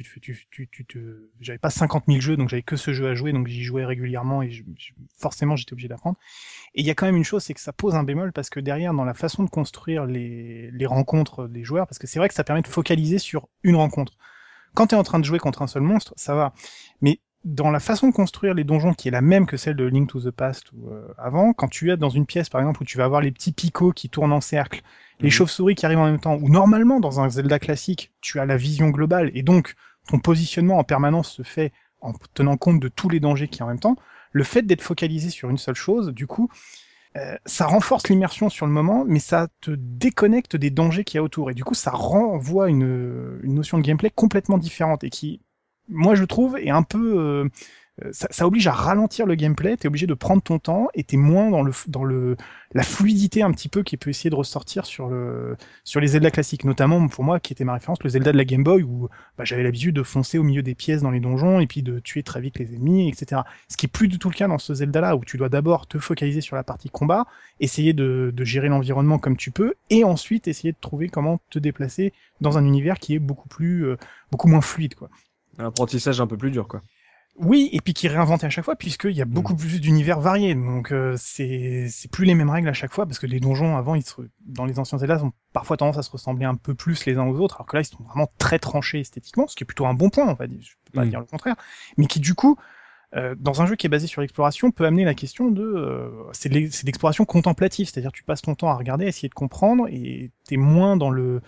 j'avais pas 50 000 jeux, donc j'avais que ce jeu à jouer, donc j'y jouais régulièrement et forcément, j'étais obligé d'apprendre. Et il y a quand même une chose, c'est que ça pose un bémol parce que derrière, dans la façon de construire les rencontres des joueurs, parce que c'est vrai que ça permet de focaliser sur une rencontre. Quand tu es en train de jouer contre un seul monstre, ça va. Mais dans la façon de construire les donjons, qui est la même que celle de Link to the Past ou avant, quand tu es dans une pièce, par exemple, où tu vas avoir les petits picots qui tournent en cercle, les chauves-souris qui arrivent en même temps, ou normalement, dans un Zelda classique, tu as la vision globale, et donc, ton positionnement en permanence se fait en tenant compte de tous les dangers qui en même temps, le fait d'être focalisé sur une seule chose, du coup, ça renforce l'immersion sur le moment, mais ça te déconnecte des dangers qu'il y a autour. Et du coup, ça renvoie une notion de gameplay complètement différente et qui, moi, je trouve, est un peu... ça oblige à ralentir le gameplay, t'es obligé de prendre ton temps et t'es moins dans la fluidité un petit peu qui peut essayer de ressortir sur les Zelda classiques, notamment pour moi qui était ma référence, le Zelda de la Game Boy où j'avais l'habitude de foncer au milieu des pièces dans les donjons et puis de tuer très vite les ennemis, etc. Ce qui est plus du tout le cas dans ce Zelda là où tu dois d'abord te focaliser sur la partie combat, essayer de gérer l'environnement comme tu peux et ensuite essayer de trouver comment te déplacer dans un univers qui est beaucoup moins fluide, quoi. Un apprentissage un peu plus dur, quoi. Oui, et puis qui réinventait à chaque fois, puisqu'il y a beaucoup plus d'univers variés. Donc c'est plus les mêmes règles à chaque fois, parce que les donjons avant, dans les anciens Zelda, ont parfois tendance à se ressembler un peu plus les uns aux autres, alors que là, ils sont vraiment très tranchés esthétiquement, ce qui est plutôt un bon point, on va dire. Je peux pas dire le contraire, mais qui du coup, dans un jeu qui est basé sur l'exploration, peut amener la question c'est de l'exploration contemplative, c'est-à-dire tu passes ton temps à regarder, à essayer de comprendre, et t'es moins dans le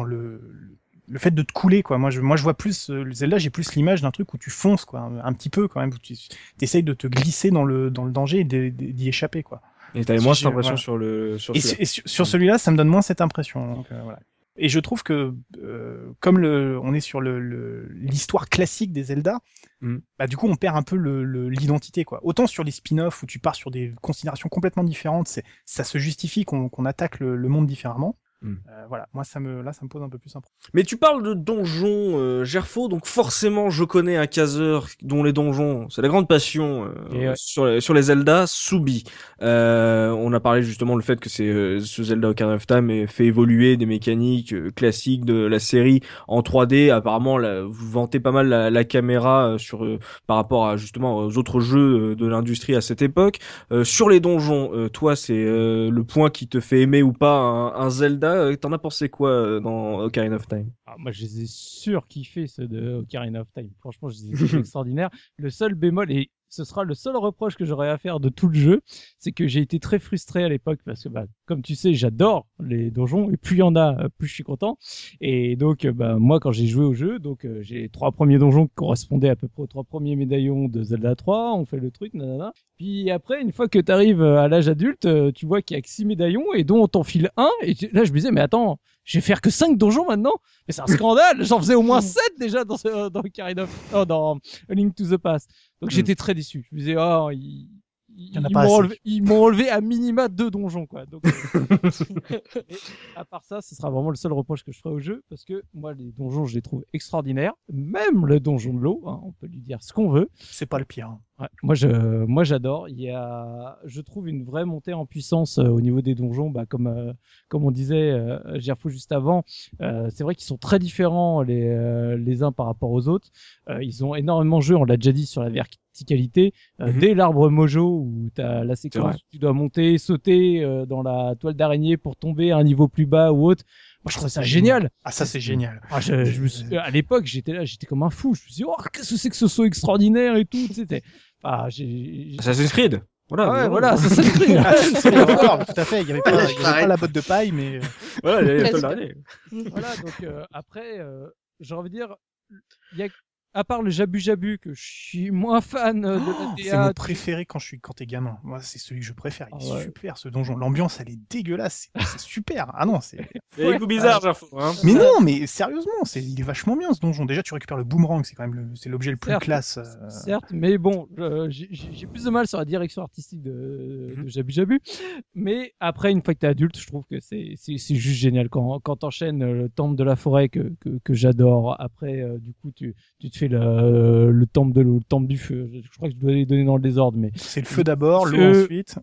fait de te couler, quoi. Moi je vois plus le Zelda, j'ai plus l'image d'un truc où tu fonces, quoi, un petit peu quand même, où tu essayes de te glisser dans le danger et d'y échapper, quoi. Et t'avais moins cette Voilà. impression sur celui-là. Et sur celui-là, ça me donne moins cette impression. Donc, voilà. Et je trouve que comme on est sur l'histoire classique des Zelda, bah du coup on perd un peu l'identité, quoi. Autant sur les spin-offs où tu pars sur des considérations complètement différentes, ça se justifie qu'on attaque le monde différemment. Voilà, moi ça me pose un peu plus un problème. Mais tu parles de donjons, Gerfo, donc forcément je connais un caseur dont les donjons, c'est la grande passion sur les Zelda, Soubi. On a parlé justement le fait que ce Zelda Ocarina of Time ait fait évoluer des mécaniques classiques de la série en 3D. Apparemment, vous vantez pas mal la caméra par rapport à justement aux autres jeux de l'industrie à cette époque. Sur les donjons, toi, c'est le point qui te fait aimer ou pas un Zelda. T'en as pensé quoi dans Ocarina of Time? Moi, je les ai surkiffés, ceux de Ocarina of Time. Franchement, je les ai trouvés extraordinaires. Le seul bémol, et ce sera le seul reproche que j'aurais à faire de tout le jeu, c'est que j'ai été très frustré à l'époque parce que, comme tu sais, j'adore les donjons et plus il y en a, plus je suis content. Et donc, moi, quand j'ai joué au jeu, j'ai les 3 premiers donjons qui correspondaient à peu près aux 3 premiers médaillons de Zelda 3. On fait le truc, nanana. Puis après, une fois que tu arrives à l'âge adulte, tu vois qu'il y a que 6 médaillons et dont on t'en file un. Et là, je me disais, mais attends, je vais faire que 5 donjons maintenant? Mais c'est un scandale! J'en faisais au moins 7 déjà dans dans A Link to the Past. Donc j'étais très déçu. Je me disais, ils m'ont enlevé à minima 2 donjons, quoi. Donc, à part ça, ce sera vraiment le seul reproche que je ferai au jeu, parce que moi, les donjons, je les trouve extraordinaires. Même le donjon de l'eau, hein, on peut lui dire ce qu'on veut. C'est pas le pire. Ouais, moi, j'adore. Je trouve une vraie montée en puissance au niveau des donjons, comme on disait, Gerfo juste avant. C'est vrai qu'ils sont très différents les uns par rapport aux autres. Ils ont énormément joué, on l'a déjà dit, sur la verticalité. Dès l'arbre Mojo où t'as la séquence où tu dois monter, sauter dans la toile d'araignée pour tomber à un niveau plus bas ou autre. Moi, je trouve ça génial. Ah, ça, c'est génial. À l'époque, j'étais comme un fou. Je me suis dit, qu'est-ce que c'est que ce saut extraordinaire et tout, c'était. Assassin's Creed. Voilà. Voilà, Assassin's Creed. Tout à fait. Il y avait pas la botte de paille, mais. Voilà, il y avait la toile d'araignée. Voilà, donc après, j'ai envie de dire, il y a à part le Jabu Jabu, que je suis moins fan de la DA. C'est mon préféré quand t'es gamin. Moi, c'est celui que je préfère. Il est super, ce donjon. L'ambiance, elle est dégueulasse. C'est super. Ah non, c'est... C'est un coup bizarre, Gerfo, hein. Mais non, mais sérieusement, il est vachement bien, ce donjon. Déjà, tu récupères le boomerang. C'est quand même l'objet le plus classe. Certes, mais bon, j'ai plus de mal sur la direction artistique de Jabu Jabu. Mais après, une fois que t'es adulte, je trouve que c'est juste génial. Quand t'enchaînes le temple de la forêt que j'adore. Après, du coup, tu te fais le temple de l'eau, le temple du feu. Je crois que je dois les donner dans le désordre, mais c'est le feu d'abord, l'eau ensuite.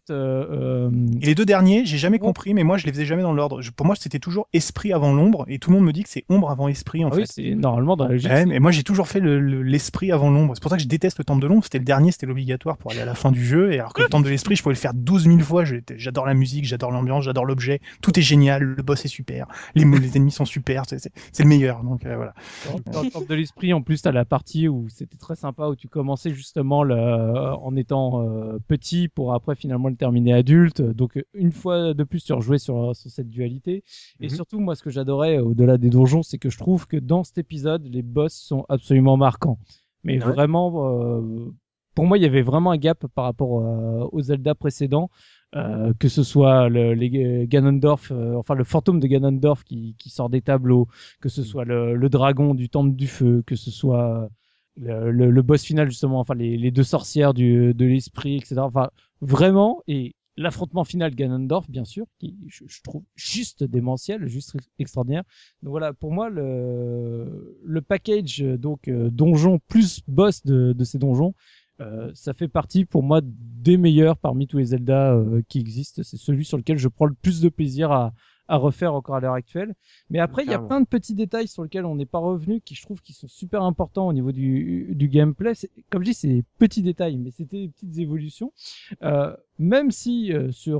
Et les 2 derniers, j'ai jamais compris, mais moi je les faisais jamais dans l'ordre. Pour moi, c'était toujours esprit avant l'ombre, et tout le monde me dit que c'est ombre avant esprit en fait. Oui, c'est normalement dans la logique. Mais moi j'ai toujours fait l'esprit avant l'ombre. C'est pour ça que je déteste le temple de l'ombre. C'était le dernier, c'était l'obligatoire pour aller à la fin du jeu, et alors que le temple de l'esprit, je pouvais le faire 12 000 fois. J'adore la musique, j'adore l'ambiance, j'adore l'objet. Tout est génial, le boss est super, les ennemis sont super, c'est le meilleur. Donc voilà. Dans le temple de l'esprit, en plus, t'as la partie où c'était très sympa, où tu commençais justement en étant petit pour après finalement le terminer adulte. Donc une fois de plus, tu rejouais sur cette dualité. Et surtout, moi, ce que j'adorais au-delà des donjons, c'est que je trouve que dans cet épisode, les boss sont absolument marquants. Mais vraiment, pour moi, il y avait vraiment un gap par rapport aux Zelda précédents. Que ce soit les Ganondorf, enfin le fantôme de Ganondorf qui sort des tableaux, que ce soit le dragon du temple du feu, que ce soit le boss final justement, enfin les 2 sorcières de l'esprit, etc. Enfin vraiment, et l'affrontement final Ganondorf bien sûr, qui je trouve juste démentiel, juste extraordinaire. Donc voilà, pour moi le package donc donjon plus boss de ces donjons, ça fait partie pour moi des meilleurs parmi tous les Zelda qui existent. C'est celui sur lequel je prends le plus de plaisir à à refaire encore à l'heure actuelle. Mais après, il y a Carrément. plein de petits détails sur lesquels on n'est pas revenu, qui je trouve qui sont super importants au niveau du gameplay. Comme je dis, c'est des petits détails, mais c'était des petites évolutions. Même si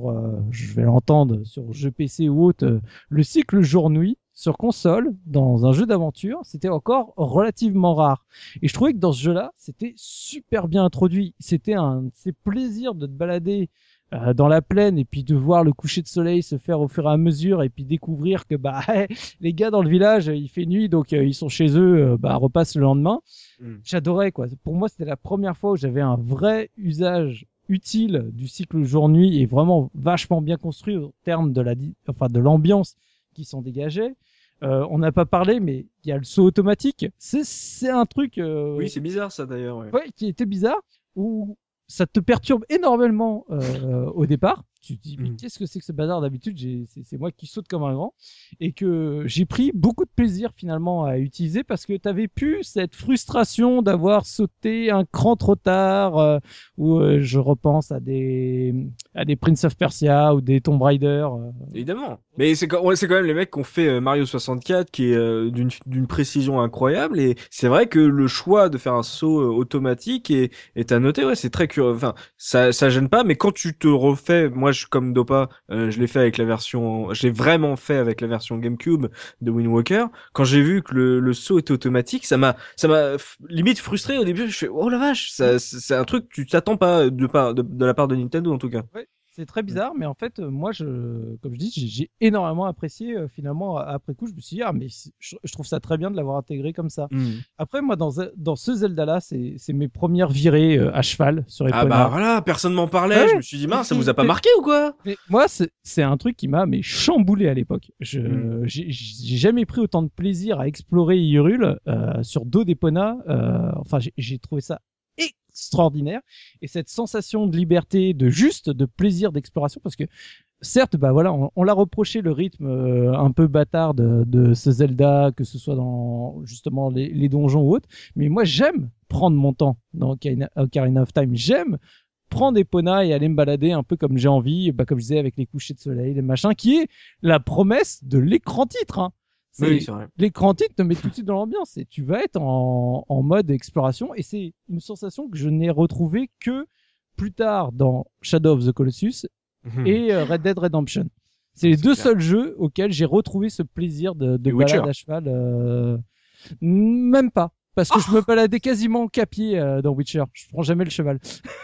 je vais l'entendre sur jeu PC ou autre, le cycle jour-nuit sur console, dans un jeu d'aventure, c'était encore relativement rare. Et je trouvais que dans ce jeu-là, c'était super bien introduit. C'était un de ces plaisirs de te balader dans la plaine et puis de voir le coucher de soleil se faire au fur et à mesure et puis découvrir que les gars dans le village, il fait nuit, donc ils sont chez eux, repassent le lendemain. J'adorais, quoi. Pour moi, c'était la première fois où j'avais un vrai usage utile du cycle jour-nuit et vraiment vachement bien construit en termes de l'ambiance qui s'en dégageait. On n'a pas parlé, mais il y a le saut automatique. C'est un truc Oui, c'est bizarre ça d'ailleurs. Ouais. ouais, qui était bizarre, où ça te perturbe énormément au départ. Tu te dis, mais qu'est-ce que c'est que ce bazar? D'habitude, c'est moi qui saute comme un grand. Et que j'ai pris beaucoup de plaisir finalement à utiliser parce que t'avais plus cette frustration d'avoir sauté un cran trop tard, où je repense à des Prince of Persia ou des Tomb Raider. Évidemment. Mais c'est quand même les mecs qui ont fait Mario 64 qui est d'une précision incroyable et c'est vrai que le choix de faire un saut automatique est à noter. Ouais, c'est très curieux. Enfin, ça gêne pas, mais quand tu te refais, moi je comme Dopa, je l'ai fait avec je l'ai vraiment fait avec la version GameCube de Wind Waker. Quand j'ai vu que le saut était automatique, ça m'a limite frustré au début. Je fais oh la vache, c'est un truc que tu t'attends pas de la part de Nintendo en tout cas. Ouais, c'est très bizarre, mais en fait, moi, comme je dis, j'ai énormément apprécié. Finalement, après coup, je me suis dit, mais je trouve ça très bien de l'avoir intégré comme ça. Après, moi, dans ce Zelda-là, c'est mes premières virées à cheval sur Epona. Ah bah voilà, personne m'en parlait. Ouais. Je me suis dit, mince, ça vous a pas marqué ou quoi? Mais moi, c'est un truc qui m'a chamboulé à l'époque. J'ai jamais pris autant de plaisir à explorer Hyrule sur dos d'Epona. Enfin, j'ai trouvé ça extraordinaire, et cette sensation de liberté, de plaisir d'exploration, parce que certes, on l'a reproché le rythme un peu bâtard de ce Zelda, que ce soit dans justement les donjons ou autres, mais moi j'aime prendre mon temps dans Ocarina of Time, j'aime prendre Epona et aller me balader un peu comme j'ai envie, comme je disais, avec les couchers de soleil, les machins, qui est la promesse de l'écran titre, hein. Oui, c'est vrai. L'écran titre te met tout de suite dans l'ambiance et tu vas être en mode exploration, et c'est une sensation que je n'ai retrouvée que plus tard dans Shadow of the Colossus et Red Dead Redemption. C'est les deux seuls jeux auxquels j'ai retrouvé ce plaisir de balade à cheval. Même pas, parce que je me baladais quasiment qu'à pied dans Witcher. Je prends jamais le cheval.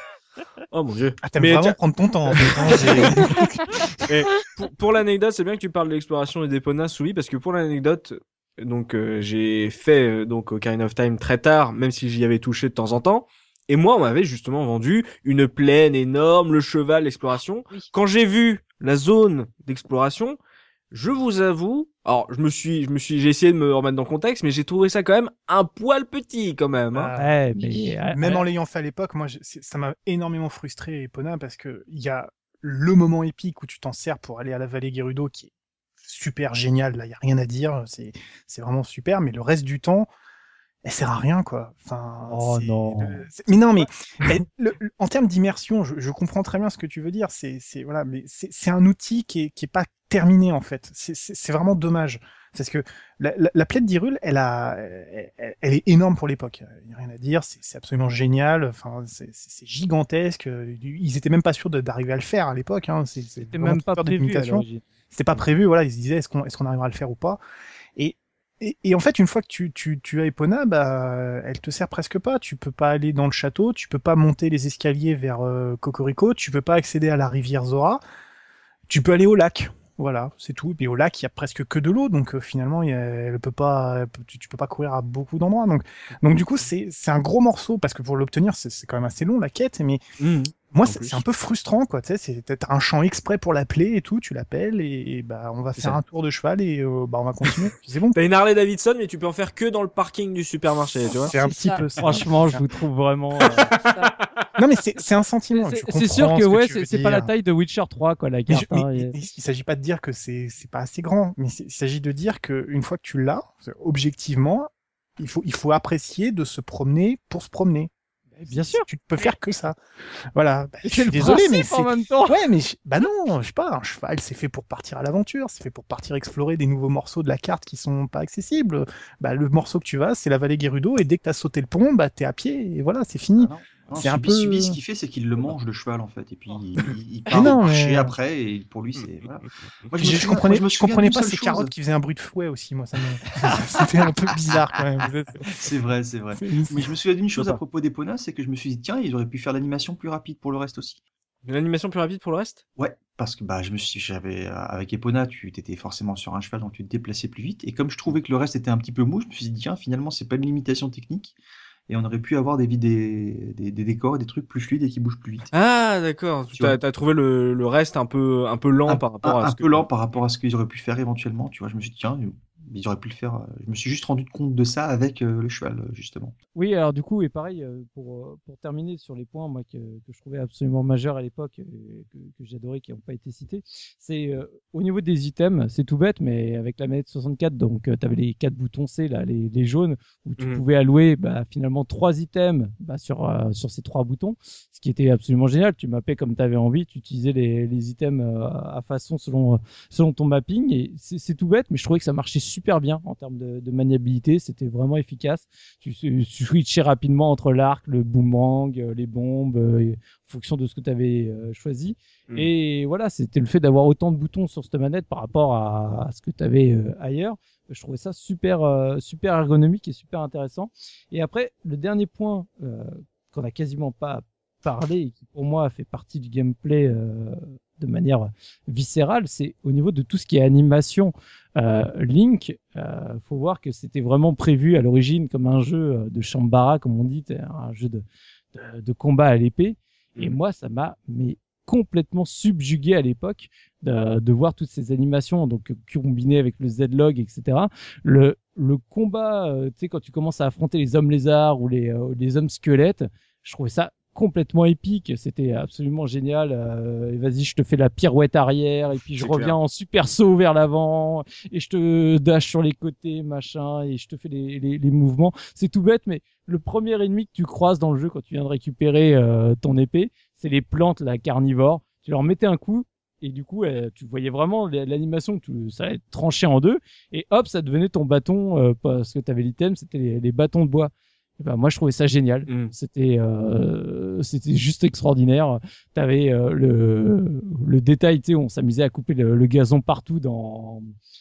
Oh mon dieu. Ah, t'aimes vraiment prendre ton temps. En fait, hein, Mais pour l'anecdote, c'est bien que tu parles de l'exploration et d'Epona, Souli, parce que pour l'anecdote, donc j'ai fait donc Ocarina of Time très tard, même si j'y avais touché de temps en temps. Et moi, on m'avait justement vendu une plaine énorme, le cheval, l'exploration. Oui. Quand j'ai vu la zone d'exploration, je vous avoue, alors j'ai essayé de me remettre dans le contexte, mais j'ai trouvé ça quand même un poil petit quand même. Hein. Ouais, mais même en l'ayant fait à l'époque, moi, ça m'a énormément frustré, Epona, parce que il y a le moment épique où tu t'en sers pour aller à la vallée Gerudo, qui est super génial. Là, il y a rien à dire. C'est vraiment super, mais le reste du temps, elle sert à rien, quoi. Enfin, oh non. Mais non, mais en termes d'immersion, je comprends très bien ce que tu veux dire. Voilà, mais c'est un outil qui est pas terminé, en fait. C'est vraiment dommage. Parce que la plaide d'Hyrule, elle est énorme pour l'époque. Il n'y a rien à dire. C'est absolument génial. Enfin, c'est gigantesque. Ils étaient même pas sûrs d'arriver à le faire à l'époque. Hein. C'était même pas prévu. C'était pas prévu. Voilà, ils se disaient est-ce qu'on arrivera à le faire ou pas. Et en fait, une fois que tu as Epona, elle te sert presque pas. Tu peux pas aller dans le château, tu peux pas monter les escaliers vers Cocorico, tu peux pas accéder à la rivière Zora. Tu peux aller au lac. Voilà, c'est tout. Et puis au lac, il y a presque que de l'eau, donc finalement, tu peux pas courir à beaucoup d'endroits. Donc du coup, c'est un gros morceau, parce que pour l'obtenir, c'est quand même assez long la quête, mais moi, c'est un peu frustrant, quoi. Tu sais, t'as un champ exprès pour l'appeler et tout, tu l'appelles et on va faire un tour de cheval et on va continuer. C'est bon. T'as une Harley Davidson, mais tu peux en faire que dans le parking du supermarché, tu vois. C'est un petit peu ça. Franchement, je vous trouve vraiment. Non, mais c'est un sentiment. C'est sûr que c'est pas la taille de Witcher 3, quoi, la carte. Il s'agit pas de dire que c'est pas assez grand, mais il s'agit de dire que une fois que tu l'as, objectivement, il faut apprécier de se promener pour se promener. Bien sûr. Tu ne peux faire que ça. Voilà. Bah, je C'est suis le désolé, mais principe en même temps. Ouais, mais bah non, je sais pas, un cheval, c'est fait pour partir à l'aventure, c'est fait pour partir explorer des nouveaux morceaux de la carte qui sont pas accessibles. Bah, le morceau que tu vas, c'est la vallée Gerudo, et dès que t'as sauté le pont, bah, t'es à pied, et voilà, c'est fini. Ah non. Non, C'est un peu... Subi, ce qu'il fait, c'est qu'il le mange, le cheval, en fait. Et puis, il Mais part non, marcher mais... après, et pour lui, c'est... Voilà. Moi, Je comprenais pas ces carottes qui faisaient un bruit de fouet aussi, moi, ça c'était un peu bizarre quand même. C'est vrai, c'est vrai. Mais je me souviens d'une chose à propos d'Epona, c'est que je me suis dit, tiens, ils auraient pu faire l'animation plus rapide pour le reste aussi. Une animation plus rapide pour le reste? Ouais, parce que bah, avec Epona, tu étais forcément sur un cheval, donc tu te déplaçais plus vite. Et comme je trouvais que le reste était un petit peu mou, je me suis dit, tiens, finalement, c'est pas une limitation technique. Et on aurait pu avoir des décors et des trucs plus fluides et qui bougent plus vite. Ah, d'accord. T'as trouvé le reste un peu lent par rapport à un ce que... peu lent par rapport à ce qu'ils auraient pu faire éventuellement, tu vois. Je me suis dit, tiens, ils auraient pu le faire. Je me suis juste rendu compte de ça avec le cheval, justement. Oui, alors du coup, et pareil, pour terminer sur les points moi, que je trouvais absolument majeurs à l'époque, que j'adorais, qui n'ont pas été cités, c'est au niveau des items, c'est tout bête, mais avec la manette 64, donc tu avais les 4 boutons C, là, les jaunes, où tu pouvais allouer finalement 3 items sur ces 3 boutons, ce qui était absolument génial. Tu mappais comme tu avais envie, tu utilisais les items à façon selon ton mapping, et c'est tout bête, mais je trouvais que ça marchait super bien en termes de maniabilité, c'était vraiment efficace. Tu switchais rapidement entre l'arc, le boomerang, les bombes, en fonction de ce que tu avais choisi. Et voilà, c'était le fait d'avoir autant de boutons sur cette manette par rapport à ce que tu avais ailleurs. Je trouvais ça super ergonomique et super intéressant. Et après, le dernier point qu'on a quasiment pas parlé et qui pour moi fait partie du gameplay de manière viscérale, c'est au niveau de tout ce qui est animation. Link, faut voir que c'était vraiment prévu à l'origine comme un jeu de Shambara, comme on dit, un jeu de combat à l'épée. Et moi, ça m'a complètement subjugué à l'époque de voir toutes ces animations, donc combinées avec le Z-Log, etc. Le combat, tu sais, quand tu commences à affronter les hommes lézards ou les hommes squelettes, je trouvais ça complètement épique, c'était absolument génial. Et vas-y, je te fais la pirouette arrière et puis je reviens en super saut vers l'avant et je te dash sur les côtés, machin, et je te fais les mouvements. C'est tout bête, mais le premier ennemi que tu croises dans le jeu quand tu viens de récupérer ton épée, c'est les plantes, la carnivore. Tu leur mettais un coup et du coup, tu voyais vraiment l'animation, ça allait être tranché en deux et hop, ça devenait ton bâton parce que tu avais l'item, c'était les bâtons de bois. Moi, je trouvais ça génial. C'était juste extraordinaire. T'avais le détail, tu sais, on s'amusait à couper le gazon partout dans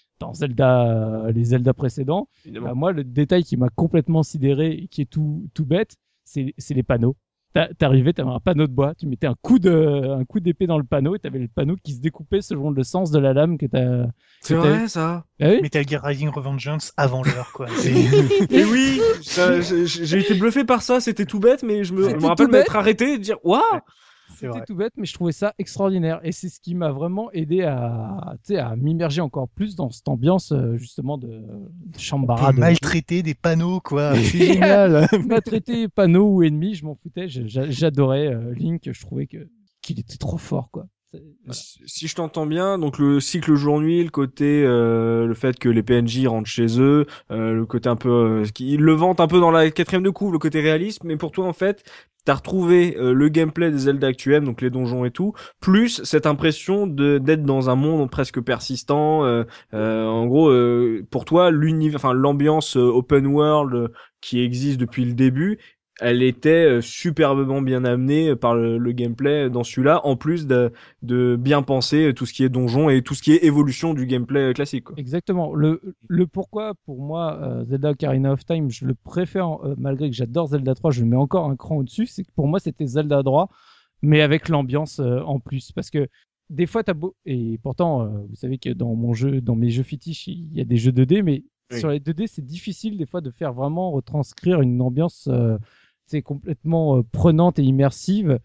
Zelda, les Zelda précédents. Moi, le détail qui m'a complètement sidéré et qui est tout bête, c'est les panneaux. T'arrivais, t'avais un panneau de bois, tu mettais un coup d'épée dans le panneau et t'avais le panneau qui se découpait selon le sens de la lame que t'as. C'est vrai, ça. Ah oui, Metal Gear Rising Revengeance avant l'heure, quoi. Et oui, j'ai été bluffé par ça, c'était tout bête, mais je me rappelle m'être arrêté et de dire waouh. C'était tout bête, mais je trouvais ça extraordinaire. Et c'est ce qui m'a vraiment aidé à m'immerger encore plus dans cette ambiance, justement, de Shambara. Maltraiter des panneaux, quoi. C'est génial. Maltraiter panneaux ou ennemis, je m'en foutais. J'adorais Link. Je trouvais qu'il était trop fort, quoi. Voilà. Si je t'entends bien, donc le cycle jour-nuit, le côté, le fait que les PNJ rentrent chez eux, le côté un peu, ils le vantent un peu dans la 4ème de couve, le côté réaliste, mais pour toi en fait, t'as retrouvé le gameplay des Zelda actuels, donc les donjons et tout, plus cette impression d'être dans un monde presque persistant. En gros, pour toi, l'ambiance open world qui existe depuis le début, elle était superbement bien amenée par le gameplay dans celui-là, en plus de bien penser tout ce qui est donjon et tout ce qui est évolution du gameplay classique, quoi. Exactement. Le pourquoi, pour moi, Zelda Ocarina of Time, je le préfère, malgré que j'adore Zelda 3, je le mets encore un cran au-dessus, c'est que pour moi, c'était Zelda 3, mais avec l'ambiance en plus. Parce que des fois, t'as beau... Et pourtant, vous savez que dans mes jeux fétiches, il y a des jeux 2D, mais sur les 2D, c'est difficile des fois de faire vraiment retranscrire une ambiance... c'est complètement prenante et immersive.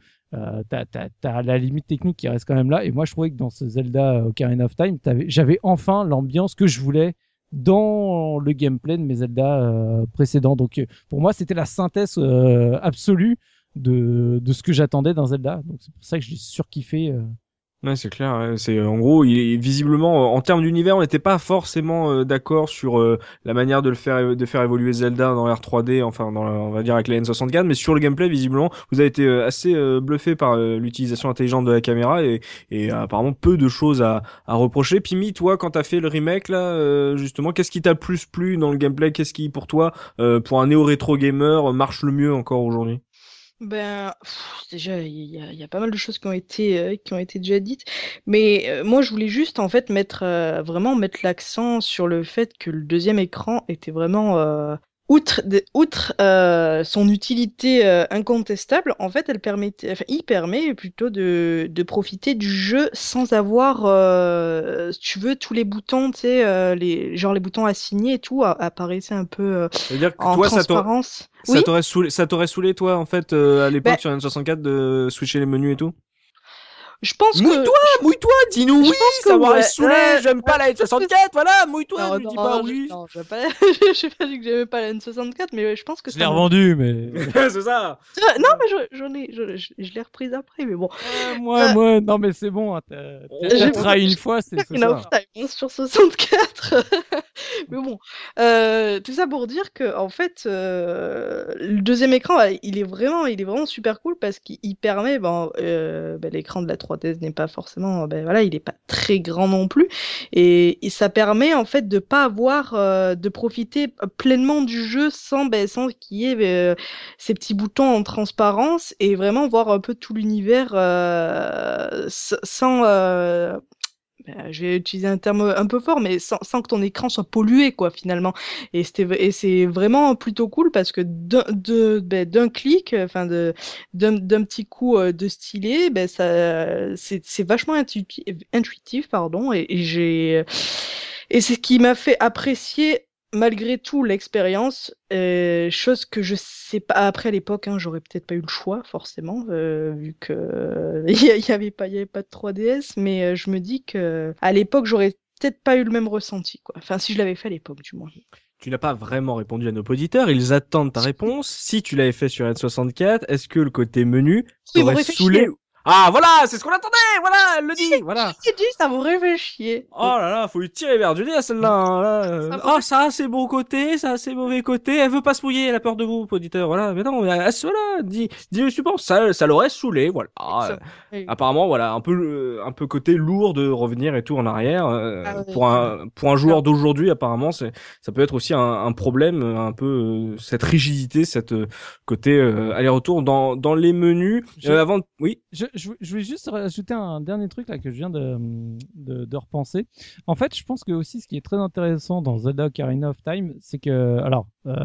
T'as la limite technique qui reste quand même là. Et moi, je trouvais que dans ce Zelda Ocarina of Time, j'avais enfin l'ambiance que je voulais dans le gameplay de mes Zelda précédents. Donc, pour moi, c'était la synthèse absolue de ce que j'attendais d'un Zelda. Donc, c'est pour ça que j'ai surkiffé Ouais, c'est clair. Ouais. C'est en gros, visiblement, en termes d'univers, on n'était pas forcément d'accord sur la manière de faire évoluer Zelda dans l'ère 3D, enfin, on va dire avec la N64, mais sur le gameplay, visiblement, vous avez été assez bluffé par l'utilisation intelligente de la caméra et apparemment peu de choses à reprocher. Pimi, toi, quand t'as fait le remake là, justement, qu'est-ce qui t'a le plus plu dans le gameplay? Qu'est-ce qui, pour toi, pour un néo-rétro gamer, marche le mieux encore aujourd'hui? Ben, déjà, il y a pas mal de choses qui ont été déjà dites, mais moi, je voulais juste en fait vraiment mettre l'accent sur le fait que le deuxième écran était vraiment, outre son utilité incontestable, en fait, il permet plutôt de profiter du jeu sans avoir, si tu veux, tous les boutons, tu sais, genre les boutons assignés et tout apparaissaient un peu C'est-à-dire que en toi, transparence. Oui. ça t'aurait saoulé, toi, en fait, à Ben, l'époque sur N64 de switcher les menus et tout? je pense que Mouille-toi, mouille-toi, dis-nous Je oui, pense que ça m'aurait ouais. saoulé, j'aime pas la Je pense que N64, voilà, mouille-toi, non, ne non, dis pas non, oui. non, j'ai pas... j'ai pas dit que j'aimais pas la N64, mais je pense que Je l'ai ça m'aurait... revendu, mais C'est ça. Non, mais je l'ai reprise après, mais bon. Euh, non, mais c'est bon. Hein, j'ai t'as trahi une fois, c'est Ocarina of ça. Time hein, sur 64. Mais bon, tout ça pour dire que en fait, le deuxième écran, il est vraiment super cool parce qu'il permet, l'écran de la 3DS n'est pas forcément, voilà, il est pas très grand non plus, et ça permet en fait de pas avoir, de profiter pleinement du jeu sans qu'il y ait ces petits boutons en transparence et vraiment voir un peu tout l'univers sans je vais utiliser un terme un peu fort, mais sans que ton écran soit pollué, quoi, finalement. Et c'est vraiment plutôt cool parce que d'un clic, enfin d'un petit coup de stylet, c'est vachement intuitif, pardon, et c'est ce qui m'a fait apprécier malgré tout l'expérience, chose que je sais pas après à l'époque, hein, j'aurais peut-être pas eu le choix forcément, vu que il y avait pas de 3DS, mais je me dis que à l'époque j'aurais peut-être pas eu le même ressenti, quoi. Enfin, si je l'avais fait à l'époque, du moins. Tu n'as pas vraiment répondu à nos auditeurs, ils attendent ta réponse. Si tu l'avais fait sur N64, est-ce que le côté menu Oui, t'aurait m'aurait fait chier. saoulé? Ah voilà, c'est ce qu'on attendait, voilà, elle le dit, voilà. J'ai dit, ça m'aurait fait chier. Oh là là, faut lui tirer vers du nez à celle-là. Hein, là. Ça Oh, m'aurait- ça a ses bons côtés, ça a ses mauvais côtés. Elle veut pas se mouiller, elle a peur de vous, auditeur. Voilà, mais non, voilà, dis tu penses, ça l'aurait saoulé, voilà. ça m'aurait- Apparemment, voilà, un peu côté lourd de revenir et tout en arrière. Ah ouais, Pour un joueur d'aujourd'hui, apparemment, ça peut être aussi un problème, un peu cette rigidité, cette côté aller-retour dans les menus. Oui. Je voulais juste rajouter un dernier truc là que je viens de repenser. En fait, je pense que aussi ce qui est très intéressant dans Zelda Ocarina of Time, c'est que, alors,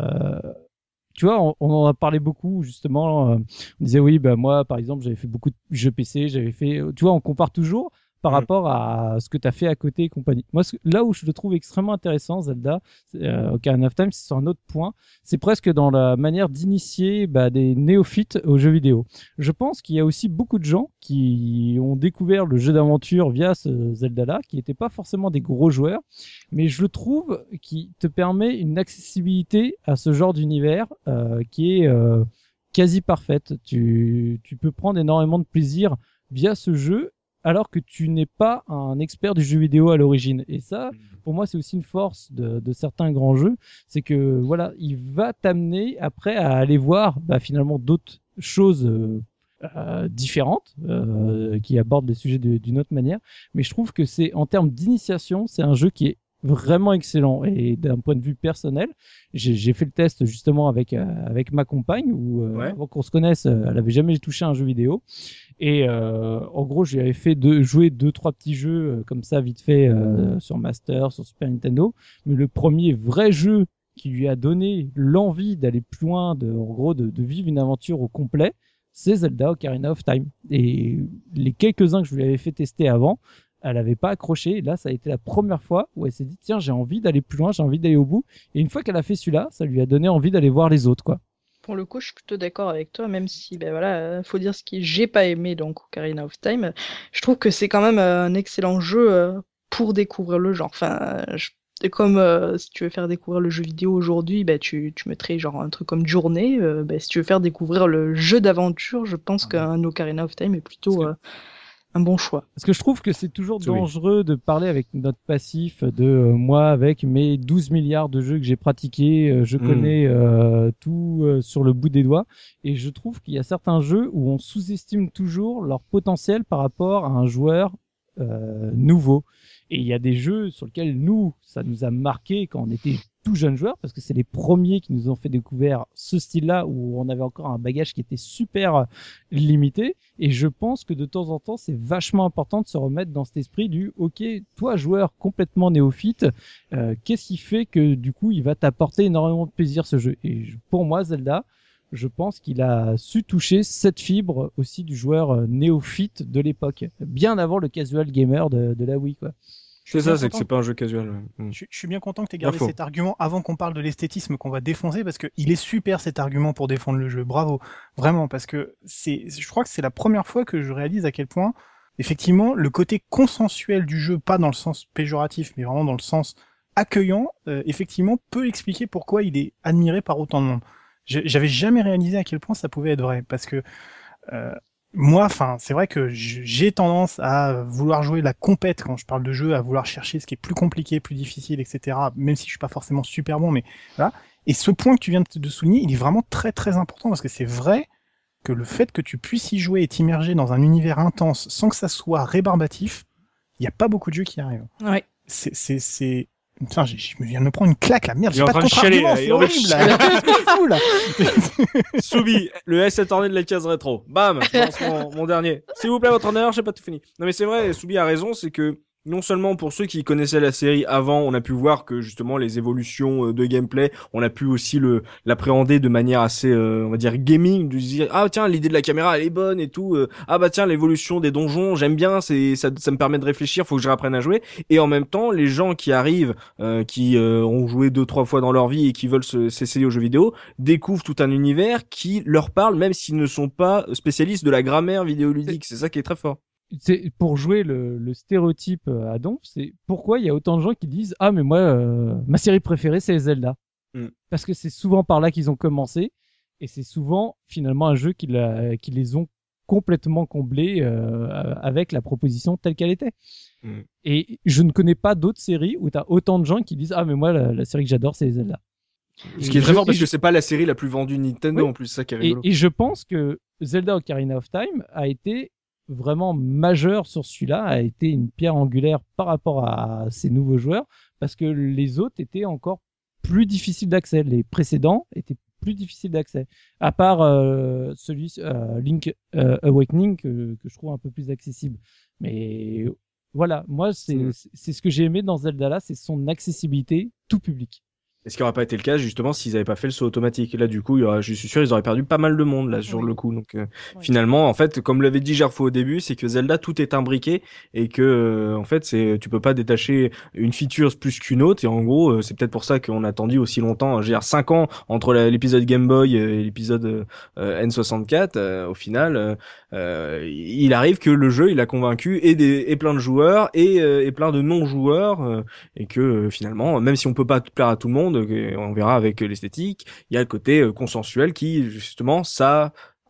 tu vois, on en a parlé beaucoup justement. On disait oui, bah moi, par exemple, j'avais fait beaucoup de jeux PC, j'avais fait, tu vois, on compare toujours par rapport à ce que tu as fait à côté et compagnie. Moi, là où je le trouve extrêmement intéressant, Zelda, Ocarina of Time, c'est sur un autre point. C'est presque dans la manière d'initier des néophytes aux jeux vidéo. Je pense qu'il y a aussi beaucoup de gens qui ont découvert le jeu d'aventure via ce Zelda-là, qui n'étaient pas forcément des gros joueurs, mais je le trouve qui te permet une accessibilité à ce genre d'univers qui est quasi parfaite. Tu peux prendre énormément de plaisir via ce jeu alors que tu n'es pas un expert du jeu vidéo à l'origine. Et ça, pour moi, c'est aussi une force de certains grands jeux, c'est que voilà, il va t'amener après à aller voir finalement d'autres choses différentes qui abordent les sujets d'une autre manière. Mais je trouve que c'est en termes d'initiation, c'est un jeu qui est vraiment excellent. Et d'un point de vue personnel, j'ai fait le test justement avec ma compagne où avant qu'on se connaisse, elle avait jamais touché à un jeu vidéo. Et en gros, j'avais fait jouer 2-3 petits jeux comme ça vite fait sur Master, sur Super Nintendo. Mais le premier vrai jeu qui lui a donné l'envie d'aller plus loin, en gros, de vivre une aventure au complet, c'est Zelda Ocarina of Time. Et les quelques-uns que je lui avais fait tester avant, elle n'avait pas accroché. Et là, ça a été la première fois où elle s'est dit tiens, j'ai envie d'aller plus loin, j'ai envie d'aller au bout. Et une fois qu'elle a fait celui-là, ça lui a donné envie d'aller voir les autres, quoi. Pour le coup, je suis plutôt d'accord avec toi, même si, faut dire ce que j'ai pas aimé donc Ocarina of Time. Je trouve que c'est quand même un excellent jeu pour découvrir le genre. Enfin, c'est comme si tu veux faire découvrir le jeu vidéo aujourd'hui, tu mettrais genre un truc comme Journée. Si tu veux faire découvrir le jeu d'aventure, je pense qu'un Ocarina of Time est plutôt un bon choix. Parce que je trouve que c'est toujours Oui. dangereux de parler avec notre passif de moi, avec mes 12 milliards de jeux que j'ai pratiqués, je connais tout sur le bout des doigts. Et je trouve qu'il y a certains jeux où on sous-estime toujours leur potentiel par rapport à un joueur nouveau. Et il y a des jeux sur lesquels nous, ça nous a marqué quand on était tout jeune joueur, parce que c'est les premiers qui nous ont fait découvrir ce style-là où on avait encore un bagage qui était super limité. Et je pense que de temps en temps, c'est vachement important de se remettre dans cet esprit du OK, toi joueur complètement néophyte, qu'est-ce qui fait que du coup il va t'apporter énormément de plaisir ce jeu. Et pour moi, Zelda, je pense qu'il a su toucher cette fibre aussi du joueur néophyte de l'époque, bien avant le casual gamer de la Wii, quoi. C'est Je suis ça, bien c'est que content. c'est pas un jeu casual. Ouais. Je suis bien content que tu aies gardé Info. cet argument avant qu'on parle de l'esthétisme qu'on va défoncer, parce que il est super cet argument pour défendre le jeu. Bravo, vraiment, parce que je crois que c'est la première fois que je réalise à quel point, effectivement, le côté consensuel du jeu, pas dans le sens péjoratif, mais vraiment dans le sens accueillant, effectivement, peut expliquer pourquoi il est admiré par autant de monde. J'avais jamais réalisé à quel point ça pouvait être vrai, parce que moi, enfin, c'est vrai que j'ai tendance à vouloir jouer la compète quand je parle de jeu, à vouloir chercher ce qui est plus compliqué, plus difficile, etc. Même si je suis pas forcément super bon, mais voilà. Et ce point que tu viens de souligner, il est vraiment très très important parce que c'est vrai que le fait que tu puisses y jouer et t'immerger dans un univers intense sans que ça soit rébarbatif, il n'y a pas beaucoup de jeux qui y arrivent. Ouais. C'est... Enfin, je me viens de me prendre une claque, la merde, Il j'ai est en pas de train de chialer, contre-argument, là, il c'est est en train de horrible, là. Qu'est-ce que je fous, là? Soubi, le S attorné de la case rétro. Bam, je lance mon dernier. S'il vous plaît, votre honneur, j'ai pas tout fini. Non mais c'est vrai, Soubi a raison, c'est que non seulement pour ceux qui connaissaient la série avant, on a pu voir que justement les évolutions de gameplay, on a pu aussi l'appréhender de manière assez, on va dire gaming, de se dire ah tiens l'idée de la caméra elle est bonne et tout, ah bah tiens l'évolution des donjons j'aime bien, ça me permet de réfléchir, faut que je réapprenne à jouer. Et en même temps les gens qui arrivent, qui ont joué 2-3 fois dans leur vie et qui veulent s'essayer aux jeux vidéo, découvrent tout un univers qui leur parle même s'ils ne sont pas spécialistes de la grammaire vidéoludique. C'est ça qui est très fort. C'est pour jouer le stéréotype à Donf, c'est pourquoi il y a autant de gens qui disent ah mais moi ma série préférée c'est Zelda parce que c'est souvent par là qu'ils ont commencé et c'est souvent finalement un jeu qui les ont complètement comblés avec la proposition telle qu'elle était. Et je ne connais pas d'autres séries où tu as autant de gens qui disent ah mais moi la série que j'adore c'est Zelda. Ce qui est très fort parce que c'est pas la série la plus vendue Nintendo Oui. en plus, c'est ça qui est rigolo. Et je pense que Zelda Ocarina of Time a été vraiment majeur sur celui-là, a été une pierre angulaire par rapport à ces nouveaux joueurs, parce que les autres étaient encore plus difficiles d'accès. Les précédents étaient plus difficiles d'accès. À part celui Link Awakening que je trouve un peu plus accessible. Mais voilà, moi c'est ce que j'ai aimé dans Zelda là, c'est son accessibilité tout public. Et ce qui n'aurait pas été le cas justement s'ils n'avaient pas fait le saut automatique. Et là du coup, je suis sûr ils auraient perdu pas mal de monde là sur le coup. Donc finalement, en fait, comme l'avait dit Gerfo au début, c'est que Zelda tout est imbriqué et que en fait tu peux pas détacher une feature plus qu'une autre. Et en gros, c'est peut-être pour ça qu'on a attendu aussi longtemps. Je veux dire 5 ans entre l'épisode Game Boy et l'épisode N64. Au final, il arrive que le jeu il a convaincu et plein de joueurs et plein de non-joueurs et que finalement, même si on peut pas plaire à tout le monde, on verra avec l'esthétique, il y a le côté consensuel qui justement ça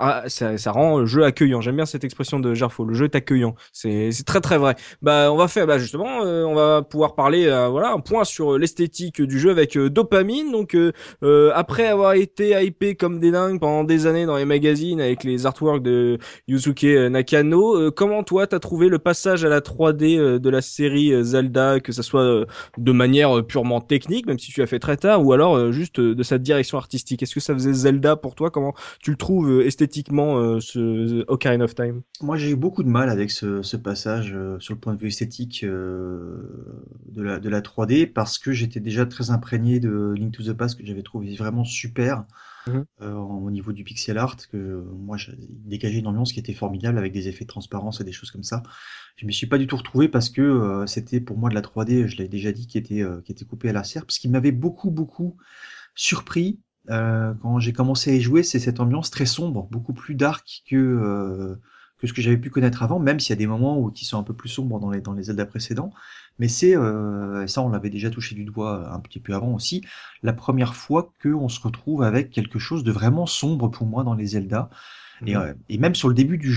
rend le jeu accueillant. J'aime bien cette expression de Gerfo, le jeu est accueillant. C'est très très vrai. Bah on va faire justement on va pouvoir parler voilà un point sur l'esthétique du jeu avec Dopamine. Donc après avoir été hypé comme des dingues pendant des années dans les magazines avec les artworks de Yusuke Nakano, comment toi t'as trouvé le passage à la 3D de la série Zelda, que ça soit de manière purement technique, même si tu l'as fait très tard, ou alors juste de sa direction artistique? Est-ce que ça faisait Zelda pour toi? Comment tu le trouves esthétiquement ce Ocarina of Time? Moi, j'ai eu beaucoup de mal avec ce passage sur le point de vue esthétique de la 3D parce que j'étais déjà très imprégné de Link to the Past que j'avais trouvé vraiment super au niveau du pixel art, que moi, j'ai dégagé une ambiance qui était formidable avec des effets de transparence et des choses comme ça. Je m'y suis pas du tout retrouvé parce que c'était pour moi de la 3D, je l'avais déjà dit, qui était coupé à la serpe, ce qui m'avait beaucoup surpris quand j'ai commencé à y jouer, c'est cette ambiance très sombre, beaucoup plus dark que ce que j'avais pu connaître avant, même s'il y a des moments qui sont un peu plus sombres dans les Zelda précédents. Mais c'est ça, on l'avait déjà touché du doigt un petit peu avant aussi, la première fois qu'on se retrouve avec quelque chose de vraiment sombre pour moi dans les Zelda. Et même sur le début du jeu,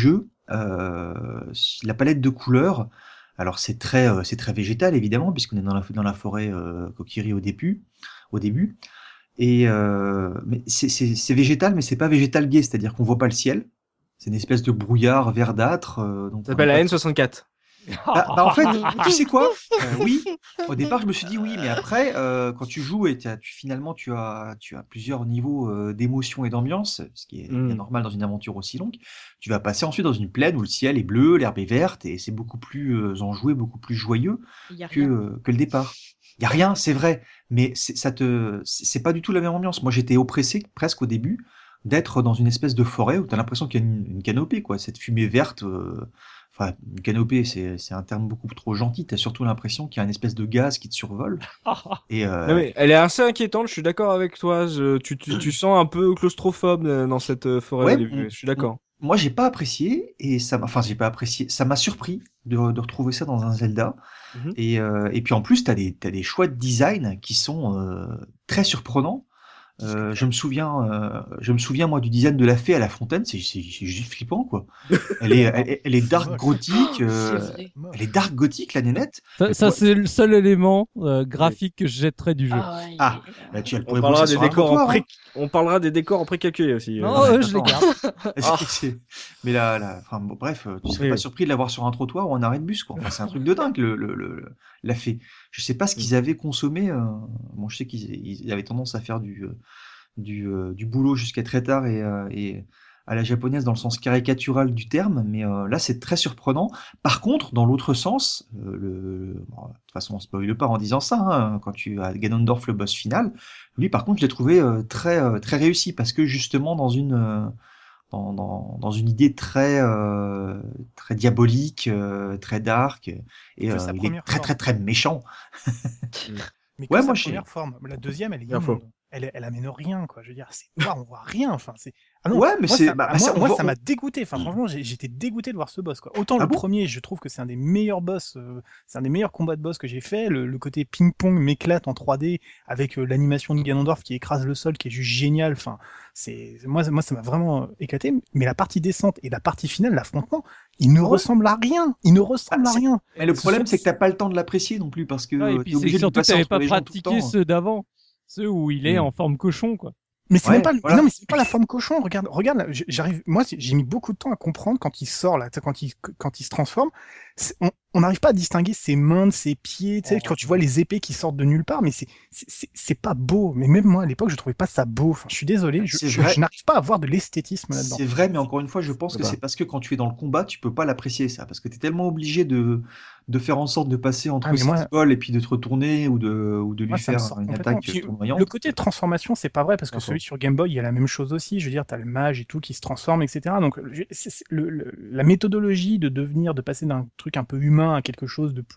euh, la palette de couleurs. Alors c'est très végétal évidemment puisqu'on est dans la forêt Kokiri au début. Et mais c'est végétal, mais c'est pas végétal gai, c'est-à-dire qu'on voit pas le ciel. C'est une espèce de brouillard verdâtre. Donc Ça s'appelle la N64. en fait, tu sais quoi? Oui. Au départ, je me suis dit oui, mais après, quand tu joues et finalement tu as plusieurs niveaux d'émotion et d'ambiance, ce qui est bien normal dans une aventure aussi longue, tu vas passer ensuite dans une plaine où le ciel est bleu, l'herbe est verte et c'est beaucoup plus enjoué, beaucoup plus joyeux que le départ. Il y a rien, c'est vrai, mais c'est pas du tout la même ambiance. Moi, j'étais oppressé presque au début d'être dans une espèce de forêt où t'as l'impression qu'il y a une canopée, quoi, cette fumée verte. Enfin, une canopée, c'est un terme beaucoup trop gentil. T'as surtout l'impression qu'il y a une espèce de gaz qui te survole. Et Non, mais elle est assez inquiétante, je suis d'accord avec toi. Tu sens un peu claustrophobe dans cette forêt ouais, au début, je suis d'accord. moi, j'ai pas apprécié et j'ai pas apprécié. Ça m'a surpris de retrouver ça dans un Zelda. Mhm. Et puis en plus, t'as des choix de design qui sont très surprenants. Je me souviens moi du design de la fée à la fontaine, c'est juste flippant quoi. Elle est dark gothique, C'est vrai. elle est dark gothique la nénette. Ça c'est le seul élément graphique que je jetterais du jeu. Ah, ouais. Ah, bah, tu as le On parlera des décors trottoir, hein. On parlera des décors en précalculé aussi. Non, je les garde. Mais enfin, bon, bref, tu serais Oui, pas oui. surpris de l'avoir sur un trottoir ou un arrêt de bus, quoi. Enfin, c'est un truc de dingue, la fée. Je sais pas ce qu'ils avaient consommé. Bon, je sais qu'ils avaient tendance à faire du boulot jusqu'à très tard et à la japonaise dans le sens caricatural du terme, mais là c'est très surprenant. Par contre, dans l'autre sens, bon, de toute façon on spoile pas en disant ça, hein, quand tu as Ganondorf le boss final, lui par contre je l'ai trouvé très réussi parce que justement dans une idée très diabolique, très dark, et Que sa il est première très forme. très très méchant. Mais que Ouais, sa moi, première forme. La deuxième, elle est Info. immonde. Elle amène rien, quoi. Je veux dire, c'est noir, on voit rien. Enfin, c'est. Ah non, Ouais, mais moi, c'est ça, bah, ah, moi, on moi, voit- ça on- m'a dégoûté. Enfin, franchement, j'étais dégoûté de voir ce boss, quoi. Autant Ah le bon premier, je trouve que c'est un des meilleurs boss, c'est un des meilleurs combats de boss que j'ai fait. Le côté ping-pong m'éclate en 3D avec l'animation de Ganondorf qui écrase le sol, qui est juste génial. Enfin, moi, ça m'a vraiment éclaté. Mais la partie descente et la partie finale, l'affrontement, il ne Ah ouais ressemble à rien. Il ne ressemble Ah, à rien. Mais le Ce problème, sont- c'est que t'as pas le temps de l'apprécier non plus parce que Ouais, et t'es puis c'est obligé de surtout que passer t'avais entre pas les gens tout le pratiqué temps. ceux d'avant, ceux où il est en forme cochon, quoi. Mais c'est Ouais, même pas, voilà. non, mais c'est pas la forme cochon. Regarde, là, j'arrive, moi, j'ai mis beaucoup de temps à comprendre quand il sort, là, tu sais, quand il se transforme. On n'arrive pas à distinguer ses mains de ses pieds, tu sais, quand tu vois les épées qui sortent de nulle part, mais c'est pas beau. Mais même moi, à l'époque, je trouvais pas ça beau. Enfin, je suis désolé, C'est vrai. je n'arrive pas à voir de l'esthétisme là-dedans. C'est vrai, mais encore une fois, je pense que Bah. c'est parce que quand tu es dans le combat, tu peux pas l'apprécier ça, parce que t'es tellement obligé de faire en sorte de passer entre Ah, mais ses moi- bols et puis de te retourner ou de lui Moi, ça me faire sort une complètement. attaque Puis, tournoyante. le côté transformation, c'est pas vrai parce que D'accord. celui sur Game Boy, il y a la même chose aussi. Je veux dire, t'as le mage et tout qui se transforme, etc. Donc, la méthodologie de passer d'un truc un peu humain à quelque chose de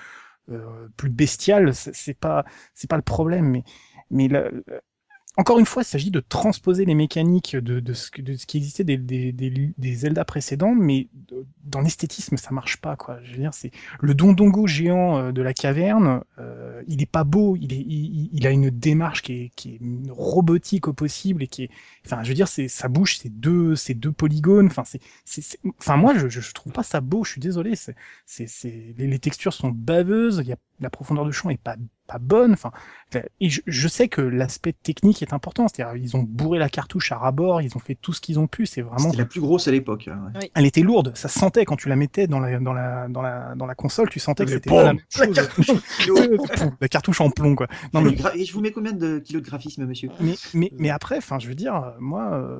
plus bestial, c'est pas le problème. Mais encore une fois, il s'agit de transposer les mécaniques de ce qui existait des Zelda précédents, mais dans l'esthétisme, ça marche pas, quoi. Je veux dire, c'est le Dondongo géant de la caverne, il est pas beau, il a une démarche qui est robotique au possible et qui est, enfin, je veux dire, sa bouche, c'est deux polygones, enfin, enfin, moi, je trouve pas ça beau, je suis désolé, les textures sont baveuses, la profondeur de champ est pas bonne, enfin, et je sais que l'aspect technique est important, c'est-à-dire ils ont bourré la cartouche à ras-bord, ils ont fait tout ce qu'ils ont pu, c'est vraiment, C'était la plus grosse à l'époque. Hein, ouais. elle était lourde, ça se sentait quand tu la mettais dans la console, tu sentais que Mais c'était bon, pas la même la chose. cartouche La cartouche en plomb, quoi. Non, mais Et je vous mets combien de kilos de graphisme, monsieur? mais après, enfin, je veux dire, moi,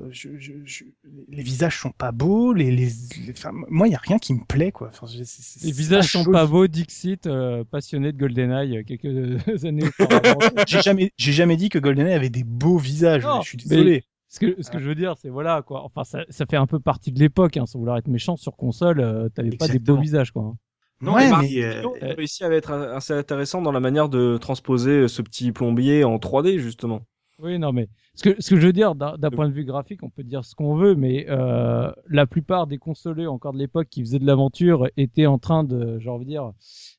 les visages sont pas beaux, enfin, moi, il y a rien qui me plaît, quoi. Enfin, Les visages sont joli. pas beaux, Dixit, passionné de GoldenEye quelques années auparavant. J'ai jamais dit que GoldenEye avait des beaux visages. Non, Je suis désolé. Ce que je veux dire, c'est voilà, quoi. Enfin, ça fait un peu partie de l'époque, hein, sans vouloir être méchant. Sur console, t'avais pas des beaux Exactement. visages, quoi. Hein. Non, Ouais, mais, mais Il a réussi à être assez intéressant dans la manière de transposer ce petit plombier en 3D, justement. Oui, non, mais ce que je veux dire, d'un point de vue graphique, on peut dire ce qu'on veut, mais la plupart des consoleux encore de l'époque qui faisaient de l'aventure étaient en train de, j'ai envie de dire,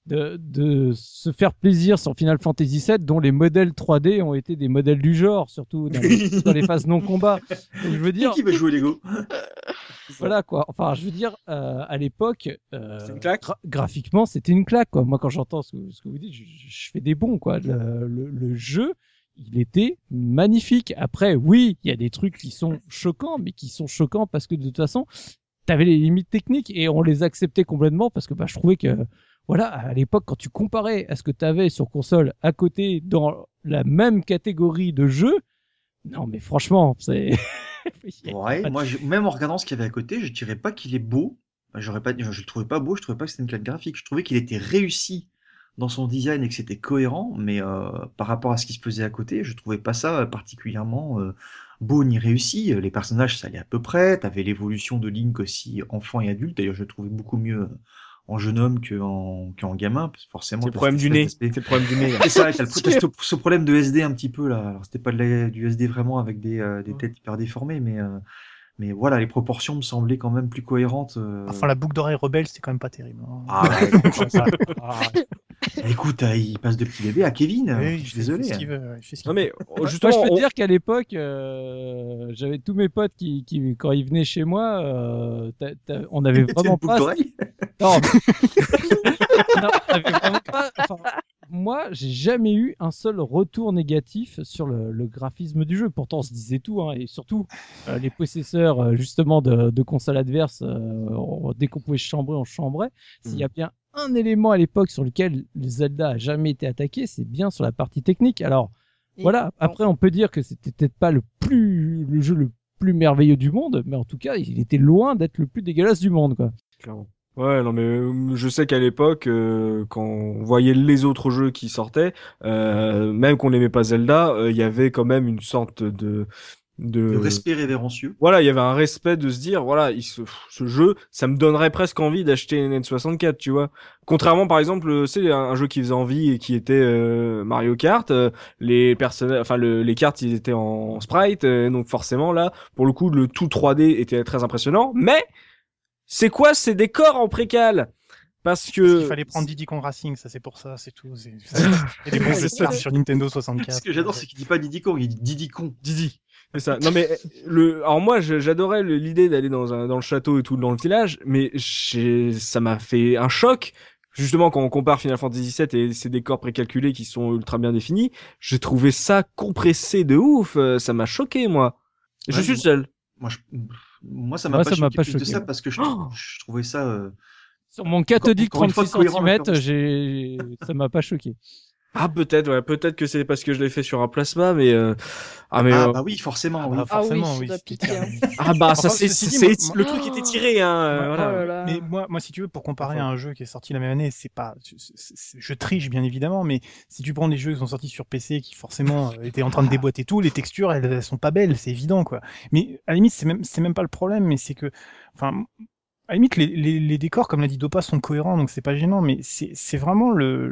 de se faire plaisir sur Final Fantasy VII, dont les modèles 3D ont été des modèles du genre, surtout dans les phases non combat. Donc, je veux dire, qui veut jouer Lego? Voilà quoi. Enfin, je veux dire, à l'époque, C'est une claque. graphiquement, c'était une claque quoi. Moi, quand j'entends ce que vous dites, je fais des bons quoi. Le jeu, il était magnifique. Après, oui, il y a des trucs qui sont choquants, mais qui sont choquants parce que de toute façon, t'avais les limites techniques et on les acceptait complètement parce que bah, je trouvais que voilà, à l'époque, quand tu comparais à ce que t'avais sur console à côté dans la même catégorie de jeux, non mais franchement, c'est il y a Ouais, pas de- moi, même en regardant ce qu'il y avait à côté, je dirais pas qu'il est beau. Je le trouvais pas beau, je trouvais pas que c'était une claque graphique. Je trouvais qu'il était réussi dans son design et que c'était cohérent, mais par rapport à ce qui se faisait à côté, je trouvais pas ça particulièrement beau ni réussi. Les personnages, ça allait à peu près. T'avais l'évolution de Link aussi, enfant et adulte. D'ailleurs, je le trouvais beaucoup mieux en jeune homme qu'en gamin, parce que forcément, C'est le t'as problème cette du espèce nez. d'aspect. C'est le problème du nez. Là. C'est ça, t'as ce problème de SD un petit peu là. Alors c'était pas du SD vraiment avec des têtes hyper déformées, mais voilà, les proportions me semblaient quand même plus cohérentes. Enfin, la boucle d'oreille rebelle, c'est quand même pas terrible. Hein. Ah ouais, Ah, écoute, il passe de petit bébé à Kevin. oui, Je il suis fait désolé. ce qu'il veut. Il fait ce qu'il Non mais Moi, justement, je peux te on- dire qu'à l'époque, j'avais tous mes potes quand ils venaient chez moi, on avait T'as une vraiment boucle pas. d'oreille Non, non, on avait vraiment pas. Enfin, moi, j'ai jamais eu un seul retour négatif sur le graphisme du jeu. Pourtant, on se disait tout, hein, et surtout les possesseurs justement de consoles adverses, dès qu'on pouvait chambrer, on chambrait. S'il y a bien un élément à l'époque sur lequel le Zelda a jamais été attaqué, c'est bien sur la partie technique. Alors Et voilà. non. Après, on peut dire que c'était peut-être pas le jeu le plus merveilleux du monde, mais en tout cas, il était loin d'être le plus dégueulasse du monde, quoi. Clairement. Ouais, non mais je sais qu'à l'époque, quand on voyait les autres jeux qui sortaient, même qu'on n'aimait pas Zelda, il y avait quand même une sorte De de respect révérencieux. voilà, il y avait un respect de se dire, voilà, ce jeu, ça me donnerait presque envie d'acheter une N64, tu vois. Contrairement, par exemple, c'est un jeu qui faisait envie et qui était Mario Kart. Les personnages, enfin, les cartes, ils étaient en sprite, donc forcément là, pour le coup, le tout 3D était très impressionnant. Mais c'est quoi ces décors en précal? Parce Parce que qu'il fallait prendre Diddy Kong Racing, ça c'est pour ça, c'est tout. Il y a des bons C'est ça. experts sur Nintendo 64. Ce que j'adore, c'est qu'il dit pas Diddy Kong, il dit Diddy Con. Didi. C'est ça. Non mais alors moi j'adorais l'idée d'aller dans le château et tout dans le village, mais ça m'a fait un choc. Justement, quand on compare Final Fantasy VII et ses décors précalculés qui sont ultra bien définis, j'ai trouvé ça compressé de ouf. Ça m'a choqué, moi. Et je Ouais, suis le seul. Moi, ça m'a Moi, pas ça m'a choqué pas plus de choqué, ça ouais. parce que je trouvais ça. Sur mon cathodique encore une fois, 36 cohérent avec cm, ça m'a pas choqué. Ah peut-être, ouais, peut-être que c'est parce que je l'ai fait sur un plasma, mais Bah oui, forcément, Ah oui. bah forcément, ça oui. doit c'était piquer, hein. ah bah ça Enfin, c'est ceci dit, moi- le truc était tiré, hein. Ouais, Voilà. Oh là là. Mais moi, si tu veux, pour comparer Enfin. à un jeu qui est sorti la même année, c'est pas, je triche bien évidemment, mais si tu prends des jeux qui sont sortis sur PC, qui forcément étaient en train de déboîter tout, les textures, elles sont pas belles, c'est évident, quoi. Mais à la limite, c'est même pas le problème, mais c'est que, enfin, à la limite, les décors, comme l'a dit Dopa, sont cohérents, donc c'est pas gênant, mais c'est vraiment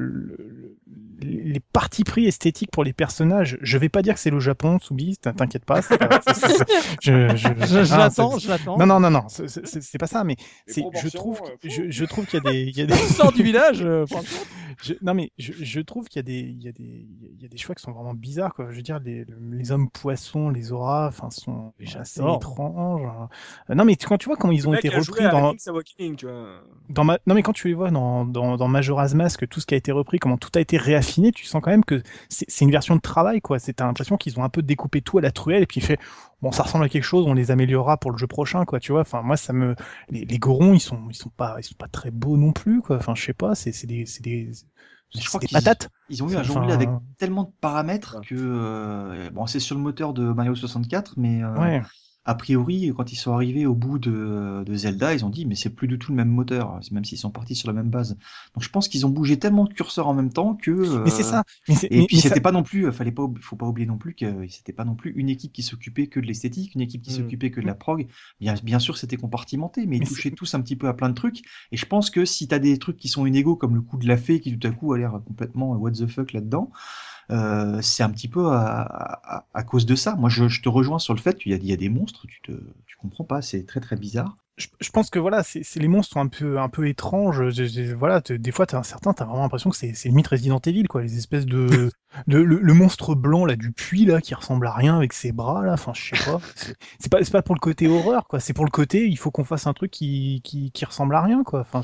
les partis pris esthétiques pour les personnages. Je vais pas dire que c'est le Japon, Tsubi, t'inquiète pas. Je l'attends, je l'attends. Non, c'est pas ça, mais je trouve qu'il y a des, Sors du village, franchement. non mais je trouve qu'il y a des choix qui sont vraiment bizarres, quoi. Je veux dire, les hommes poissons, les auras, enfin, sont assez J'adore. étranges. Non mais quand tu vois comment ils ont Le mec été a joué repris à dans Link's Awakening, tu vois. non mais quand tu les vois dans Majora's Mask, tout ce qui a été repris, comment tout a été réaffiné, tu sens quand même que c'est une version de travail, quoi. T'as l'impression qu'ils ont un peu découpé tout à la truelle et puis fait bon, ça ressemble à quelque chose, on les améliorera pour le jeu prochain, quoi. Tu vois, enfin moi les gorons ils sont pas très beaux non plus, quoi. Enfin je sais pas, c'est des Je crois des qu'ils patates. ils ont eu à Enfin, jongler avec tellement de paramètres Ouais. que bon, c'est sur le moteur de Mario 64, mais Ouais. a priori, quand ils sont arrivés au bout de Zelda, ils ont dit mais c'est plus du tout le même moteur, même s'ils sont partis sur la même base. Donc je pense qu'ils ont bougé tellement de curseurs en même temps que. Mais c'est ça. Et puis ça- c'était pas non plus, faut pas oublier non plus que c'était pas non plus une équipe qui s'occupait que de l'esthétique, une équipe qui s'occupait que de la prog. Bien sûr, c'était compartimenté, mais ils Mais touchaient tous un petit peu à plein de trucs. Et je pense que si t'as des trucs qui sont inégaux, comme le coup de la fée qui tout à coup a l'air complètement what the fuck là-dedans, c'est un petit peu à cause de ça. Moi, je te rejoins sur le fait qu'il y a des monstres, tu comprends pas, c'est très très bizarre. je pense que voilà, les monstres sont un peu étranges. Voilà, des fois, t'as vraiment l'impression que c'est limite Resident Evil, quoi. Les espèces le monstre blanc là du puits là qui ressemble à rien avec ses bras là. Enfin, je sais pas. C'est pas pour le côté horreur, quoi. C'est pour le côté, il faut qu'on fasse un truc qui ressemble à rien, quoi. Enfin,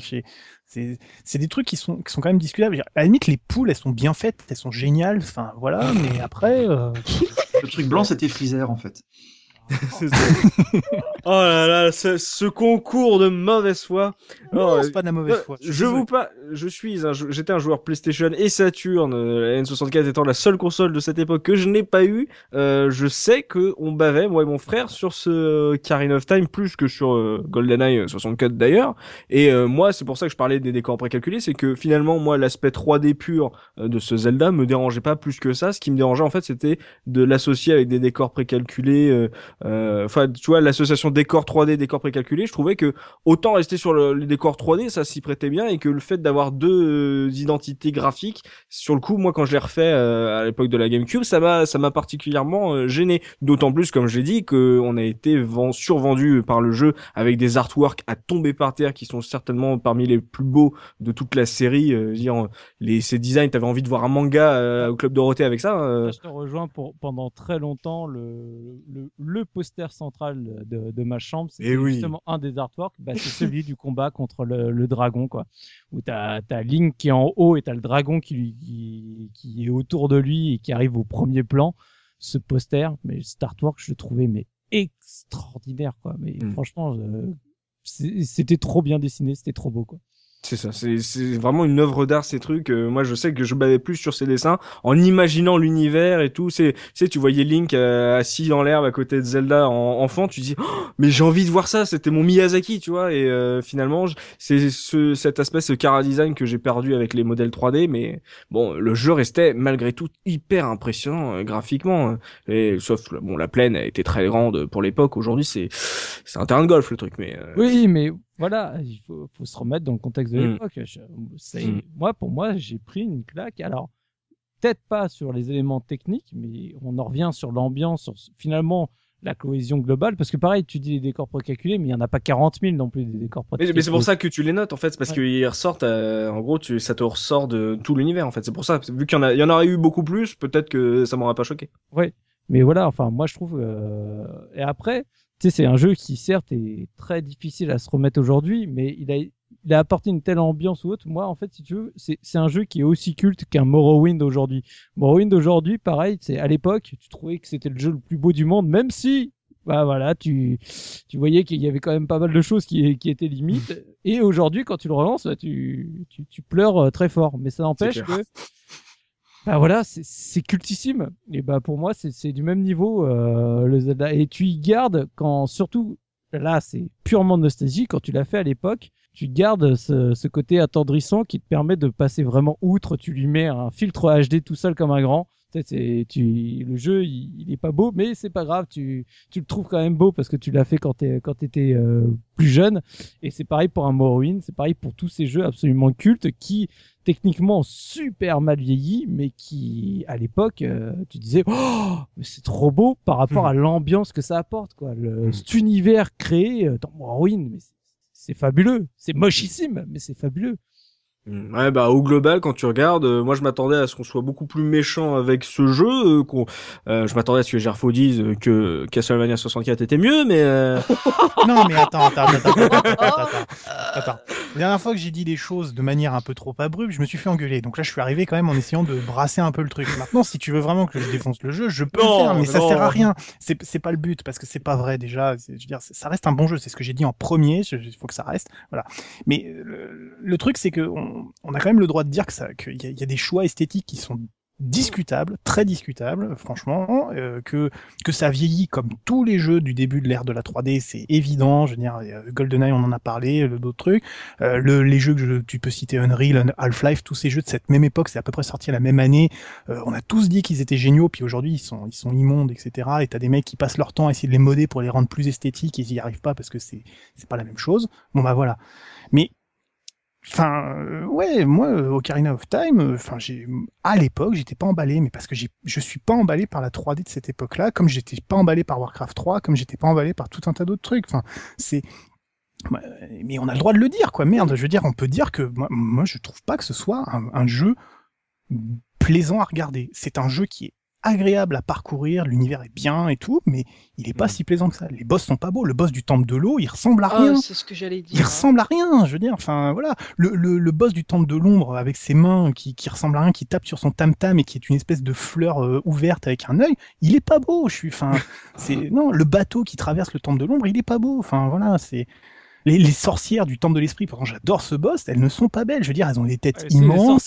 c'est des trucs qui sont quand même discutables. À la limite, les poules, elles sont bien faites, elles sont géniales. Enfin, voilà. Mais après, Le truc blanc, c'était Freezer, en fait. C'est ça. Oh là là, ce concours de mauvaise foi. non, Oh, c'est pas de la mauvaise foi. J'étais un joueur PlayStation et Saturn, la N64 étant la seule console de cette époque que je n'ai pas eu. Je sais que on bavait, moi et mon frère, sur ce Ocarina of Time plus que sur GoldenEye 64 d'ailleurs. Et moi, c'est pour ça que je parlais des décors précalculés, c'est que finalement, moi, l'aspect 3D pur de ce Zelda me dérangeait pas plus que ça. Ce qui me dérangeait en fait, c'était de l'associer avec des décors précalculés. Enfin, tu vois, l'association décor 3D, décor précalculé, je trouvais que autant rester sur les décors 3D, ça s'y prêtait bien, et que le fait d'avoir deux identités graphiques, sur le coup, moi, quand je l'ai refait à l'époque de la GameCube, ça m'a particulièrement gêné. D'autant plus, comme je l'ai dit, qu'on a été survendu par le jeu avec des artworks à tomber par terre qui sont certainement parmi les plus beaux de toute la série. Ces designs, t'avais envie de voir un manga au Club Dorothée avec ça. Je te rejoins pendant très longtemps le poster central de ma chambre, c'était justement un des artworks, c'est celui du combat contre le dragon, quoi. Où t'as Link qui est en haut et t'as le dragon qui est autour de lui et qui arrive au premier plan. Ce poster, mais cet artwork, je le trouvais mais extraordinaire, quoi. Mais franchement, c'était trop bien dessiné, c'était trop beau, quoi. C'est ça, c'est vraiment une œuvre d'art, ces trucs. Moi, je sais que je bavais plus sur ces dessins en imaginant l'univers et tout. Tu voyais Link assis dans l'herbe à côté de Zelda enfant, tu dis, oh, mais j'ai envie de voir ça. C'était mon Miyazaki, tu vois. Et finalement, c'est cet aspect, ce chara design que j'ai perdu avec les modèles 3D. Mais bon, le jeu restait malgré tout hyper impressionnant graphiquement. Et sauf, bon, la plaine a été très grande pour l'époque. Aujourd'hui, c'est un terrain de golf le truc. Mais oui, mais voilà, il faut se remettre dans le contexte de l'époque. Moi, pour moi, j'ai pris une claque. Alors, peut-être pas sur les éléments techniques, mais on en revient sur l'ambiance, sur finalement la cohésion globale. Parce que pareil, tu dis les décors précalculés, mais il n'y en a pas 40 000 non plus des décors précalculés. Mais c'est pour ça que tu les notes, en fait. C'est parce qu'ils ressortent, en gros, ça te ressort de tout l'univers, en fait. C'est pour ça. Vu qu'il y en aurait eu beaucoup plus, peut-être que ça m'aurait pas choqué. Oui, mais voilà, enfin, moi, je trouve... Et après... Tu sais, c'est un jeu qui, certes, est très difficile à se remettre aujourd'hui, mais il a apporté une telle ambiance ou autre. Moi, en fait, si tu veux, c'est un jeu qui est aussi culte qu'un Morrowind aujourd'hui. Morrowind aujourd'hui, pareil, à l'époque, tu trouvais que c'était le jeu le plus beau du monde, même si, bah voilà, tu voyais qu'il y avait quand même pas mal de choses qui étaient limites. Et aujourd'hui, quand tu le relances, bah, tu pleures très fort. Mais ça n'empêche que, bah voilà, c'est cultissime. Et bah pour moi, c'est du même niveau le Zelda. Et tu y gardes quand, surtout, là, c'est purement nostalgie. Quand tu l'as fait à l'époque, tu gardes ce côté attendrissant qui te permet de passer vraiment outre. Tu lui mets un filtre HD tout seul comme un grand. Le jeu, il est pas beau, mais c'est pas grave. Tu le trouves quand même beau parce que tu l'as fait quand t'étais plus jeune. Et c'est pareil pour un Morrowind, c'est pareil pour tous ces jeux absolument cultes qui techniquement super mal vieillis, mais qui à l'époque tu disais oh mais c'est trop beau par rapport à l'ambiance que ça apporte, quoi. Cet univers créé dans Morrowind, mais c'est fabuleux. C'est mochissime, mais c'est fabuleux. Ouais, bah au global, quand tu regardes, moi je m'attendais à ce qu'on soit beaucoup plus méchant avec ce jeu. Je m'attendais à ce que Gerfo dise que Castlevania 64 était mieux, mais non, mais attends. La dernière fois que j'ai dit les choses de manière un peu trop abrupte, je me suis fait engueuler. Donc là, je suis arrivé quand même en essayant de brasser un peu le truc. Maintenant, si tu veux vraiment que je défonce le jeu, je peux le faire, mais ça sert à rien. C'est pas le but parce que c'est pas vrai déjà. Je veux dire, ça reste un bon jeu. C'est ce que j'ai dit en premier. Il faut que ça reste. Voilà. Mais le truc, c'est que on a quand même le droit de dire qu'il y a des choix esthétiques qui sont discutables, très discutables, franchement, que ça vieillit comme tous les jeux du début de l'ère de la 3D, c'est évident. Je veux dire, GoldenEye, on en a parlé, d'autres trucs. Les jeux que tu peux citer, Unreal, Half-Life, tous ces jeux de cette même époque, c'est à peu près sorti à la même année. On a tous dit qu'ils étaient géniaux, puis aujourd'hui ils sont immondes, etc. Et t'as des mecs qui passent leur temps à essayer de les modder pour les rendre plus esthétiques, et ils y arrivent pas parce que c'est pas la même chose. Bon bah voilà. Mais enfin, ouais, moi, Ocarina of Time, à l'époque, j'étais pas emballé, mais parce que je suis pas emballé par la 3D de cette époque-là, comme j'étais pas emballé par Warcraft 3, comme j'étais pas emballé par tout un tas d'autres trucs. Enfin, Mais on a le droit de le dire, quoi. Merde, je veux dire, on peut dire que moi je trouve pas que ce soit un jeu plaisant à regarder. C'est un jeu qui est agréable à parcourir, l'univers est bien et tout, mais il est pas si plaisant que ça. Les boss sont pas beaux. Le boss du temple de l'eau, il ressemble à rien. C'est ce que j'allais dire. Il ressemble à rien, je veux dire. Enfin, voilà. Le boss du temple de l'ombre avec ses mains qui ressemble à rien, qui tape sur son tam-tam et qui est une espèce de fleur ouverte avec un œil, il est pas beau. Non, le bateau qui traverse le temple de l'ombre, il est pas beau. Enfin, voilà, c'est. Les sorcières du temple de l'esprit, pourtant j'adore ce boss, elles ne sont pas belles. Je veux dire, elles ont des têtes immenses.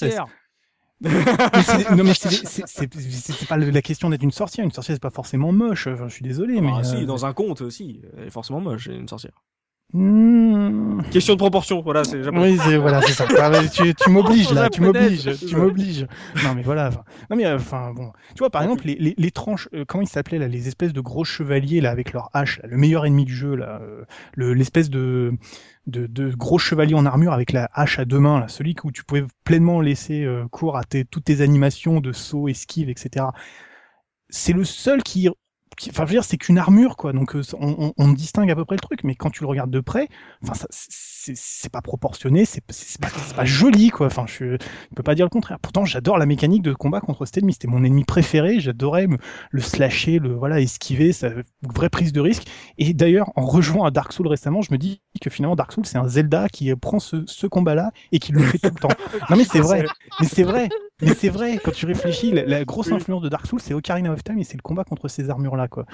Non mais c'est pas la question d'être une sorcière. Une sorcière c'est pas forcément moche. Enfin, je suis désolé, mais si, dans un conte aussi, elle est forcément moche, une sorcière. Mmh... Question de proportion, voilà, c'est japonais. Oui, c'est ça. Ah, tu m'obliges là, tu m'obliges. Non mais voilà. Bon, tu vois par exemple les tranches, comment ils s'appelaient là, les espèces de gros chevaliers là avec leur hache, là, le meilleur ennemi du jeu là, l'espèce de gros chevalier en armure avec la hache à deux mains, là, celui où tu pouvais pleinement laisser cours à toutes tes animations de saut, esquive, etc. C'est le seul enfin, je veux dire, c'est qu'une armure, quoi. Donc, on distingue à peu près le truc, mais quand tu le regardes de près, enfin, c'est pas proportionné, c'est pas joli, quoi. Enfin, je peux pas dire le contraire. Pourtant, j'adore la mécanique de combat contre cet ennemi. C'était mon ennemi préféré. J'adorais le slasher, esquiver, vraie prise de risque. Et d'ailleurs, en rejoignant à Dark Souls récemment, je me dis que finalement, Dark Souls, c'est un Zelda qui prend ce combat-là et qui le fait tout le temps. Non, mais c'est vrai. Mais c'est vrai, quand tu réfléchis, la grosse influence de Dark Souls, c'est Ocarina of Time et c'est le combat contre ces armures-là, quoi.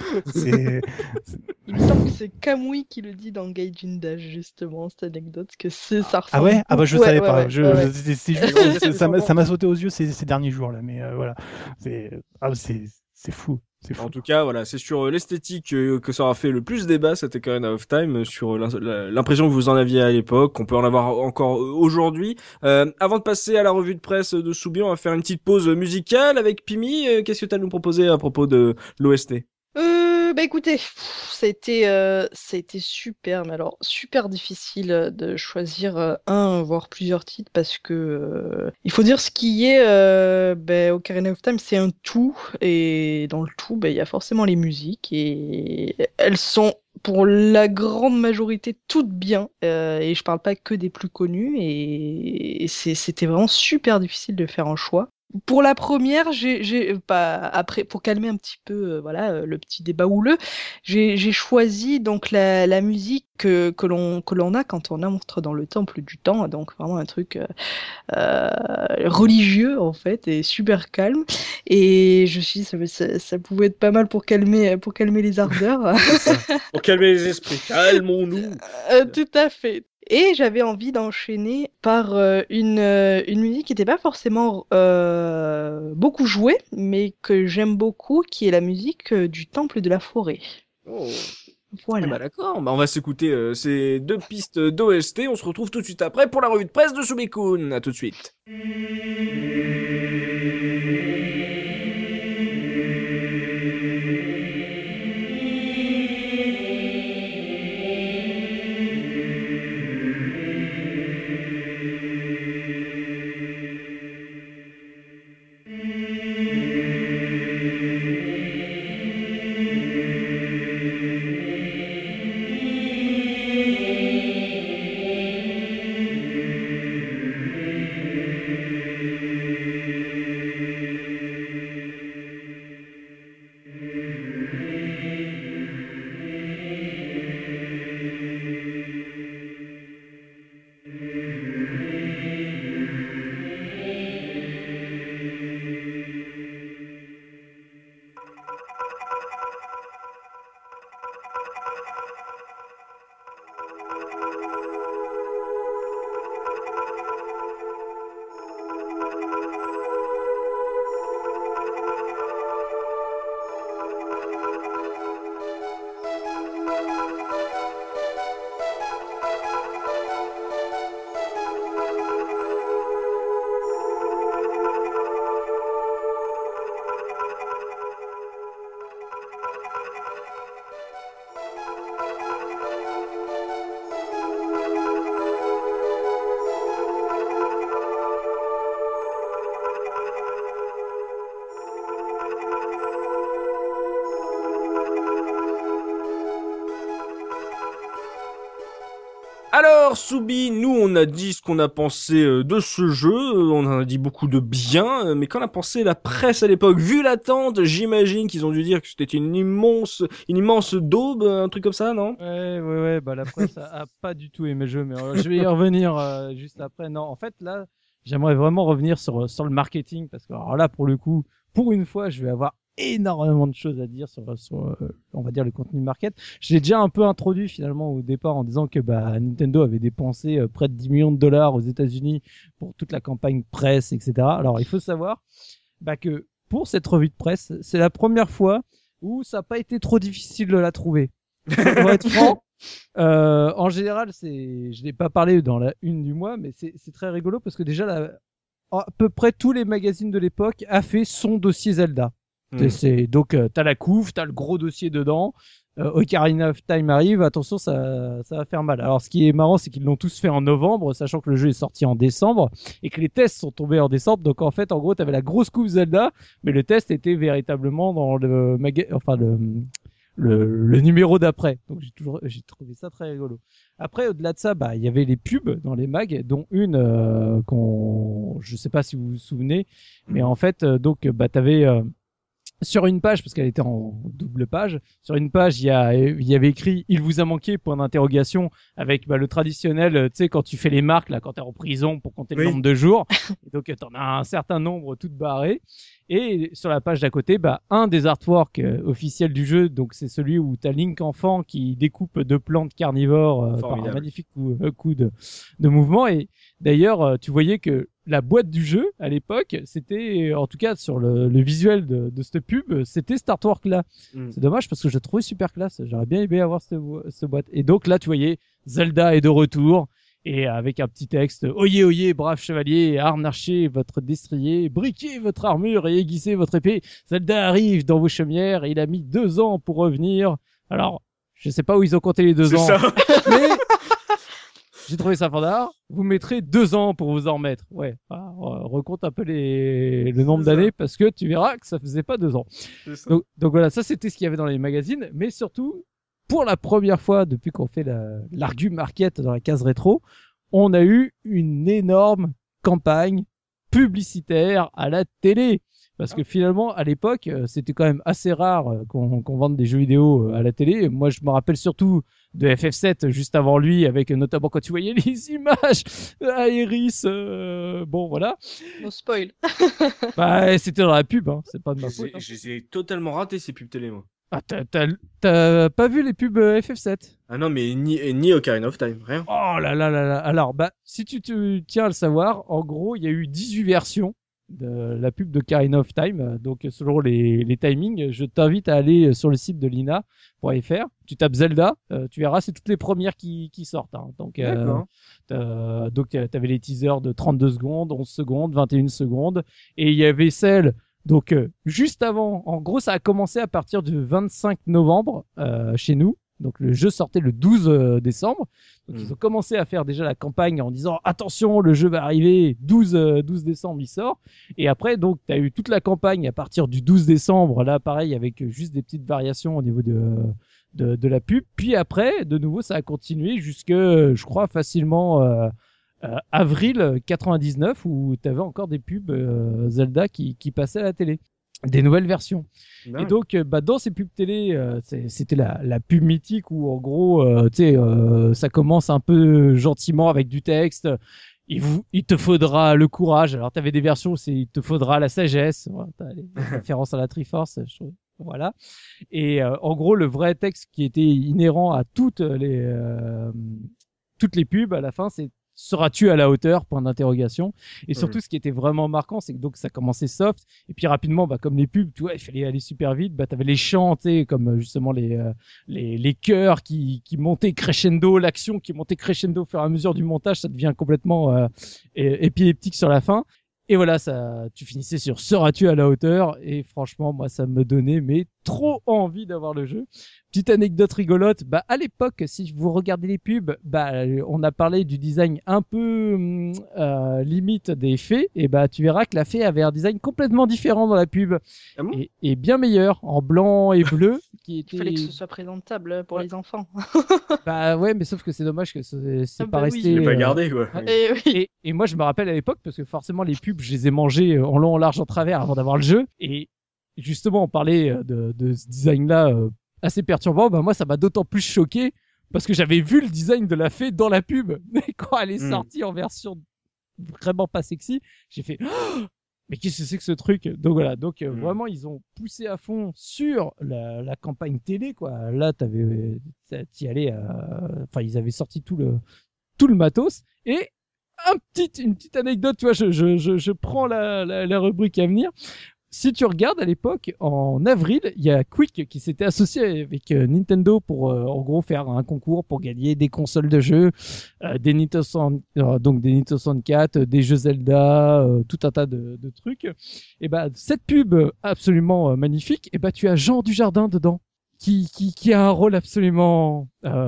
Il me semble que c'est Kamui qui le dit dans Gaijin Dash, justement, cette anecdote, que ça ressemble. Ah ouais? Ah bah je savais pas. C'est juste, ça ça m'a sauté aux yeux ces derniers jours-là, mais voilà. C'est fou. En tout cas, voilà, c'est sur l'esthétique que ça aura fait le plus débat, cette Ocarina of Time, sur l'impression que vous en aviez à l'époque, qu'on peut en avoir encore aujourd'hui. Avant de passer à la revue de presse de Soubi, on va faire une petite pause musicale avec Pimi. Qu'est-ce que tu as à nous proposer à propos de l'OST? Bah écoutez, ça a été super, mais alors super difficile de choisir un, voire plusieurs titres, parce que il faut dire ce qui est, Ocarina of Time, c'est un tout, et dans le tout, il y a forcément les musiques, et elles sont pour la grande majorité toutes bien, et je parle pas que des plus connues, et c'était vraiment super difficile de faire un choix. Pour la première, après, pour calmer un petit peu, le petit débat houleux, j'ai choisi donc la musique que l'on a quand on entre dans le temple du temps, donc vraiment un truc religieux en fait et super calme. Et je me suis dit ça pouvait être pas mal pour calmer les ardeurs. Pour calmer les esprits, calmons-nous. Tout à fait. Et j'avais envie d'enchaîner par une musique qui n'était pas forcément beaucoup jouée, mais que j'aime beaucoup, qui est la musique du Temple de la Forêt. Oh. Voilà. Bah d'accord, on va s'écouter ces deux pistes d'OST. On se retrouve tout de suite après pour la revue de presse de Subikun. À tout de suite. Alors, Soubi, nous, on a dit ce qu'on a pensé de ce jeu, on en a dit beaucoup de bien, mais qu'en a pensé la presse à l'époque? Vu l'attente, j'imagine qu'ils ont dû dire que c'était une immense daube, un truc comme ça, non? Ouais, bah la presse a pas du tout aimé le jeu, mais je vais y revenir juste après. Non, en fait, là, j'aimerais vraiment revenir sur le marketing, parce que alors là, pour le coup, pour une fois, je vais avoir énormément de choses à dire sur on va dire le contenu market. Je l'ai déjà un peu introduit finalement au départ en disant que bah Nintendo avait dépensé près de 10 millions de dollars aux États-Unis pour toute la campagne presse, etc. Alors il faut savoir bah que pour cette revue de presse, c'est la première fois où ça n'a pas été trop difficile de la trouver. Pour être franc, en général, je n'ai pas parlé dans la une du mois, mais c'est très rigolo parce que déjà à peu près tous les magazines de l'époque a fait son dossier Zelda. Donc t'as la couve, t'as le gros dossier dedans. Ocarina of Time arrive, attention, ça va faire mal. Alors ce qui est marrant, c'est qu'ils l'ont tous fait en novembre, sachant que le jeu est sorti en décembre et que les tests sont tombés en décembre. Donc en fait, en gros, t'avais la grosse couve Zelda, mais le test était véritablement dans le numéro d'après. Donc j'ai trouvé ça très rigolo. Après, au-delà de ça, bah il y avait les pubs dans les mags, dont une je sais pas si vous vous souvenez, mais en fait, bah t'avais sur une page, parce qu'elle était en double page, sur une page, il y avait écrit « Il vous a manqué » point d'interrogation, avec bah, le traditionnel, tu sais, quand tu fais les marques, là, quand t'es en prison pour compter le nombre de jours. Et donc, t'en as un certain nombre toutes barrées. Et sur la page d'à côté, bah, un des artworks officiels du jeu, donc c'est celui où t'as Link enfant qui découpe deux plantes carnivores par un magnifique coup de mouvement. Et d'ailleurs, tu voyais que la boîte du jeu à l'époque, c'était en tout cas sur le visuel de cette pub, c'était cet artwork là. C'est dommage parce que je le trouvais super classe. J'aurais bien aimé avoir cette boîte. Et donc là, tu voyais Zelda est de retour et avec un petit texte oyez oyez brave chevalier, harnachez votre destrier, briquez votre armure et aiguisez votre épée. Zelda arrive dans vos chaumières et il a mis 2 ans pour revenir. Alors, je sais pas où ils ont compté les 2 ans, mais j'ai trouvé ça fandard. Vous mettrez 2 ans pour vous en remettre. Ouais, recompte un peu le nombre d'années parce que tu verras que ça faisait pas 2 ans. Donc voilà, ça c'était ce qu'il y avait dans les magazines, mais surtout, pour la première fois depuis qu'on fait l'argu market dans la case rétro, on a eu une énorme campagne publicitaire à la télé. Parce que finalement, à l'époque, c'était quand même assez rare qu'on vende des jeux vidéo à la télé. Moi, je me rappelle surtout de FF7 juste avant lui, avec notamment quand tu voyais les images Aeris, bon voilà. No spoil. Bah, c'était dans la pub, hein. C'est pas de ma faute. Je les ai totalement ratés ces pubs télé, moi. Ah, t'as pas vu les pubs FF7? Ah non, mais ni Ocarina of Time, rien. Oh là là là là. Alors, bah, si tu tiens à le savoir, en gros, il y a eu 18 versions de la pub de Ocarina of Time. Donc, selon les timings, je t'invite à aller sur le site de lina.fr. Tu tapes Zelda, tu verras, c'est toutes les premières qui sortent. Hein. Donc, t'avais les teasers de 32 secondes, 11 secondes, 21 secondes. Et il y avait celle, donc, juste avant, en gros, ça a commencé à partir du 25 novembre chez nous. Donc le jeu sortait le 12 décembre. Donc ils ont commencé à faire déjà la campagne en disant attention, le jeu va arriver 12 décembre il sort. Et après donc tu as eu toute la campagne à partir du 12 décembre là pareil avec juste des petites variations au niveau de la pub. Puis après de nouveau ça a continué jusque je crois facilement avril 99 où tu avais encore des pubs Zelda qui passaient à la télé. Des nouvelles versions. Et donc, bah, dans ces pubs télé, c'était la pub mythique où, en gros, tu sais, ça commence un peu gentiment avec du texte. Il te faudra le courage. Alors, t'avais des versions où c'est il te faudra la sagesse. Voilà, t'as les références à la Triforce. Voilà. Et en gros, le vrai texte qui était inhérent à toutes les pubs à la fin, c'est seras-tu à la hauteur? Point d'interrogation. Et surtout, ce qui était vraiment marquant, c'est que donc ça commençait soft, et puis rapidement, bah comme les pubs, tu vois, il fallait aller super vite. Bah t'avais les chants, tu sais, comme justement les chœurs qui montaient crescendo, l'action qui montait crescendo au fur et à mesure du montage, ça devient complètement épileptique sur la fin. Et voilà, ça, tu finissais sur seras-tu à la hauteur? Et franchement, moi, ça me donnait mais trop envie d'avoir le jeu Petite anecdote rigolote, bah à l'époque, si vous regardez les pubs, bah on a parlé du design un peu limite des fées, et bah tu verras que la fée avait un design complètement différent dans la pub Ah bon et bien meilleur, en blanc et bleu, qui Il fallait que ce était soit présentable pour Ouais. les enfants. bah ouais, mais sauf que c'est dommage que c'est Ah pas bah oui. resté. Je l'ai pas gardé, quoi. ouais. Et oui. Et moi je me rappelle à l'époque parce que forcément les pubs, je les ai mangées en long, en large, en travers avant d'avoir le jeu et justement on parlait de ce design-là assez perturbant, bah moi ça m'a d'autant plus choqué parce que j'avais vu le design de la fée dans la pub. Mais quand elle est sortie en version vraiment pas sexy, j'ai fait oh mais qu'est-ce que c'est que ce truc? Donc voilà, donc vraiment ils ont poussé à fond sur la campagne télé quoi. Là t'y allais, enfin ils avaient sorti tout le matos et une petite anecdote, tu vois, je prends la rubrique à venir. Si tu regardes à l'époque, en avril, il y a Quick qui s'était associé avec Nintendo pour en gros faire un concours pour gagner des consoles de jeux, des donc des Nintendo 64, des jeux Zelda, tout un tas de trucs. Et bah cette pub absolument magnifique, et bah tu as Jean Dujardin dedans. Qui a un rôle absolument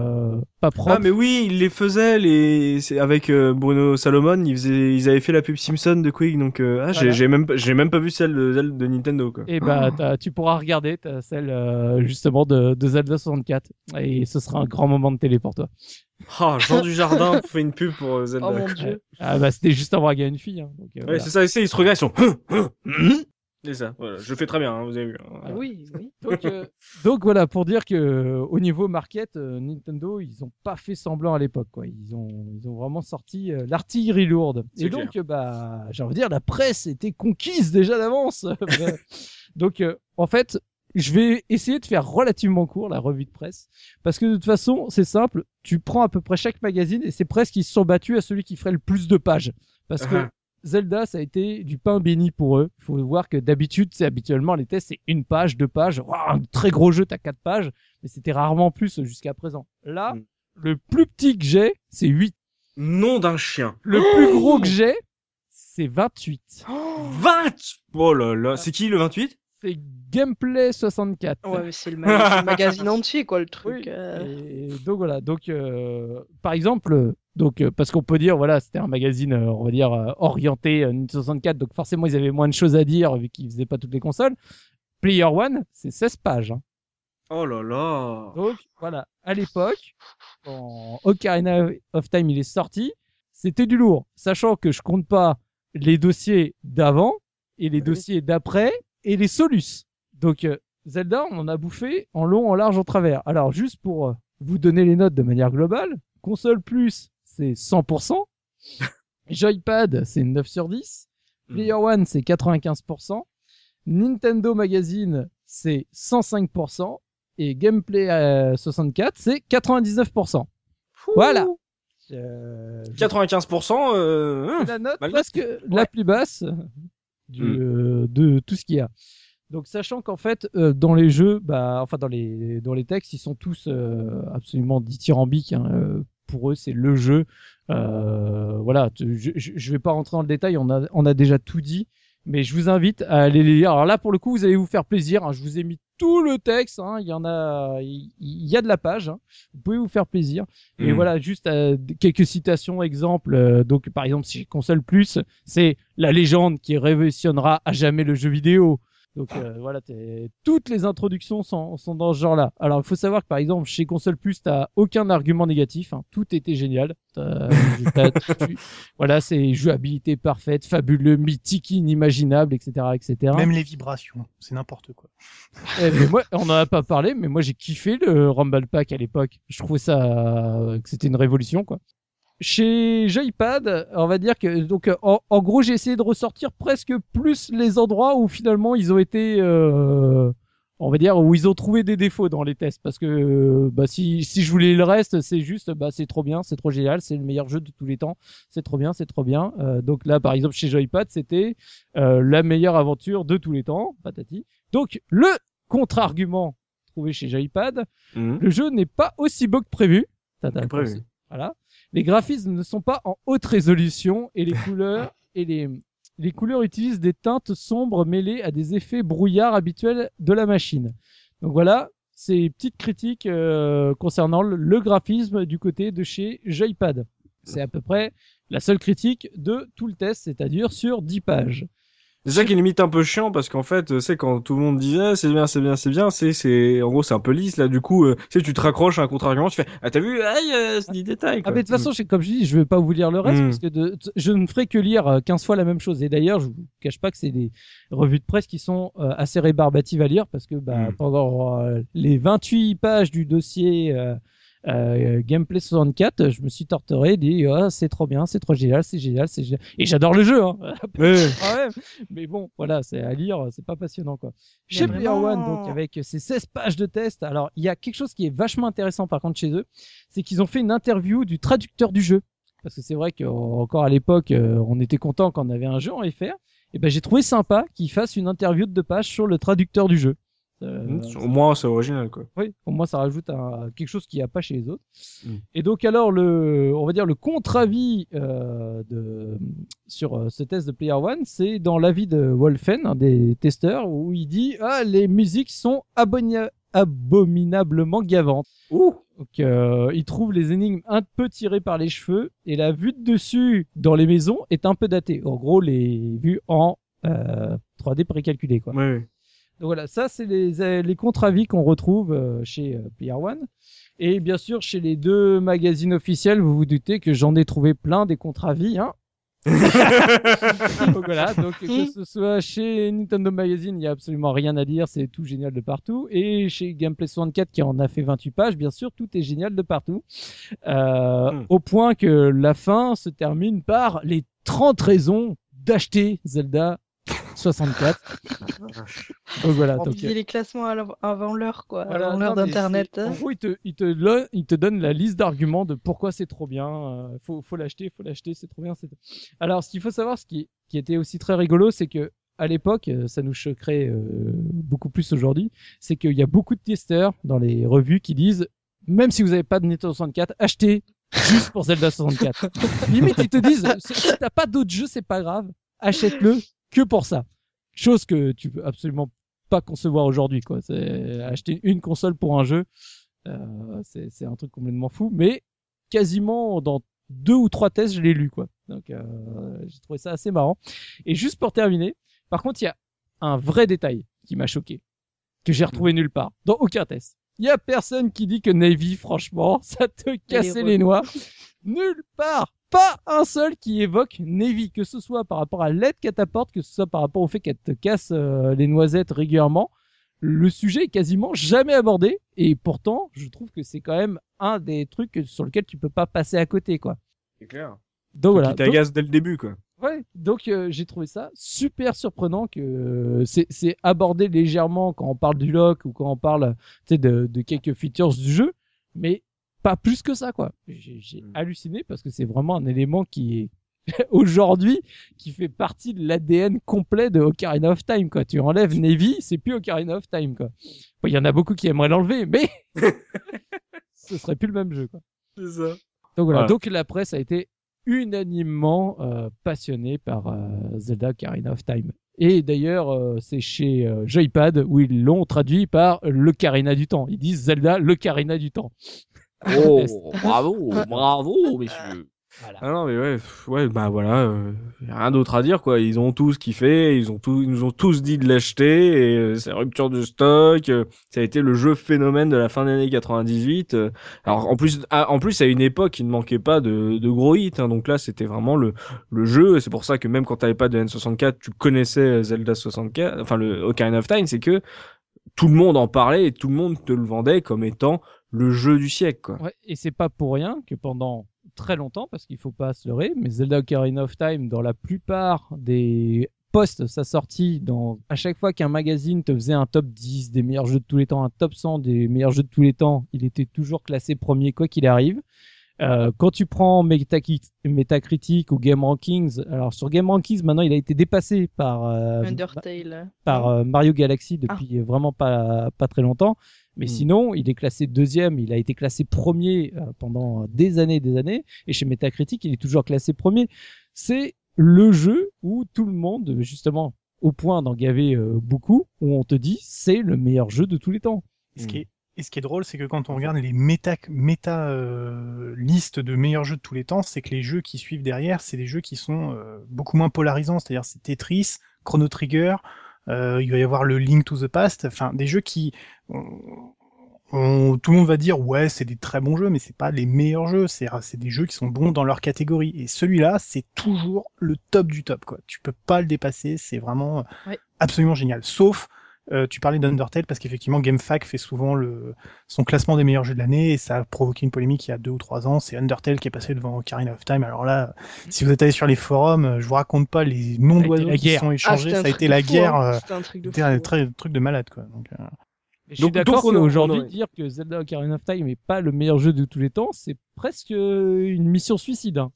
pas propre. Ah mais oui, il les faisait c'est avec Bruno Salomon, ils avaient fait la pub Simpson de Quick, donc Voilà. j'ai même pas vu celle de Nintendo, quoi. Et bah tu pourras regarder celle justement de Zelda 64 et ce sera un grand moment de télé pour toi. Ah, Jean Dujardin fait une pub pour Zelda. Oh mon dieu. Ah bah c'était juste avant qu'il y ait une fille. Hein, donc, Ouais, voilà. c'est ça, ils se regardent, ils sont c'est ça, voilà, je fais très bien, hein, vous avez vu. Hein. Ah oui, oui. Donc voilà, pour dire que au niveau market, Nintendo, ils ont pas fait semblant à l'époque, quoi. Ils ont vraiment sorti l'artillerie lourde. C'est Et donc, bah, j'ai envie de dire, la presse était conquise déjà d'avance. Donc, en fait, je vais essayer de faire relativement court la revue de presse, parce que de toute façon, c'est simple. Tu prends à peu près chaque magazine et c'est presque qu'ils se sont battus à celui qui ferait le plus de pages, parce que Zelda, ça a été du pain béni pour eux. Il faut voir que d'habitude, c'est habituellement les tests, c'est une page, 2 pages. Wow, un très gros jeu, t'as 4 pages, mais c'était rarement plus jusqu'à présent. Là, le plus petit que j'ai, c'est 8. Nom d'un chien. Le plus gros que j'ai, c'est 28. 20! Oh là là, c'est qui le 28? C'est Gameplay 64. Ouais, mais c'est le magazine entier, quoi, le truc. Oui. Et donc voilà. Donc par exemple, parce qu'on peut dire voilà, c'était un magazine, on va dire orienté Nintendo 64, donc forcément ils avaient moins de choses à dire vu qu'ils faisaient pas toutes les consoles. Player One, c'est 16 pages. Hein. Oh là là. Donc voilà, à l'époque, quand Ocarina of Time il est sorti, c'était du lourd, sachant que je compte pas les dossiers d'avant et les dossiers d'après et les solus. Donc Zelda, on en a bouffé en long, en large, en travers. Alors juste pour vous donner les notes de manière globale, console plus, c'est 100%. Joypad, c'est 9 sur 10. Player One, c'est 95%. Nintendo Magazine, c'est 105%. Et Gameplay 64, c'est 99%. Voilà. 95%, la note mal presque la plus basse de tout ce qu'il y a. Donc sachant qu'en fait dans les jeux, bah enfin dans les textes, ils sont tous absolument dithyrambiques. Hein, pour eux, c'est le jeu. Voilà, je vais pas rentrer dans le détail. On a déjà tout dit, mais je vous invite à aller les lire. Alors là, pour le coup, vous allez vous faire plaisir. Hein, je vous ai mis tout le texte. Hein, il y a de la page. Hein, vous pouvez vous faire plaisir. Et voilà, juste quelques citations, exemples. Donc par exemple, si console plus, c'est la légende qui révolutionnera à jamais le jeu vidéo. Donc voilà, toutes les introductions sont dans ce genre-là. Alors il faut savoir que par exemple chez Console Plus, t'as aucun argument négatif, hein. Tout était génial. Voilà, c'est jouabilité parfaite, fabuleux, mythique, inimaginable, etc., etc. Même les vibrations, c'est n'importe quoi. Mais moi, on en a pas parlé, mais moi j'ai kiffé le Rumble Pack à l'époque. Je trouvais ça que c'était une révolution, quoi. Chez Joypad, on va dire que donc en gros j'ai essayé de ressortir presque plus les endroits où finalement ils ont été on va dire où ils ont trouvé des défauts dans les tests parce que bah si je voulais le reste, c'est juste bah c'est trop bien, c'est trop génial, c'est le meilleur jeu de tous les temps, c'est trop bien, c'est trop bien. Donc là par exemple chez Joypad, c'était la meilleure aventure de tous les temps, patati. Donc le contre-argument trouvé chez Joypad, le jeu n'est pas aussi beau que prévu. Voilà. Les graphismes ne sont pas en haute résolution et les couleurs les couleurs utilisent des teintes sombres mêlées à des effets brouillard habituels de la machine. Donc voilà, ces petites critiques concernant le graphisme du côté de chez Joypad. C'est à peu près la seule critique de tout le test, c'est-à-dire sur 10 pages. C'est ça qui est limite un peu chiant parce qu'en fait, c'est quand tout le monde disait c'est bien, en gros c'est un peu lisse là. Du coup, tu te raccroches à un contre-argument, tu fais ah t'as vu, aïe, c'est des détails. Ah Quoi. mais de toute façon, comme je dis, je vais pas vous lire le reste Mm. parce que je ne ferai que lire 15 fois la même chose. Et d'ailleurs, je vous cache pas que c'est des revues de presse qui sont assez rébarbatives à lire parce que pendant les 28 pages du dossier Gameplay 64, je me suis torturé, dit c'est trop bien, c'est trop génial, c'est génial, c'est génial. Et j'adore le jeu, hein. Ouais. Mais bon, voilà, c'est à lire, c'est pas passionnant quoi. Il y Chez a Player vraiment- One, donc avec ces 16 pages de test, alors il y a quelque chose qui est vachement intéressant par contre chez eux, c'est qu'ils ont fait une interview du traducteur du jeu. Parce que c'est vrai qu'encore à l'époque, on était content quand on avait un jeu en FR. Et ben j'ai trouvé sympa qu'ils fassent une interview de 2 pages sur le traducteur du jeu. Au moins c'est original quoi. Oui, pour moi ça rajoute quelque chose qu'il n'y a pas chez les autres. Mm. Et donc alors on va dire le contre-avis sur ce test de Player One, c'est dans l'avis de Wolfen, un des testeurs, où il dit les musiques sont abominablement gavantes. Ouh. Donc il trouve les énigmes un peu tirées par les cheveux et la vue de dessus dans les maisons est un peu datée. En gros les vues en 3D précalculées quoi. Ouais. Donc voilà, ça c'est les contre-avis qu'on retrouve chez Player One. Et bien sûr, chez les 2 magazines officiels, vous vous doutez que j'en ai trouvé plein des contre-avis. Hein. Donc voilà, donc que ce soit chez Nintendo Magazine, il y a absolument rien à dire, c'est tout génial de partout. Et chez Gameplay 64 qui en a fait 28 pages, bien sûr, tout est génial de partout. Au point que la fin se termine par les 30 raisons d'acheter Zelda 64. Donc voilà. On Donc, faisait les classements avant l'heure, quoi. voilà, Avant l'heure non, mais d'internet. En gros, il te donne la liste d'arguments de pourquoi c'est trop bien. Faut l'acheter, c'est trop bien. Alors, ce qu'il faut savoir, ce qui était aussi très rigolo, c'est que à l'époque, ça nous choquerait beaucoup plus aujourd'hui, c'est qu'il y a beaucoup de testeurs dans les revues qui disent, même si vous n'avez pas de Nintendo 64, achetez juste pour Zelda 64. Limite, ils te disent, si t'as pas d'autres jeux, c'est pas grave, achète-le que pour ça. Chose que tu peux absolument pas concevoir aujourd'hui, quoi. C'est acheter une console pour un jeu, c'est un truc complètement fou, mais quasiment dans 2 ou 3 tests, je l'ai lu, quoi. Donc, j'ai trouvé ça assez marrant. Et juste pour terminer, par contre, il y a un vrai détail qui m'a choqué, que j'ai retrouvé nulle part, dans aucun test. Il y a personne qui dit que Navy, franchement, ça te cassait les noix. Nulle part. Pas un seul qui évoque Navy, que ce soit par rapport à l'aide qu'elle t'apporte, que ce soit par rapport au fait qu'elle te casse les noisettes régulièrement. Le sujet est quasiment jamais abordé, et pourtant, je trouve que c'est quand même un des trucs sur lequel tu peux pas passer à côté, quoi. C'est clair. Donc voilà. Qui t'agace dès le début quoi. Ouais, donc j'ai trouvé ça super surprenant que c'est abordé légèrement quand on parle du lock ou quand on parle de quelques features du jeu, mais pas plus que ça, quoi. J'ai halluciné parce que c'est vraiment un élément qui est aujourd'hui qui fait partie de l'ADN complet de Ocarina of Time, quoi. Tu enlèves Navy, c'est plus Ocarina of Time, quoi. Bon, il y en a beaucoup qui aimeraient l'enlever, mais ce serait plus le même jeu, quoi. C'est ça. Donc voilà. Voilà. Donc la presse a été unanimement passionnée par Zelda Ocarina of Time. Et d'ailleurs, c'est chez Joypad où ils l'ont traduit par l'Ocarina du temps. Ils disent Zelda l'Ocarina du temps. Oh, bravo, messieurs. Voilà. Ah non, mais ouais, bah voilà, rien d'autre à dire, quoi. Ils ont tous kiffé, ils nous ont tous dit de l'acheter, et c'est rupture de stock, ça a été le jeu phénomène de la fin des années 98. Alors, en plus, à une époque, il ne manquait pas de gros hits, hein, donc là, c'était vraiment le jeu, et c'est pour ça que même quand t'avais pas de N64, tu connaissais Zelda 64, enfin, le Ocarina of Time, c'est que tout le monde en parlait, et tout le monde te le vendait comme étant le jeu du siècle, quoi. Ouais, et c'est pas pour rien que pendant très longtemps, parce qu'il faut pas se leurrer, mais Zelda Ocarina of Time, dans la plupart des posts sa sortie, à chaque fois qu'un magazine te faisait un top 10 des meilleurs jeux de tous les temps, un top 100 des meilleurs jeux de tous les temps, il était toujours classé premier quoi qu'il arrive. Quand tu prends Metacritic ou Game Rankings, alors sur Game Rankings maintenant il a été dépassé par Undertale. Mario Galaxy depuis vraiment pas très longtemps. Mais sinon, il est classé 2e, il a été classé premier pendant des années. Et chez Metacritic, il est toujours classé premier. C'est le jeu où tout le monde, justement, au point d'en gaver beaucoup, où on te dit c'est le meilleur jeu de tous les temps. Ce qui est Et ce qui est drôle, c'est que quand on regarde les listes de meilleurs jeux de tous les temps, c'est que les jeux qui suivent derrière, c'est des jeux qui sont beaucoup moins polarisants. C'est-à-dire, c'est Tetris, Chrono Trigger, il va y avoir le Link to the Past, enfin, des jeux qui... tout le monde va dire, ouais, c'est des très bons jeux, mais c'est pas les meilleurs jeux. C'est des jeux qui sont bons dans leur catégorie. Et celui-là, c'est toujours le top du top, quoi. Tu peux pas le dépasser. C'est vraiment absolument génial. Sauf... tu parlais d'Undertale parce qu'effectivement GameFAQ fait souvent son classement des meilleurs jeux de l'année et ça a provoqué une polémique il y a 2 ou 3 ans. C'est Undertale qui est passé devant Ocarina of Time. Alors là, si vous êtes allé sur les forums, je vous raconte pas les noms d'oiseaux qui sont échangés. Ça a été la guerre. C'était un truc de malade, quoi. Donc, je suis d'accord qu'aujourd'hui, dire que Zelda Ocarina of Time n'est pas le meilleur jeu de tous les temps, c'est presque une mission suicide. Hein.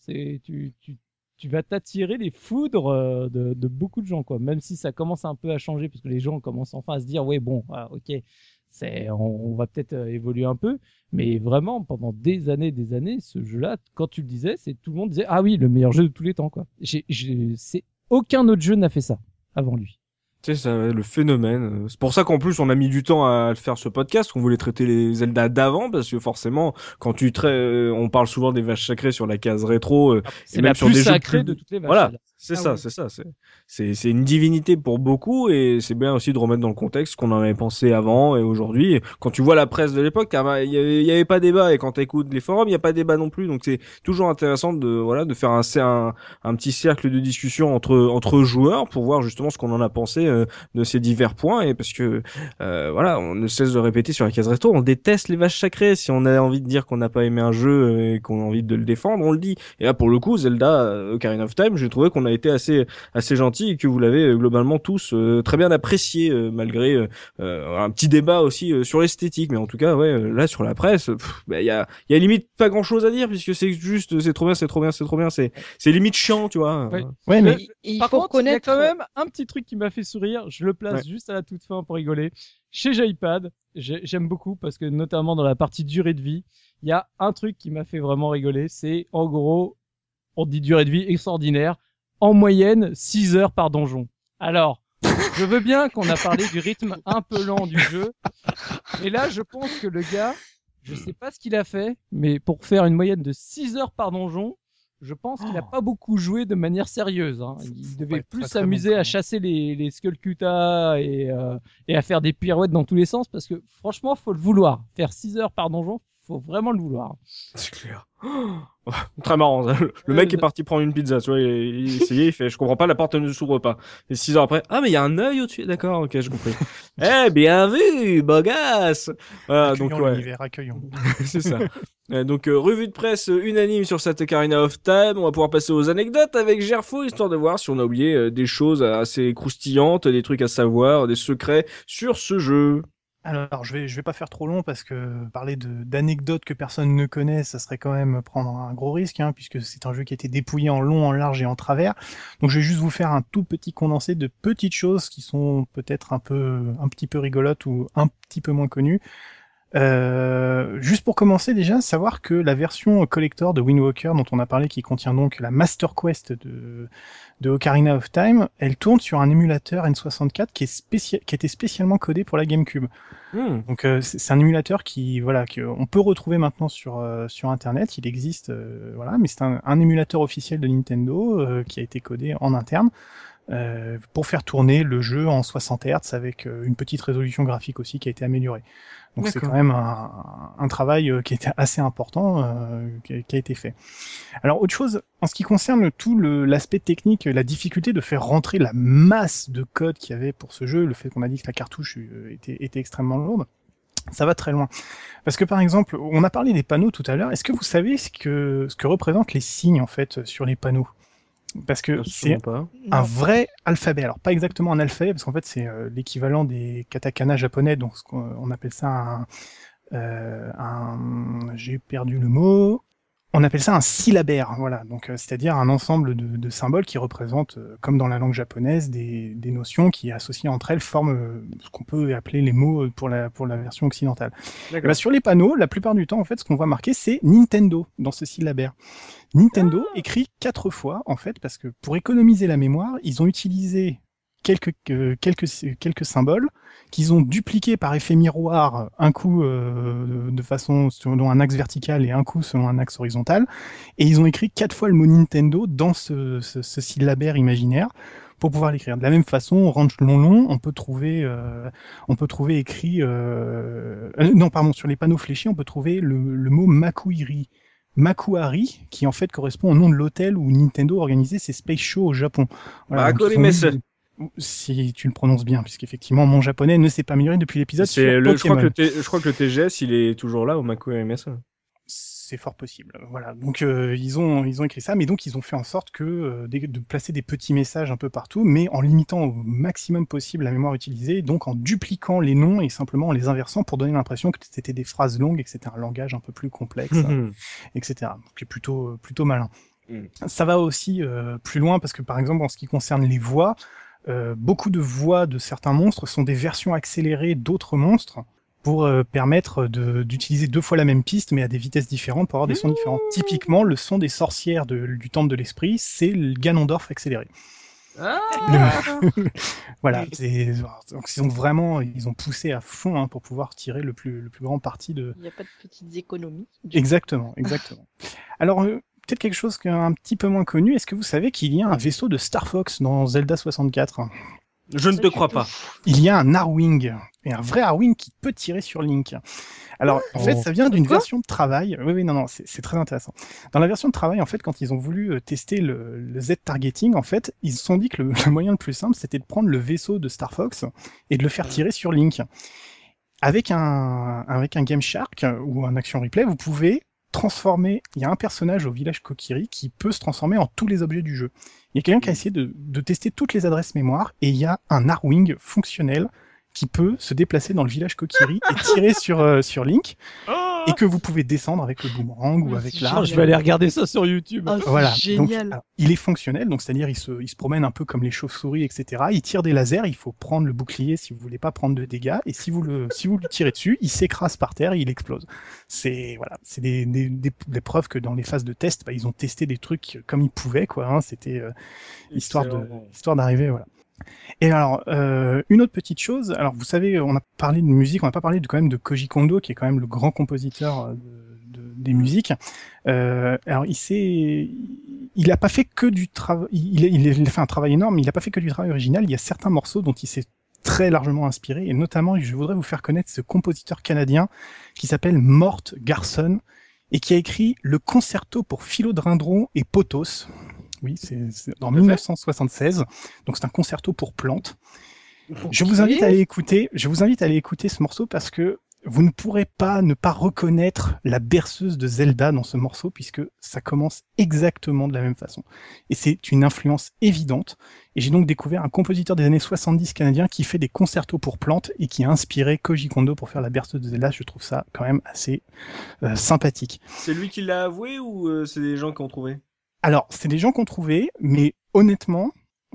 Tu vas t'attirer les foudres de beaucoup de gens, quoi. Même si ça commence un peu à changer, parce que les gens commencent enfin à se dire, ouais, bon, ok, on va peut-être évoluer un peu. Mais vraiment, pendant des années, ce jeu-là, quand tu le disais, tout le monde disait, ah oui, le meilleur jeu de tous les temps, quoi. Aucun autre jeu n'a fait ça avant lui. C'est ça, le phénomène. C'est pour ça qu'en plus on a mis du temps à faire ce podcast, qu'on voulait traiter les Zelda d'avant, parce que forcément, quand on parle souvent des vaches sacrées sur la case rétro, c'est la plus sacrée de toutes les vaches. Voilà, c'est ça. C'est une divinité pour beaucoup, et c'est bien aussi de remettre dans le contexte ce qu'on en avait pensé avant et aujourd'hui. Quand tu vois la presse de l'époque, il y avait pas débat, et quand t'écoutes les forums, il y a pas débat non plus. Donc c'est toujours intéressant de faire un petit cercle de discussion entre joueurs pour voir justement ce qu'on en a pensé de ces divers points, et parce que on ne cesse de répéter sur la case rétro, on déteste les vaches sacrées. Si on a envie de dire qu'on n'a pas aimé un jeu et qu'on a envie de le défendre, on le dit. Et là pour le coup, Zelda Ocarina of Time, j'ai trouvé qu'on a été assez gentil et que vous l'avez globalement tous très bien apprécié, malgré un petit débat aussi sur l'esthétique. Mais en tout cas, là sur la presse, il y a limite pas grand chose à dire, puisque c'est juste c'est trop bien, c'est limite chiant, tu vois. Ouais, mais par contre, il y a quand même un petit truc qui m'a fait sourire. Je le place juste à la toute fin pour rigoler. Chez Joypad, j'aime beaucoup parce que notamment dans la partie durée de vie, il y a un truc qui m'a fait vraiment rigoler. C'est en gros, on dit durée de vie extraordinaire, en moyenne 6 heures par donjon. Alors, je veux bien qu'on a parlé du rythme un peu lent du jeu, mais là je pense que le gars, je sais pas ce qu'il a fait, mais pour faire une moyenne de 6 heures par donjon, je pense qu'il n'a pas beaucoup joué de manière sérieuse. Hein. Il devait plus s'amuser à chasser les Skullcuta et à faire des pirouettes dans tous les sens, parce que franchement, faut le vouloir. Faire 6 heures par donjon, faut vraiment le vouloir. C'est clair. Très marrant. Le mec est parti prendre une pizza, tu vois, il essayait, il fait, je comprends pas, la porte ne s'ouvre pas. Et 6 heures après, ah mais il y a un œil au-dessus, d'accord, ok, j'ai compris. Bien vu, bogasse. Voilà, accueillons. C'est ça. Donc revue de presse unanime sur cette Ocarina of Time. On va pouvoir passer aux anecdotes avec Gerfo, histoire de voir si on a oublié des choses assez croustillantes, des trucs à savoir, des secrets sur ce jeu. Alors, je vais pas faire trop long parce que parler d'anecdotes que personne ne connaît, ça serait quand même prendre un gros risque, hein, puisque c'est un jeu qui a été dépouillé en long, en large et en travers. Donc, je vais juste vous faire un tout petit condensé de petites choses qui sont peut-être un petit peu rigolotes ou un petit peu moins connues. Juste pour commencer déjà, savoir que la version collector de Wind Waker dont on a parlé, qui contient donc la Master Quest de Ocarina of Time, elle tourne sur un émulateur N64 qui a été spécialement codé pour la GameCube. Donc c'est un émulateur qu'on peut retrouver maintenant sur internet, il existe, mais c'est un émulateur officiel de Nintendo qui a été codé en interne. Pour faire tourner le jeu en 60 Hz avec une petite résolution graphique aussi qui a été améliorée. Donc c'est quand même un travail qui était assez important qui a été fait. Alors autre chose, en ce qui concerne tout l'aspect technique, la difficulté de faire rentrer la masse de code qu'il y avait pour ce jeu, le fait qu'on a dit que la cartouche était extrêmement lourde, ça va très loin. Parce que par exemple, on a parlé des panneaux tout à l'heure, est-ce que vous savez ce que représentent les signes en fait sur les panneaux ? Parce que c'est un vrai alphabet. Alors pas exactement un alphabet, parce qu'en fait c'est l'équivalent des katakana japonais, donc on appelle ça j'ai perdu le mot. On appelle ça un syllabaire, voilà. Donc c'est-à-dire un ensemble de symboles qui représentent, comme dans la langue japonaise, des notions qui associées entre elles forment ce qu'on peut appeler les mots pour la version occidentale. Sur les panneaux, la plupart du temps, en fait, ce qu'on voit marqué, c'est Nintendo dans ce syllabaire. Nintendo écrit 4 fois, en fait, parce que pour économiser la mémoire, ils ont utilisé quelques symboles qu'ils ont dupliqués par effet miroir, un coup de façon selon un axe vertical et un coup selon un axe horizontal, et ils ont écrit 4 fois le mot Nintendo dans ce syllabaire imaginaire pour pouvoir l'écrire. De la même façon, Ranch Long Long, on peut trouver écrit non pardon, sur les panneaux fléchés, on peut trouver le mot Makuhiri. Makuhari, qui en fait correspond au nom de l'hôtel où Nintendo organisait ses Space Shows au Japon. Voilà, donc ils ont eu- si tu le prononces bien, puisqu'effectivement mon japonais ne s'est pas amélioré depuis l'épisode sur Je crois Pokémon. je crois que le TGS, il est toujours là au Mako RMS. C'est fort possible. Voilà. Donc ils ont écrit ça, mais donc ils ont fait en sorte que de placer des petits messages un peu partout, mais en limitant au maximum possible la mémoire utilisée, donc en dupliquant les noms et simplement en les inversant pour donner l'impression que c'était des phrases longues et que c'était un langage un peu plus complexe, etc. Donc c'est plutôt malin. Ça va aussi plus loin parce que par exemple en ce qui concerne les voix, beaucoup de voix de certains monstres sont des versions accélérées d'autres monstres pour permettre d'utiliser 2 fois la même piste mais à des vitesses différentes pour avoir des sons différents. Typiquement, le son des sorcières du Temple de l'Esprit, c'est le Ganondorf accéléré. Voilà, donc ils ont poussé à fond pour pouvoir tirer le plus grand parti de. Il n'y a pas de petites économies. Exactement. Alors peut-être quelque chose un petit peu moins connu. Est-ce que vous savez qu'il y a un vaisseau de Star Fox dans Zelda 64 ? Je ne te crois pas. Il y a un Arwing, et un vrai Arwing qui peut tirer sur Link. Alors, en fait, ça vient d'une version de travail. Oui, non, c'est très intéressant. Dans la version de travail, en fait, quand ils ont voulu tester le Z-targeting, en fait, ils se sont dit que le moyen le plus simple, c'était de prendre le vaisseau de Star Fox et de le faire tirer sur Link. Avec un Game Shark ou un Action Replay, vous pouvez transformer. Il y a un personnage au village Kokiri qui peut se transformer en tous les objets du jeu. Il y a quelqu'un qui a essayé de tester toutes les adresses mémoire et il y a un Arwing fonctionnel qui peut se déplacer dans le village Kokiri et tirer sur Link et que vous pouvez descendre avec le boomerang ou avec l'arche. Je vais aller regarder ça sur YouTube. Voilà. Génial. Donc, il est fonctionnel, donc c'est-à-dire il se promène un peu comme les chauves-souris, etc. Il tire des lasers, il faut prendre le bouclier si vous voulez pas prendre de dégâts, et si vous lui tirez dessus, il s'écrase par terre et il explose. C'est des preuves que dans les phases de test, ils ont testé des trucs comme ils pouvaient, quoi. Hein. C'était histoire d'arriver, voilà. Et alors, une autre petite chose, alors vous savez, on a parlé de musique, on n'a pas parlé quand même de Koji Kondo, qui est quand même le grand compositeur des musiques. Alors il a pas fait que du travail, il a fait un travail énorme, mais il a pas fait que du travail original. Il y a certains morceaux dont il s'est très largement inspiré, et notamment, je voudrais vous faire connaître ce compositeur canadien qui s'appelle Mort Garson, et qui a écrit le concerto pour philodendron et pothos. Oui, c'est en 1976. Donc c'est un concerto pour plantes. Okay. Je vous invite à aller écouter ce morceau parce que vous ne pourrez pas ne pas reconnaître la berceuse de Zelda dans ce morceau puisque ça commence exactement de la même façon. Et c'est une influence évidente. Et j'ai donc découvert un compositeur des années 70 canadien qui fait des concertos pour plantes et qui a inspiré Koji Kondo pour faire la berceuse de Zelda. Je trouve ça quand même assez sympathique. C'est lui qui l'a avoué ou c'est des gens qui ont trouvé ? Alors, c'est des gens qu'on trouvait, mais honnêtement,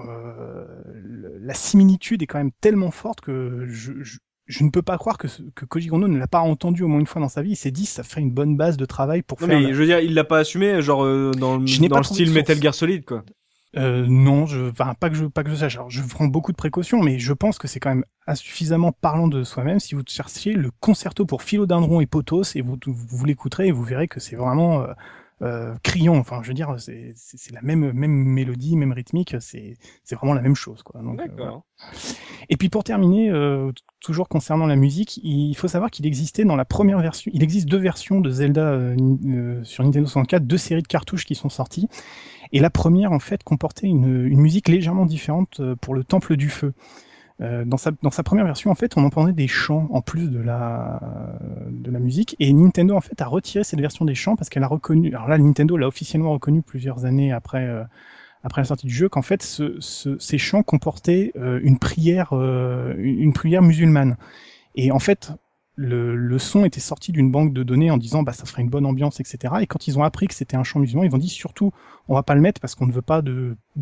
la similitude est quand même tellement forte que je ne peux pas croire que Koji Kondo ne l'a pas entendu au moins une fois dans sa vie. Il s'est dit, ça fait une bonne base de travail pour faire... Mais je veux dire, il l'a pas assumé, genre dans le style Metal Gear Solid, quoi. Non, pas que je sache. Alors, je prends beaucoup de précautions, mais je pense que c'est quand même insuffisamment parlant de soi-même. Si vous cherchiez le concerto pour philodendron et pothos, et vous l'écouterez et vous verrez que c'est vraiment... criant, enfin je veux dire c'est la même mélodie, même rythmique, c'est vraiment la même chose quoi. Donc, d'accord. Et puis pour terminer, toujours concernant la musique, il faut savoir qu'il existait dans la première version, il existe 2 versions de Zelda sur Nintendo 64, 2 séries de cartouches qui sont sorties, et la première en fait comportait une musique légèrement différente pour le Temple du Feu. Dans sa première version, en fait, on entendait des chants en plus de la musique, et Nintendo en fait a retiré cette version des chants parce qu'elle a reconnu. Alors là, Nintendo l'a officiellement reconnu plusieurs années après la sortie du jeu qu'en fait ces chants comportaient une prière musulmane. Et en fait, le son était sorti d'une banque de données en disant bah ça ferait une bonne ambiance, etc. Et quand ils ont appris que c'était un chant musulman, ils ont dit surtout on va pas le mettre parce qu'on ne veut pas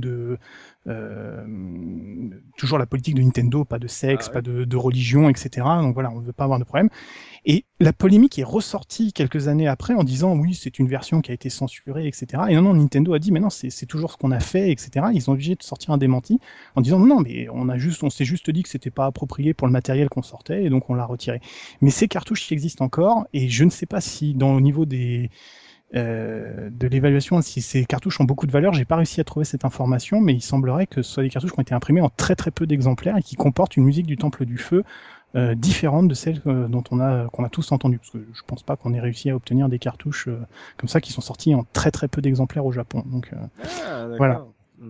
toujours la politique de Nintendo, pas de sexe, pas de religion, etc. Donc voilà, on ne veut pas avoir de problème. Et la polémique est ressortie quelques années après en disant oui, c'est une version qui a été censurée, etc. Et non, Nintendo a dit mais non, c'est toujours ce qu'on a fait, etc. Ils sont obligés de sortir un démenti en disant non, mais on s'est juste dit que c'était pas approprié pour le matériel qu'on sortait et donc on l'a retiré. Mais ces cartouches qui existent encore et je ne sais pas si au niveau de l'évaluation, si ces cartouches ont beaucoup de valeur, j'ai pas réussi à trouver cette information, mais il semblerait que ce soit des cartouches qui ont été imprimées en très très peu d'exemplaires et qui comportent une musique du Temple du Feu différente de celle qu'on a tous entendu, parce que je pense pas qu'on ait réussi à obtenir des cartouches comme ça qui sont sorties en très très peu d'exemplaires au Japon. Donc voilà.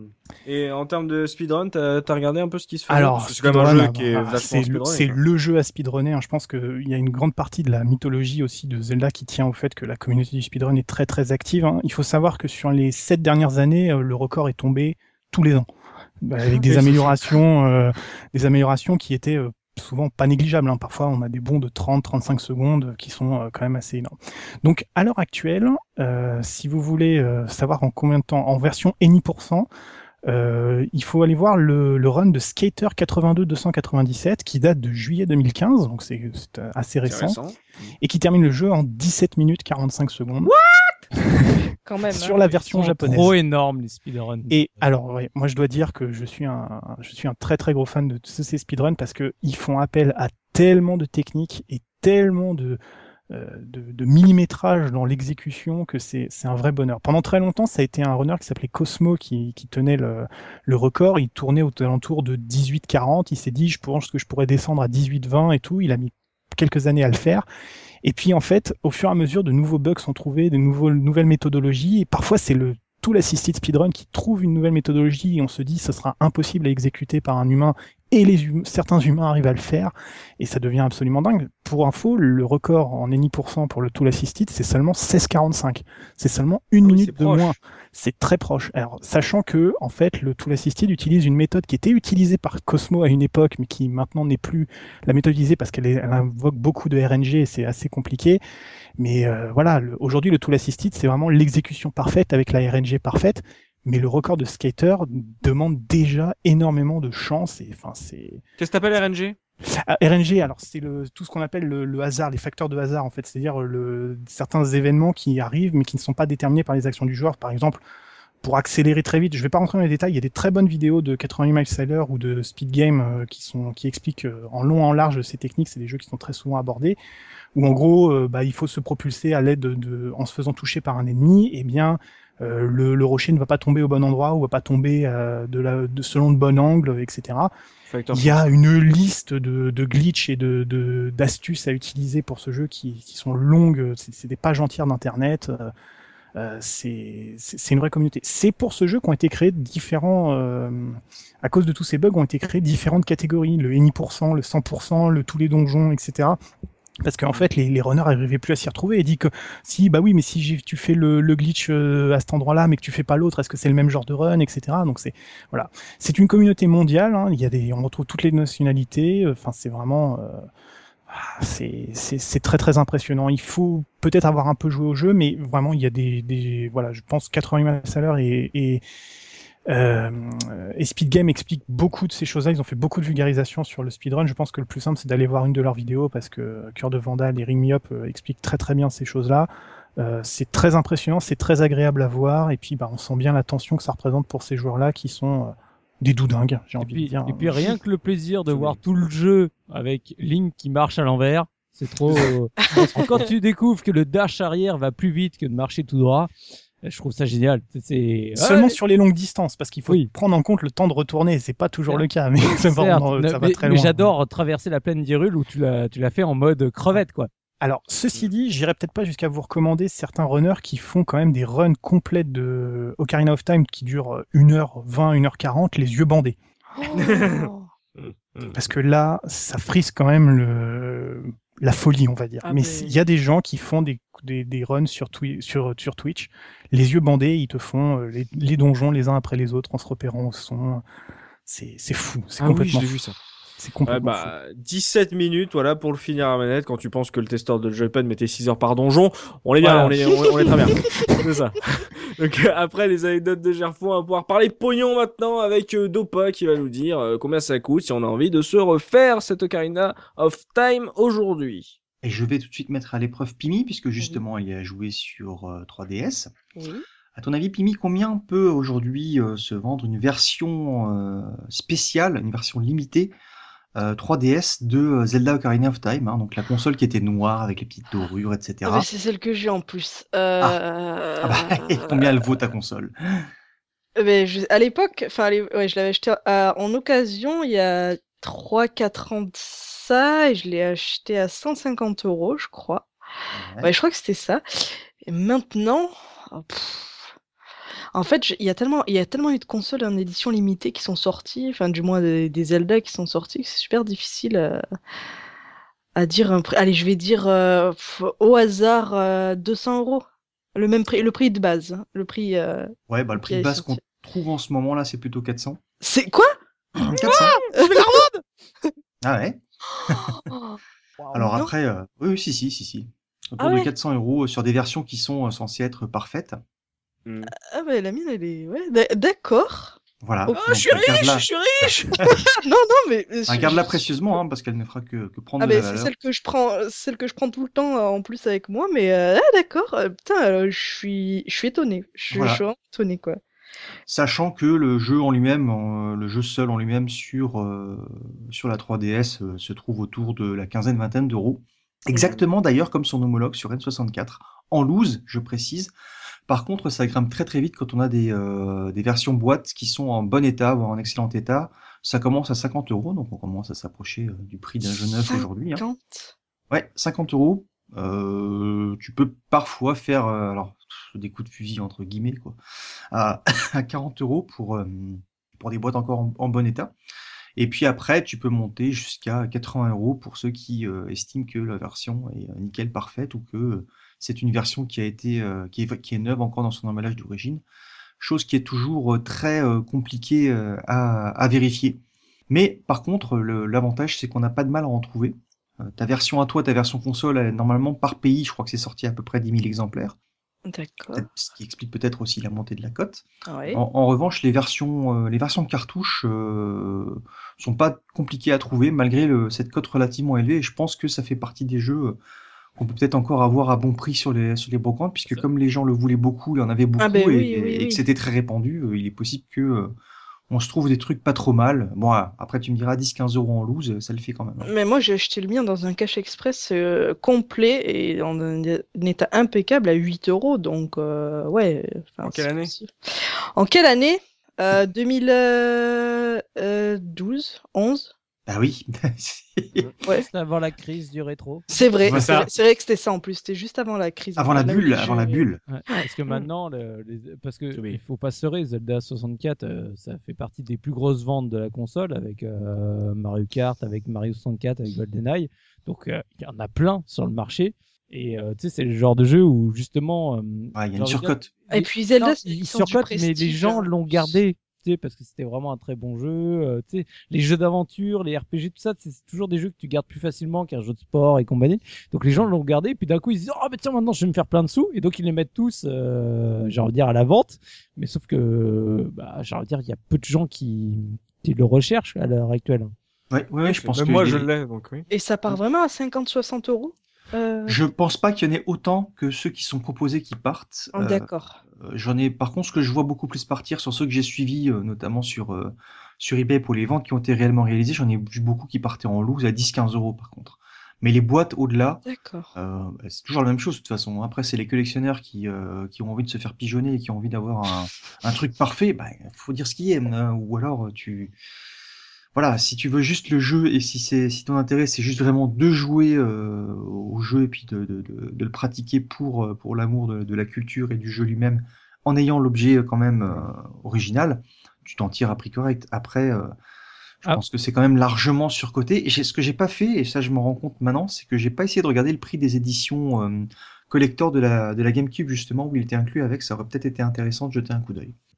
Et en termes de speedrun, t'as regardé un peu ce qui se fait? Alors, c'est quand même un jeu qui est vachement speedrunné. C'est le jeu à speedrunner. Hein. Je pense qu'il y a une grande partie de la mythologie aussi de Zelda qui tient au fait que la communauté du speedrun est très très active. Hein. Il faut savoir que sur les 7 dernières années, le record est tombé tous les ans, avec des améliorations qui étaient souvent pas négligeables. Hein. Parfois, on a des bonds de 30-35 secondes qui sont quand même assez énormes. Donc, à l'heure actuelle, si vous voulez savoir en combien de temps, en version any%, il faut aller voir le run de Skater 82-297 qui date de juillet 2015, donc c'est assez récent, et qui termine le jeu en 17 minutes 45 secondes. What Quand même, sur la version japonaise. Trop énorme les speedruns. Et alors, ouais, moi je dois dire que je suis un très très gros fan de ces speedruns parce que ils font appel à tellement de techniques et tellement de millimétrage dans l'exécution que c'est un vrai bonheur. Pendant très longtemps, ça a été un runner qui s'appelait Cosmo qui tenait le record. Il tournait aux alentours de 18-40. Il s'est dit, je pense que je pourrais descendre à 18-20 et tout. Il a mis quelques années à le faire. Et puis en fait, au fur et à mesure, de nouveaux bugs sont trouvés, de nouvelles méthodologies. Et parfois, c'est le Tool Assisted Speedrun qui trouve une nouvelle méthodologie et on se dit ce sera impossible à exécuter par un humain et certains humains arrivent à le faire et ça devient absolument dingue. Pour info, le record en any% pour le Tool Assisted, c'est seulement 16,45. C'est seulement une minute de moins. C'est très proche. Alors, sachant que, en fait, le Tool Assisted utilise une méthode qui était utilisée par Cosmo à une époque, mais qui maintenant n'est plus la méthode utilisée parce qu'elle invoque beaucoup de RNG et c'est assez compliqué. Mais voilà, aujourd'hui, le Tool Assisted, c'est vraiment l'exécution parfaite avec la RNG parfaite. Mais le record de Skater demande déjà énormément de chance. Qu'est-ce que t'appelles RNG ? RNG, alors c'est tout ce qu'on appelle le hasard, les facteurs de hasard en fait, c'est-à-dire certains événements qui arrivent mais qui ne sont pas déterminés par les actions du joueur. Par exemple, pour accélérer très vite, je vais pas rentrer dans les détails, il y a des très bonnes vidéos de 88 miles à l'heure ou de Speed Game qui expliquent en long et en large ces techniques. C'est des jeux qui sont très souvent abordés. Où en gros, il faut se propulser à l'aide en se faisant toucher par un ennemi. Et bien le rocher ne va pas tomber au bon endroit ou va pas tomber selon le bon angle, etc. Il y a une liste de glitch et d'astuces à utiliser pour ce jeu qui sont longues. C'est des pages entières d'internet. C'est une vraie communauté. C'est pour ce jeu qu'ont été créés à cause de tous ces bugs, ont été créées différentes catégories, le any%, le 100%, tous les donjons, etc. Parce qu'en fait, les runners n'arrivaient plus à s'y retrouver et dit que si tu fais le glitch à cet endroit-là, mais que tu fais pas l'autre, est-ce que c'est le même genre de run, etc. Donc c'est une communauté mondiale. Hein, on retrouve toutes les nationalités. Enfin, c'est vraiment, c'est très très impressionnant. Il faut peut-être avoir un peu joué au jeu, mais vraiment il y a voilà, je pense 80 miles à l'heure et Speed Game explique beaucoup de ces choses-là. Ils ont fait beaucoup de vulgarisation sur le speedrun. Je pense que le plus simple, c'est d'aller voir une de leurs vidéos parce que Cœur de Vandal et Ring Me Up expliquent très très bien ces choses-là. C'est très impressionnant, c'est très agréable à voir et puis on sent bien la tension que ça représente pour ces joueurs-là qui sont des doudingues, j'ai envie de dire. Et puis rien que le plaisir de voir tout le jeu avec Link qui marche à l'envers, c'est trop... Parce que quand tu découvres que le dash arrière va plus vite que de marcher tout droit, je trouve ça génial. Seulement sur les longues distances, parce qu'il faut prendre en compte le temps de retourner. C'est pas toujours le cas, mais ça va très loin. Mais j'adore traverser la plaine d'Hyrule où tu l'as fait en mode crevette, quoi. Alors, ceci dit, j'irai peut-être pas jusqu'à vous recommander certains runners qui font quand même des runs complètes de Ocarina of Time qui durent 1h20, 1h40, les yeux bandés. Oh. Parce que là, ça frise quand même la folie, on va dire. Mais il y a des gens qui font des runs sur Twitch, les yeux bandés, ils te font les donjons les uns après les autres en se repérant au son. C'est fou, c'est complètement oui, j'ai fou. vu ça. C'est Ouais, complètement fou. 17 minutes, voilà, pour le finir à manette, quand tu penses que le testeur de Joypad mettait 6 heures par donjon, on est bien, Voilà. on est très bien. C'est ça. Donc, après les anecdotes de Gerfo, on va pouvoir parler pognon maintenant avec Dopa qui va nous dire combien ça coûte si on a envie de se refaire cette Ocarina of Time aujourd'hui. Et je vais tout de suite mettre à l'épreuve Pimi, puisque Mhm. justement, il a joué sur 3DS. Oui. À ton avis, Pimi, combien peut aujourd'hui se vendre une version spéciale, une version limitée 3DS de Zelda Ocarina of Time, hein, donc la console qui était noire avec les petites dorures, Ah, etc. mais c'est celle que j'ai en plus. Ah bah, combien elle vaut ta console? Mais à l'époque, ouais, je l'avais acheté en occasion il y a 3-4 ans de ça, et je l'ai acheté à 150 €, je crois. Ouais. Ouais, je crois que c'était ça. Et maintenant, oh, en fait, il y a tellement eu de consoles en édition limitée qui sont sorties, enfin, du moins des Zelda qui sont sorties, que c'est super difficile à dire un prix. Allez, je vais dire au hasard 200 €. Le prix de base, hein, Ouais, le le prix prix de est base qu'on sorti. trouve en ce moment là, c'est plutôt 400. C'est quoi? 400. Je vais la revendre. Ah ouais. Waouh. Alors Non. après, oui, si. Ah Autour de ouais. 400 € sur des versions qui sont censées être parfaites. Ah bah la mienne elle est ouais d'accord. Voilà. Ok. Oh, je suis Donc, riche, garde-la. je suis riche. Non non mais Garde-la précieusement, hein, parce qu'elle ne fera que prendre ah de la mais c'est valeur. celle que je prends tout le temps en plus avec moi, mais ah d'accord. Putain, je suis étonné. Je suis Voilà. vraiment étonné quoi. Sachant que le jeu en lui-même, le jeu seul en lui-même sur la 3DS se trouve autour de la quinzaine-vingtaine d'euros. Exactement d'ailleurs comme son homologue sur N64. En loose, je précise. Par contre, ça grimpe très très vite quand on a des versions boîtes qui sont en bon état, voire en excellent état. Ça commence à 50 €, donc on commence à s'approcher du prix d'un jeu neuf aujourd'hui, hein. 50. Ouais, 50 €. Tu peux parfois faire alors des coups de fusil entre guillemets quoi, à, à 40 € pour des boîtes encore en bon état. Et puis après, tu peux monter jusqu'à 80 € pour ceux qui estiment que la version est nickel parfaite ou que c'est une version qui a été qui est neuve encore dans son emballage d'origine. Chose qui est toujours très compliquée à vérifier. Mais par contre, l'avantage c'est qu'on n'a pas de mal à en trouver. Ta version à toi, ta version console, normalement par pays, je crois que c'est sorti à peu près 10 000 exemplaires. D'accord. Ce qui explique peut-être aussi la montée de la cote. Ouais. En revanche, les versions de cartouches sont pas compliquées à trouver malgré cette cote relativement élevée. Et je pense que ça fait partie des jeux qu'on peut peut-être encore avoir à bon prix sur les brocantes, puisque comme les gens le voulaient beaucoup, il y en avait beaucoup Ah ben et, oui et oui que oui. c'était très répandu, il est possible que on se trouve des trucs pas trop mal. Bon, après tu me diras 10-15 € en loose, ça le fait quand même, hein. Mais moi, j'ai acheté le mien dans un cash express complet et en un état impeccable à 8 €. Donc, ouais. En quelle année? En quelle année 2012, 11. Ah oui. Ouais. Juste avant la crise du rétro. C'est vrai, Ouais. c'est vrai que c'était ça en plus. C'était juste avant la crise. Avant la Là où bulle, les avant la jeux- bulle. Ouais, parce que maintenant, parce que il faut pas se leurrer, Zelda 64, ça fait partie des plus grosses ventes de la console avec Mario Kart, avec Mario 64, avec GoldenEye. Donc il y en a plein sur le marché. Et tu sais, c'est le genre de jeu où justement, Ouais, il y a j'ai une envie de dire, surcote. Et puis Zelda, non, c'est ils ils sont du surcotent, mais les prestige, gens hein. l'ont gardé. Tu sais, parce que c'était vraiment un très bon jeu. Tu sais, les jeux d'aventure, les RPG, tout ça, c'est toujours des jeux que tu gardes plus facilement qu'un jeu de sport et compagnie. Donc les gens l'ont gardé, et puis d'un coup ils se disent oh mais tiens maintenant je vais me faire plein de sous, et donc ils les mettent tous, j'ai envie de dire à la vente. Mais sauf que j'ai envie de dire il y a peu de gens qui le recherchent à l'heure actuelle. Ouais, je pense Même que moi, je l'ai, donc oui. Et ça part vraiment à 50-60 €. je pense pas qu'il y en ait autant que ceux qui sont proposés qui partent. D'accord. J'en ai, par contre, ce que je vois beaucoup plus partir sur ceux que j'ai suivis, notamment sur eBay pour les ventes qui ont été réellement réalisées, j'en ai vu beaucoup qui partaient en loose à 10-15 € par contre. Mais les boîtes au-delà, D'accord. c'est toujours la même chose de toute façon. Après, c'est les collectionneurs qui ont envie de se faire pigeonner et qui ont envie d'avoir un truc parfait. Faut dire ce qu'ils aiment, hein, ou alors voilà, si tu veux juste le jeu et si ton intérêt c'est juste vraiment de jouer au jeu et puis de le pratiquer pour l'amour de la culture et du jeu lui-même, en ayant l'objet quand même original, tu t'en tires à prix correct. Après, je Ah. pense que c'est quand même largement surcoté. Et ce que j'ai pas fait, et ça je me rends compte maintenant, c'est que j'ai pas essayé de regarder le prix des éditions collector de la GameCube justement où il était inclus avec. Ça aurait peut-être été intéressant de jeter un coup d'œil.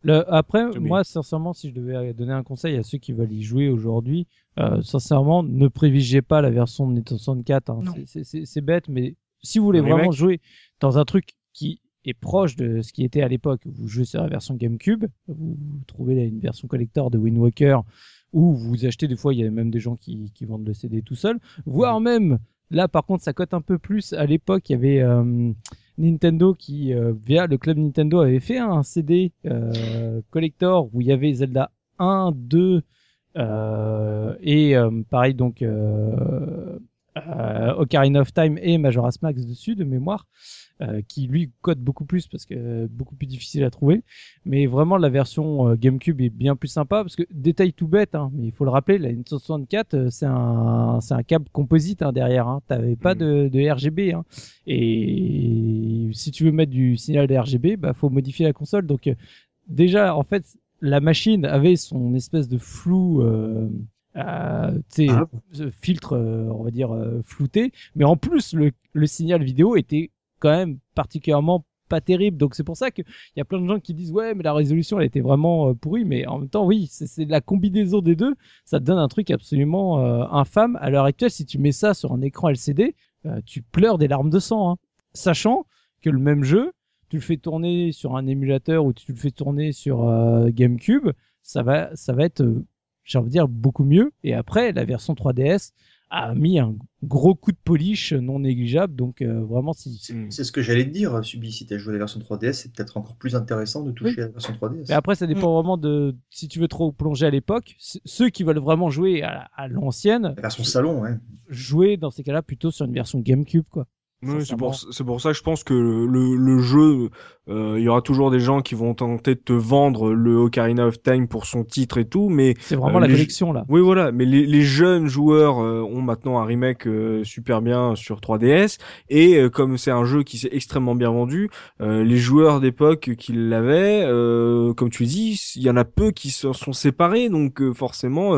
Après, To be. moi, sincèrement, si je devais donner un conseil à ceux qui veulent y jouer aujourd'hui, sincèrement, ne privilégiez pas la version de Nintendo 64. Hein. Non. C'est bête, mais si vous voulez Le vraiment remake. jouer dans un truc qui est proche de ce qui était à l'époque, vous jouez sur la version GameCube, vous trouvez là une version collector de Wind Waker, ou vous achetez, des fois, il y a même des gens qui vendent le CD tout seul, voire même, là, par contre, ça cote un peu plus. À l'époque, il y avait Nintendo qui, via le club Nintendo, avait fait un CD collector où il y avait Zelda 1, 2 et pareil donc Ocarina of Time et Majora's Mask dessus de mémoire, qui lui cote beaucoup plus parce que beaucoup plus difficile à trouver. Mais vraiment la version GameCube est bien plus sympa parce que détail tout bête, hein, mais il faut le rappeler, la Nintendo 64 c'est un câble composite hein, derrière. Hein, t'avais pas de RGB. Hein, et si tu veux mettre du signal de RGB, bah faut modifier la console. Donc déjà en fait la machine avait son espèce de flou. Filtre, on va dire flouté, mais en plus le signal vidéo était quand même particulièrement pas terrible. Donc c'est pour ça qu'il y a plein de gens qui disent ouais mais la résolution elle était vraiment pourrie, mais en même temps oui c'est la combinaison des deux, ça te donne un truc absolument infâme. À l'heure actuelle, si tu mets ça sur un écran LCD, tu pleures des larmes de sang, hein. Sachant que le même jeu, tu le fais tourner sur un émulateur ou tu le fais tourner sur GameCube, ça va être j'ai envie de dire beaucoup mieux. Et après, la version 3DS a mis un gros coup de polish non négligeable. Donc vraiment, si C'est ce que j'allais te dire, Subi, si tu as joué à la version 3DS, c'est peut-être encore plus intéressant de toucher à la version 3DS. mais après, ça dépend vraiment de si tu veux trop plonger à l'époque. Ceux qui veulent vraiment jouer à l'ancienne, La version salon, ouais. jouer dans ces cas-là plutôt sur une version GameCube, quoi. Oui, c'est Sincèrement. pour ça que je pense que le jeu, il y aura toujours des gens qui vont tenter de te vendre le Ocarina of Time pour son titre et tout, mais C'est vraiment la les collection là. oui, voilà, mais les jeunes joueurs ont maintenant un remake super bien sur 3DS, et comme c'est un jeu qui s'est extrêmement bien vendu, les joueurs d'époque qui l'avaient, comme tu dis, il y en a peu qui se sont séparés, donc forcément,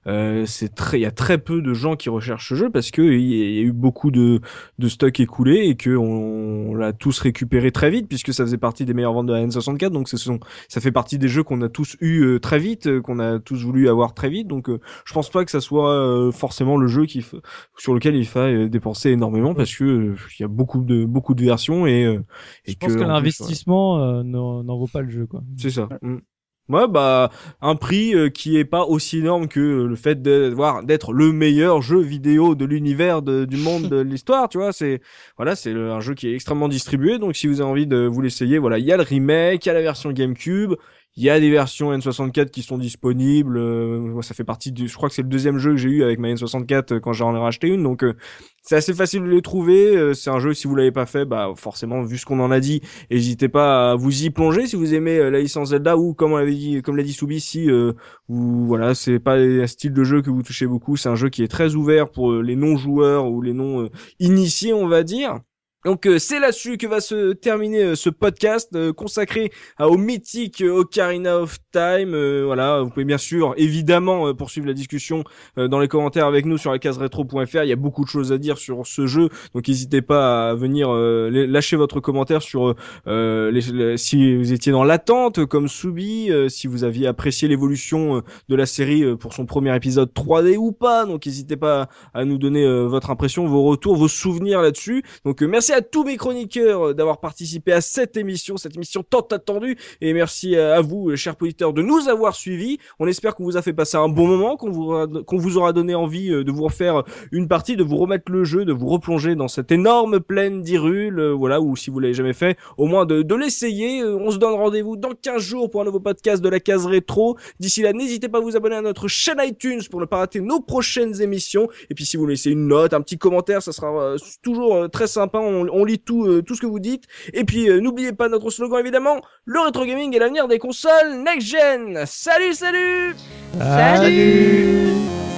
il y a très peu de gens qui recherchent ce jeu parce que il y a eu beaucoup de stock écoulé et que on l'a tous récupéré très vite puisque ça faisait partie des meilleures ventes de la N64, donc ça fait partie des jeux qu'on a tous eu très vite, qu'on a tous voulu avoir très vite, donc je pense pas que ça soit forcément le jeu sur lequel il faille dépenser énormément parce que il y a beaucoup de versions et Je pense que en plus, l'investissement n'en vaut pas le jeu, quoi. c'est ça. Ouais, bah un prix qui est pas aussi énorme que le fait d'être le meilleur jeu vidéo de l'univers du monde de l'histoire, tu vois, c'est un jeu qui est extrêmement distribué, donc si vous avez envie de vous l'essayer, voilà, il y a le remake, il y a la version GameCube, il y a des versions N64 qui sont disponibles, moi ça fait partie je crois que c'est le deuxième jeu que j'ai eu avec ma N64 quand j'en ai racheté une, donc c'est assez facile de les trouver, c'est un jeu, si vous l'avez pas fait, bah forcément vu ce qu'on en a dit, n'hésitez pas à vous y plonger si vous aimez la licence Zelda, ou comme l'a dit Soubi, si voilà, c'est pas un style de jeu que vous touchez beaucoup, c'est un jeu qui est très ouvert pour les non-joueurs ou les non initiés, on va dire. Donc c'est là-dessus que va se terminer ce podcast consacré au mythique Ocarina of Time. Voilà, vous pouvez bien sûr évidemment poursuivre la discussion dans les commentaires avec nous sur la case rétro.fr. Il y a beaucoup de choses à dire sur ce jeu, donc n'hésitez pas à venir lâcher votre commentaire sur si vous étiez dans l'attente comme Soubi, si vous aviez apprécié l'évolution de la série pour son premier épisode 3D ou pas. Donc n'hésitez pas à nous donner votre impression, vos retours, vos souvenirs là-dessus. Donc merci à tous mes chroniqueurs d'avoir participé à cette émission tant attendue, et merci à vous, chers auditeurs, de nous avoir suivis. On espère qu'on vous a fait passer un bon moment, qu'on vous aura donné envie de vous refaire une partie, de vous remettre le jeu, de vous replonger dans cette énorme plaine d'Hyrule, voilà, ou si vous l'avez jamais fait, au moins de l'essayer. On se donne rendez-vous dans 15 jours pour un nouveau podcast de la case rétro. D'ici là, n'hésitez pas à vous abonner à notre chaîne iTunes pour ne pas rater nos prochaines émissions. Et puis si vous laissez une note, un petit commentaire, ça sera toujours très sympa. On lit tout ce que vous dites. Et puis n'oubliez pas notre slogan évidemment, le rétro gaming est l'avenir des consoles next gen. Salut. Salut.